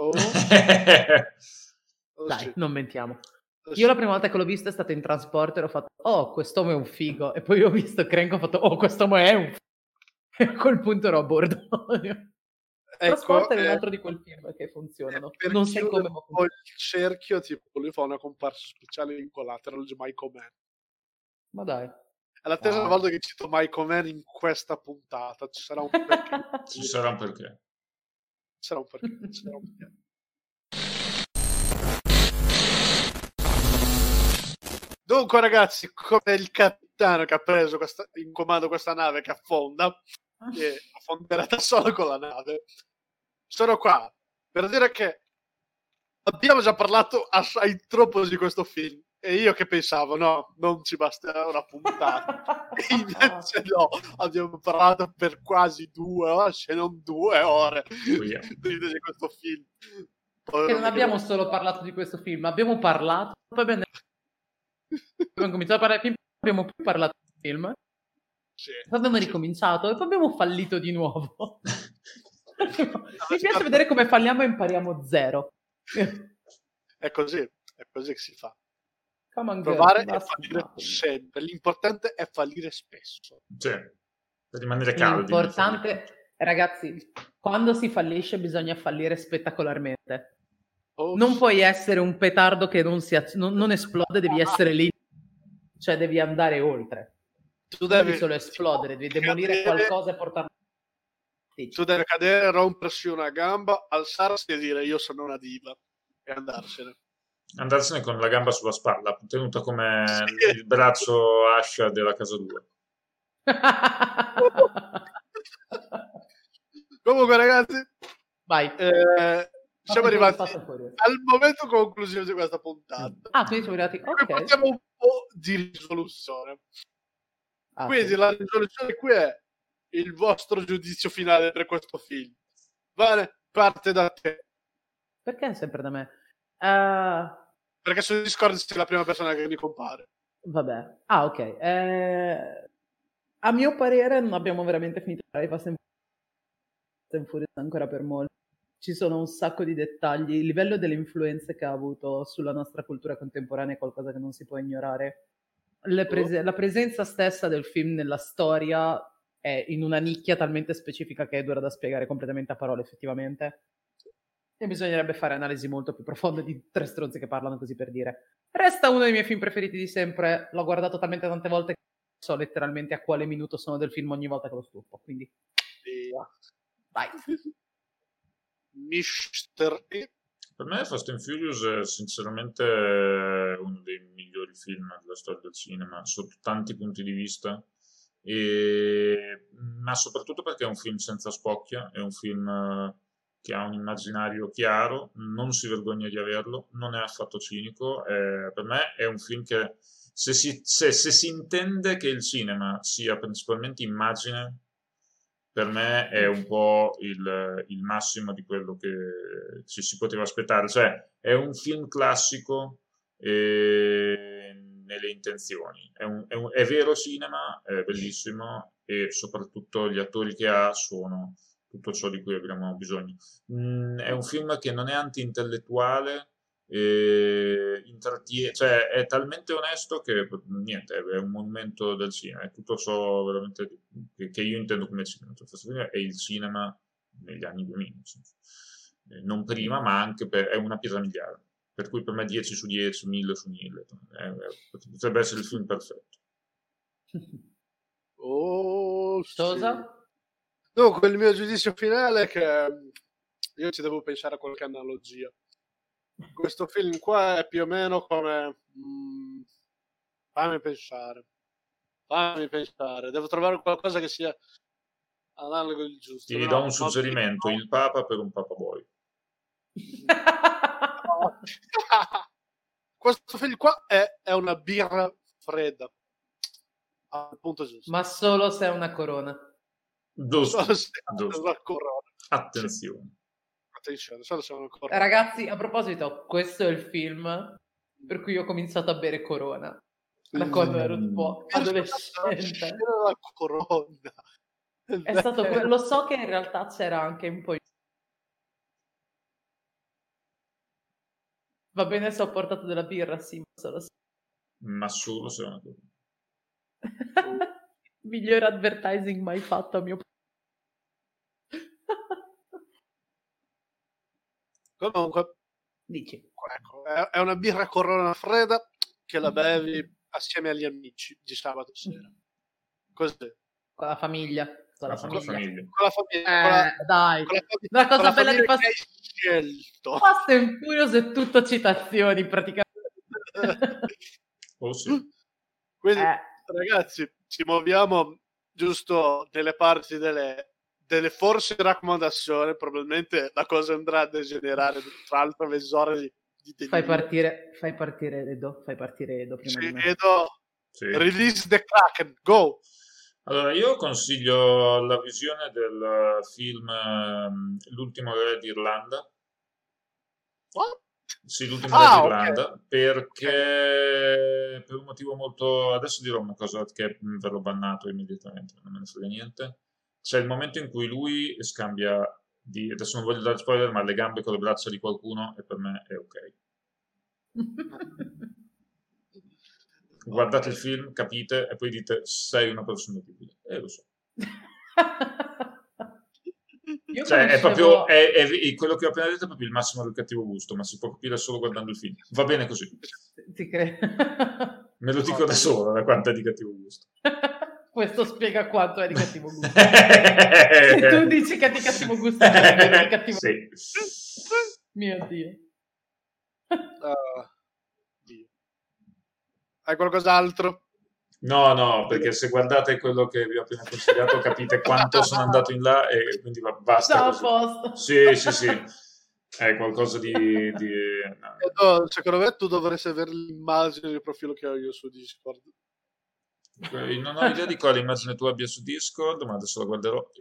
Dai, non mentiamo. Io la prima volta che l'ho visto è stato in Transporter, ho fatto, oh, quest'uomo è un figo. E poi ho visto Crank, ho fatto, oh, quest'uomo è un figo. E a quel punto ero a bordo. Transporter è un altro di quel film che funzionano. Non sai come, ma funziona. Il cerchio, tipo, lui fa una comparsa speciale in Collateral di Michael Mann. Ma dai. È la terza volta che cito Michael Mann in questa puntata. Ci sarà un perché. Ci sarà un perché. Dunque, ragazzi, come il capitano che ha preso in comando questa nave che affonda, che affonderà da solo con la nave, sono qua per dire che abbiamo già parlato assai troppo di questo film. E io che pensavo, no, non ci basterà una puntata. E invece no, abbiamo parlato per quasi 2 ore, se non 2 ore, di questo film. Che non abbiamo solo parlato di questo film, abbiamo parlato, poi abbiamo cominciato a parlare del film, abbiamo più parlato del film, poi abbiamo ricominciato e poi abbiamo fallito di nuovo. Mi piace vedere come falliamo e impariamo zero. È così che si fa. Provare e fallire sempre. L'importante è fallire spesso. Sì, per rimanere caldi. L'importante, ragazzi, quando si fallisce bisogna fallire spettacolarmente. Non puoi essere un petardo che non esplode, devi essere lì, cioè devi andare oltre. Tu devi solo esplodere, devi demolire qualcosa e portarlo. Tu devi cadere, rompersi una gamba, alzarsi e dire io sono una diva e andarsene con la gamba sulla spalla, tenuta come il braccio ascia della casa 2. Comunque, ragazzi, vai. Siamo arrivati al momento conclusivo di questa puntata. Quindi siamo arrivati. Okay. Facciamo un po' di risoluzione. Quindi la risoluzione qui è il vostro giudizio finale per questo film. Vale, parte da te. Perché sempre da me? Perché su Discord sei la prima persona che mi compare. Vabbè. Ok. A mio parere non abbiamo veramente finito Fast and Furious ancora per molto. Ci sono un sacco di dettagli. Il livello delle influenze che ha avuto sulla nostra cultura contemporanea è qualcosa che non si può ignorare. La presenza stessa del film nella storia è in una nicchia talmente specifica che è dura da spiegare completamente a parole, effettivamente. E bisognerebbe fare analisi molto più profonde di 3 stronzi che parlano così per dire. Resta uno dei miei film preferiti di sempre. L'ho guardato talmente tante volte che so letteralmente a quale minuto sono del film ogni volta che lo stufo. Quindi, vai. Mr. E. Per me Fast and Furious è sinceramente uno dei migliori film della storia del cinema, sotto tanti punti di vista, ma soprattutto perché è un film senza spocchia, è un film che ha un immaginario chiaro, non si vergogna di averlo, non è affatto cinico. Per me è un film che, se si intende che il cinema sia principalmente immagine, per me è un po' il massimo di quello che ci si poteva aspettare. Cioè, è un film classico nelle intenzioni. È vero cinema, è bellissimo, e soprattutto gli attori che ha sono tutto ciò di cui abbiamo bisogno. È un film che non è anti-intellettuale, cioè è talmente onesto che niente, è un monumento del cinema, è tutto ciò veramente che io intendo come cinema, cioè, questo film è il cinema negli anni 2000, non prima, ma anche è una pietra miliare, per cui per me 10 su 10, 1000 su 1000, potrebbe essere il film perfetto. Oh, sì. Cosa? Dunque, il mio giudizio finale è che io ci devo pensare a qualche analogia. Questo film qua è più o meno come... fammi pensare, devo trovare qualcosa che sia analogo il giusto. Ti do un suggerimento, il Papa per un Papa Boy. Questo film qua è una birra fredda al punto giusto. Ma solo se è una corona. Giusto. Una corona. Attenzione. Attenzione, solo se è una corona. Ragazzi, a proposito, questo è il film per cui ho cominciato a bere corona da quando ero tipo adolescente. La corona. È stato lo so che in realtà c'era anche un po'. Va bene se ho portato della birra, sì, ma solo se è una corona. Miglior advertising mai fatto a mio Comunque, dici. ecco, è una birra corona fredda che la bevi assieme agli amici di sabato sera. Così. Con la famiglia. Con la famiglia. Dai. La cosa bella di Fast Fast and Furious è tutto citazioni praticamente. Oh sì. Quindi, ragazzi, ci muoviamo giusto nelle parti delle forse raccomandazioni. Probabilmente la cosa andrà a degenerare tra altre mezz'ore di fai partire Edo prima di me. Edo, sì. Release the Kraken, go! Allora, io consiglio la visione del film L'ultimo re d'Irlanda. What? Sì, l'ultimo re d'Irlanda, okay. Perché per un motivo molto... Adesso dirò una cosa che verrò bannato immediatamente, non me ne frega niente. C'è il momento in cui lui scambia adesso non voglio dare spoiler, ma le gambe con le braccia di qualcuno e per me è ok. Guardate il film, capite e poi dite sei una persona orribile. Lo so. Cioè, è proprio quello che ho appena detto è proprio il massimo del cattivo gusto, ma si può capire solo guardando il film. Va bene così. Ti credo. Me lo dico da solo, da quanto è di cattivo gusto. Questo spiega quanto è di cattivo gusto. Se tu dici che è di cattivo gusto, è di cattivo sì. gusto. Mio Dio. Hai qualcos'altro? No, perché se guardate quello che vi ho appena consigliato capite quanto sono andato in là e quindi basta così. Sì. È qualcosa di... No, secondo me tu dovresti avere l'immagine del profilo che ho io su Discord. Non ho idea di quale immagine tu abbia su Discord, ma adesso la guarderò.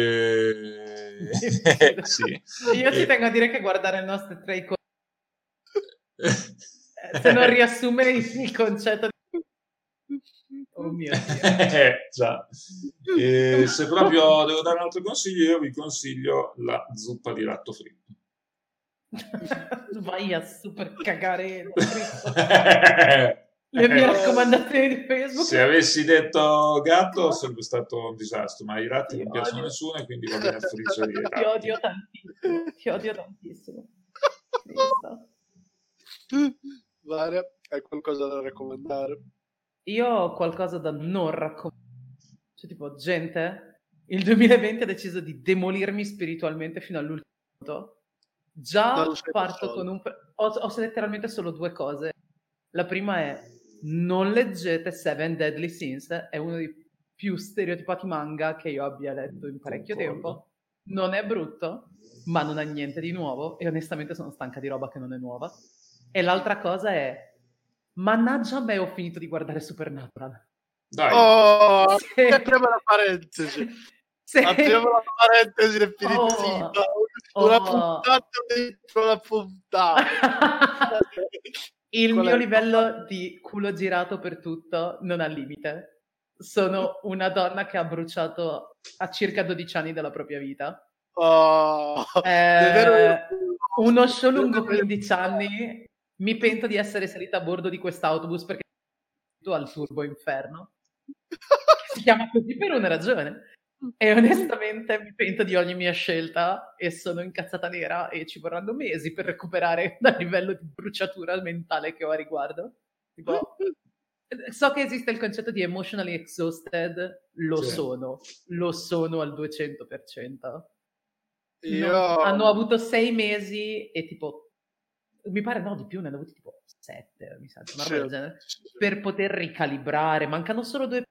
Sì. Io ti tengo a dire che guardare le nostre tre icone se non riassume il concetto di... Oh mio Dio. Già. Se proprio devo dare un altro consiglio, io vi consiglio la zuppa di ratto fritto. Vai a super cagare le mie raccomandazioni di Facebook. Se avessi detto gatto sarebbe stato un disastro, ma i ratti non piacciono a nessuno e quindi va bene a friggere i ratti. Ti odio tantissimo. Varia, hai qualcosa da raccomandare? Io ho qualcosa da non raccomandare. Cioè, tipo, gente, il 2020 ha deciso di demolirmi spiritualmente fino all'ultimo minuto. Già parto con ho letteralmente solo due cose. La prima è: non leggete Seven Deadly Sins, è uno dei più stereotipati manga che io abbia letto in parecchio tempo. Non è brutto, ma non ha niente di nuovo e onestamente sono stanca di roba che non è nuova. E l'altra cosa è: mannaggia a me, ho finito di guardare Supernatural. Dai. Apriamo la parentesi. Apriamo la parentesi definitiva. Una puntata dentro la puntata. Il mio livello di culo girato per tutto non ha limite. sono una donna che ha bruciato a circa 12 anni della propria vita. Uno show lungo 15 anni, mi pento di essere salita a bordo di quest'autobus perché al Turbo Inferno. Si chiama così per una ragione. E onestamente mi pento di ogni mia scelta e sono incazzata nera e ci vorranno mesi per recuperare dal livello di bruciatura mentale che ho a riguardo. Tipo, so che esiste il concetto di emotionally exhausted, lo sono al 200%. Hanno avuto 6 mesi e tipo, mi pare no di più, ne hanno avuti tipo 7, mi sa, una roba del genere, per poter ricalibrare. Mancano solo 2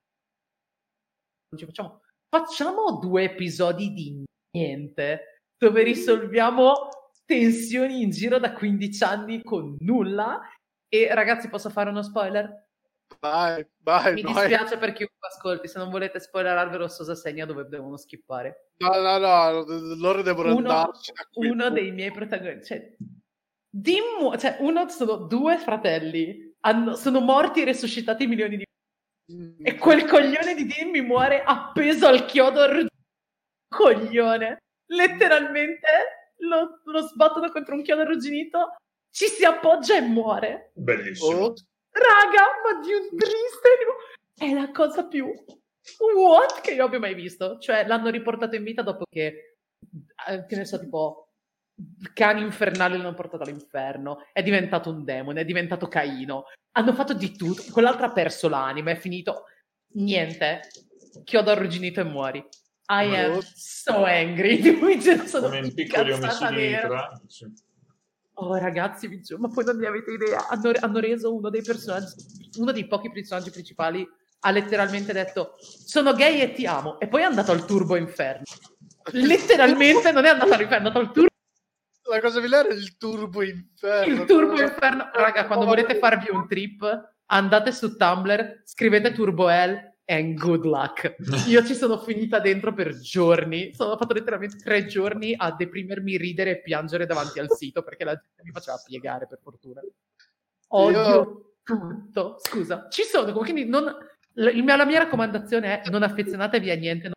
facciamo 2 episodi di niente dove risolviamo tensioni in giro da 15 anni con nulla. E ragazzi, posso fare uno spoiler? Vai. Mi dispiace per chiunque ascolti, se non volete spoilerarvelo, Sosa segna dove devono skippare. No, loro devono andarci da qui. Uno dei miei protagonisti, sono 2 fratelli, sono morti e resuscitati milioni di e quel coglione di Dimmy muore appeso al chiodo coglione, letteralmente lo sbattono contro un chiodo arrugginito, ci si appoggia e muore. Bellissimo. Raga, ma di un triste, è la cosa più what che io abbia mai visto. Cioè l'hanno riportato in vita dopo che ne so, tipo cani infernali l'hanno portato all'inferno, è diventato un demone, è diventato Caino, hanno fatto di tutto, quell'altro ha perso l'anima, è finito niente, chiodo arrugginito e muori. I am so angry. Sono come in piccoli omicidi nera. Oh ragazzi, vi giuro, ma poi non ne avete idea, hanno reso uno dei pochi personaggi principali ha letteralmente detto sono gay e ti amo, e poi è andato al Turbo Inferno. Letteralmente non è andato all'inferno, è andato al Turbo. La cosa migliore è il Turbo Inferno. Il Turbo Inferno, raga, quando volete farvi un trip, andate su Tumblr, scrivete Turbo L and good luck. Io ci sono finita dentro per giorni, ho fatto letteralmente 3 giorni a deprimermi, ridere e piangere davanti al sito perché la gente mi faceva piegare, per fortuna. Odio tutto, scusa. Ci sono, quindi la mia raccomandazione è non affezionatevi a niente.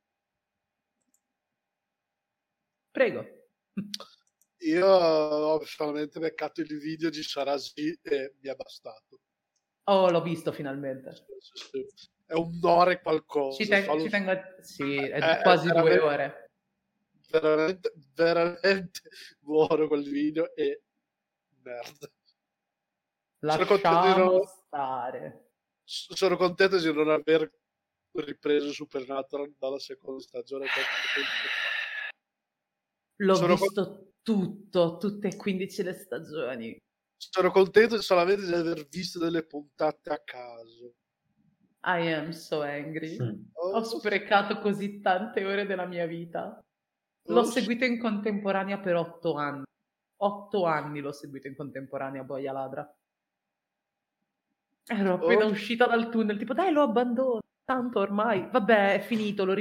Prego. Io ho solamente beccato il video di Sarasi e mi è bastato. Oh, l'ho visto finalmente. Sì. È un'ora e qualcosa. Ci tengo sì, è quasi 2 ore. Veramente, veramente buono quel video e merda. Lasciamo stare. Sono contento di non aver ripreso Supernatural dalla seconda stagione. L'ho visto tutto, tutte e 15 le stagioni. Sono contento solamente di aver visto delle puntate a caso. I am so angry. Ho sprecato così tante ore della mia vita. L'ho seguito in contemporanea per 8 anni. 8 anni l'ho seguito in contemporanea, boia ladra. Ero appena uscita dal tunnel, tipo dai lo abbandono, tanto ormai, vabbè è finito, lo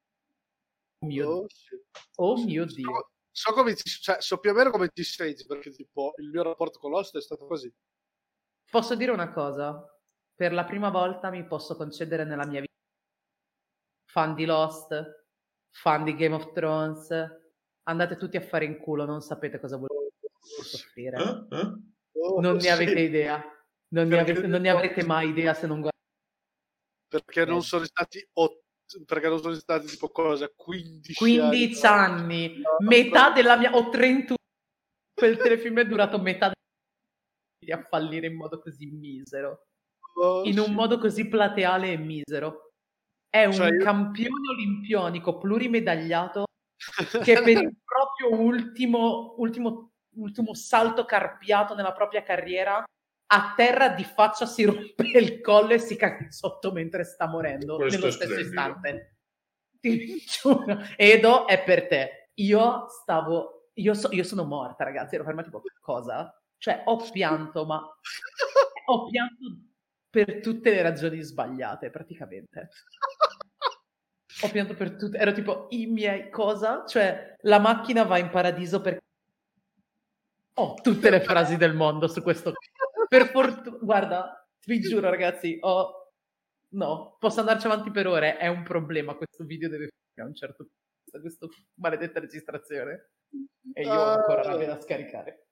Oh mio Dio. So più o meno come ti senti, perché tipo il mio rapporto con Lost è stato così. Posso dire una cosa? Per la prima volta mi posso concedere nella mia vita. Fan di Lost, fan di Game of Thrones, andate tutti a fare in culo, non sapete cosa vuol dire soffrire. Non ne avete idea. Non ne avrete mai idea se non guardate. Perché non sono stati tipo cosa 15 anni. Metà della mia ho 31. Quel telefilm è durato metà di a fallire in modo così misero. In un modo così plateale e misero. È un campione olimpionico plurimedagliato che per il proprio ultimo salto carpiato nella propria carriera a terra di faccia si rompe il collo e si caga sotto mentre sta morendo. Questo nello stesso istante. Ti giuro. Edo, è per te. Io sono morta, ragazzi, ero ferma tipo cosa? Cioè ho pianto, ma ho pianto per tutte le ragioni sbagliate, praticamente. Ho pianto per tutte, ero tipo i miei cosa? Cioè la macchina va in paradiso perché ho tutte le frasi del mondo su questo. Per fortuna, guarda, vi giuro ragazzi, No, posso andarci avanti per ore, è un problema, questo video deve finire a un certo punto, questa maledetta registrazione. E io ho ancora robe da scaricare.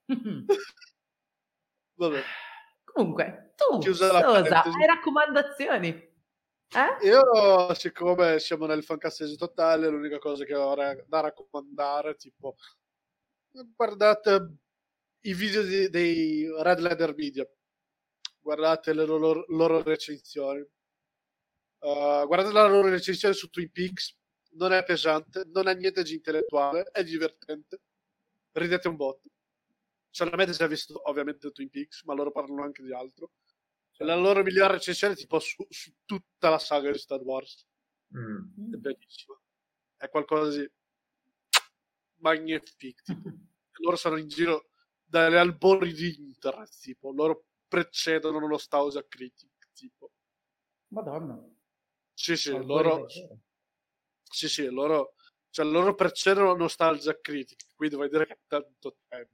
Vabbè. Comunque, tu, Chiusa la Sosa, parentesi. hai raccomandazioni? Io, siccome siamo nel fancastese totale, l'unica cosa che ho da raccomandare, tipo, guardate i video dei Red Letter Media, guardate le loro recensioni, guardate la loro recensione su Twin Peaks, non è pesante, non è niente di intellettuale, è divertente, ridete un botto. Solamente se hai visto ovviamente Twin Peaks, ma loro parlano anche di altro. La loro migliore recensione tipo su tutta la saga di Star Wars. È bellissima. È qualcosa di magnifico. Tipo. Loro sono in giro dalle albori di internet, tipo. Loro precedono Nostalgia Critic, tipo. Madonna. Sì, loro... Sì, loro... Cioè, loro precedono Nostalgia Critic, quindi vuol dire che è tanto tempo.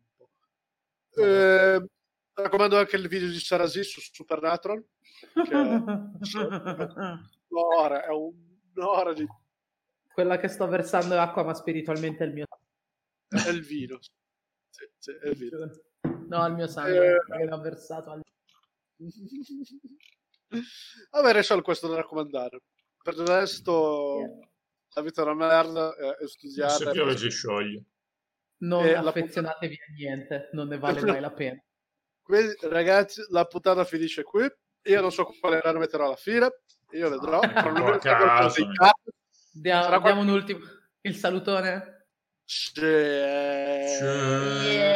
Raccomando anche il video di Sarasi su Supernatural, che è un'ora di... Quella che sto versando è acqua, ma spiritualmente è il mio è il vino. Sì, è il vino. No, il mio sangue che l'ho versato Vabbè, solo questo da raccomandare. Per il resto la vita è una merda e studiare. Se piove si scioglie. Non affezionatevi a niente, non ne vale mai la pena. Quindi, ragazzi, la puntata finisce qui. Io non so quale erano metterò alla fine. Io vedrò. Diamo un ultimo. Il salutone. Sì.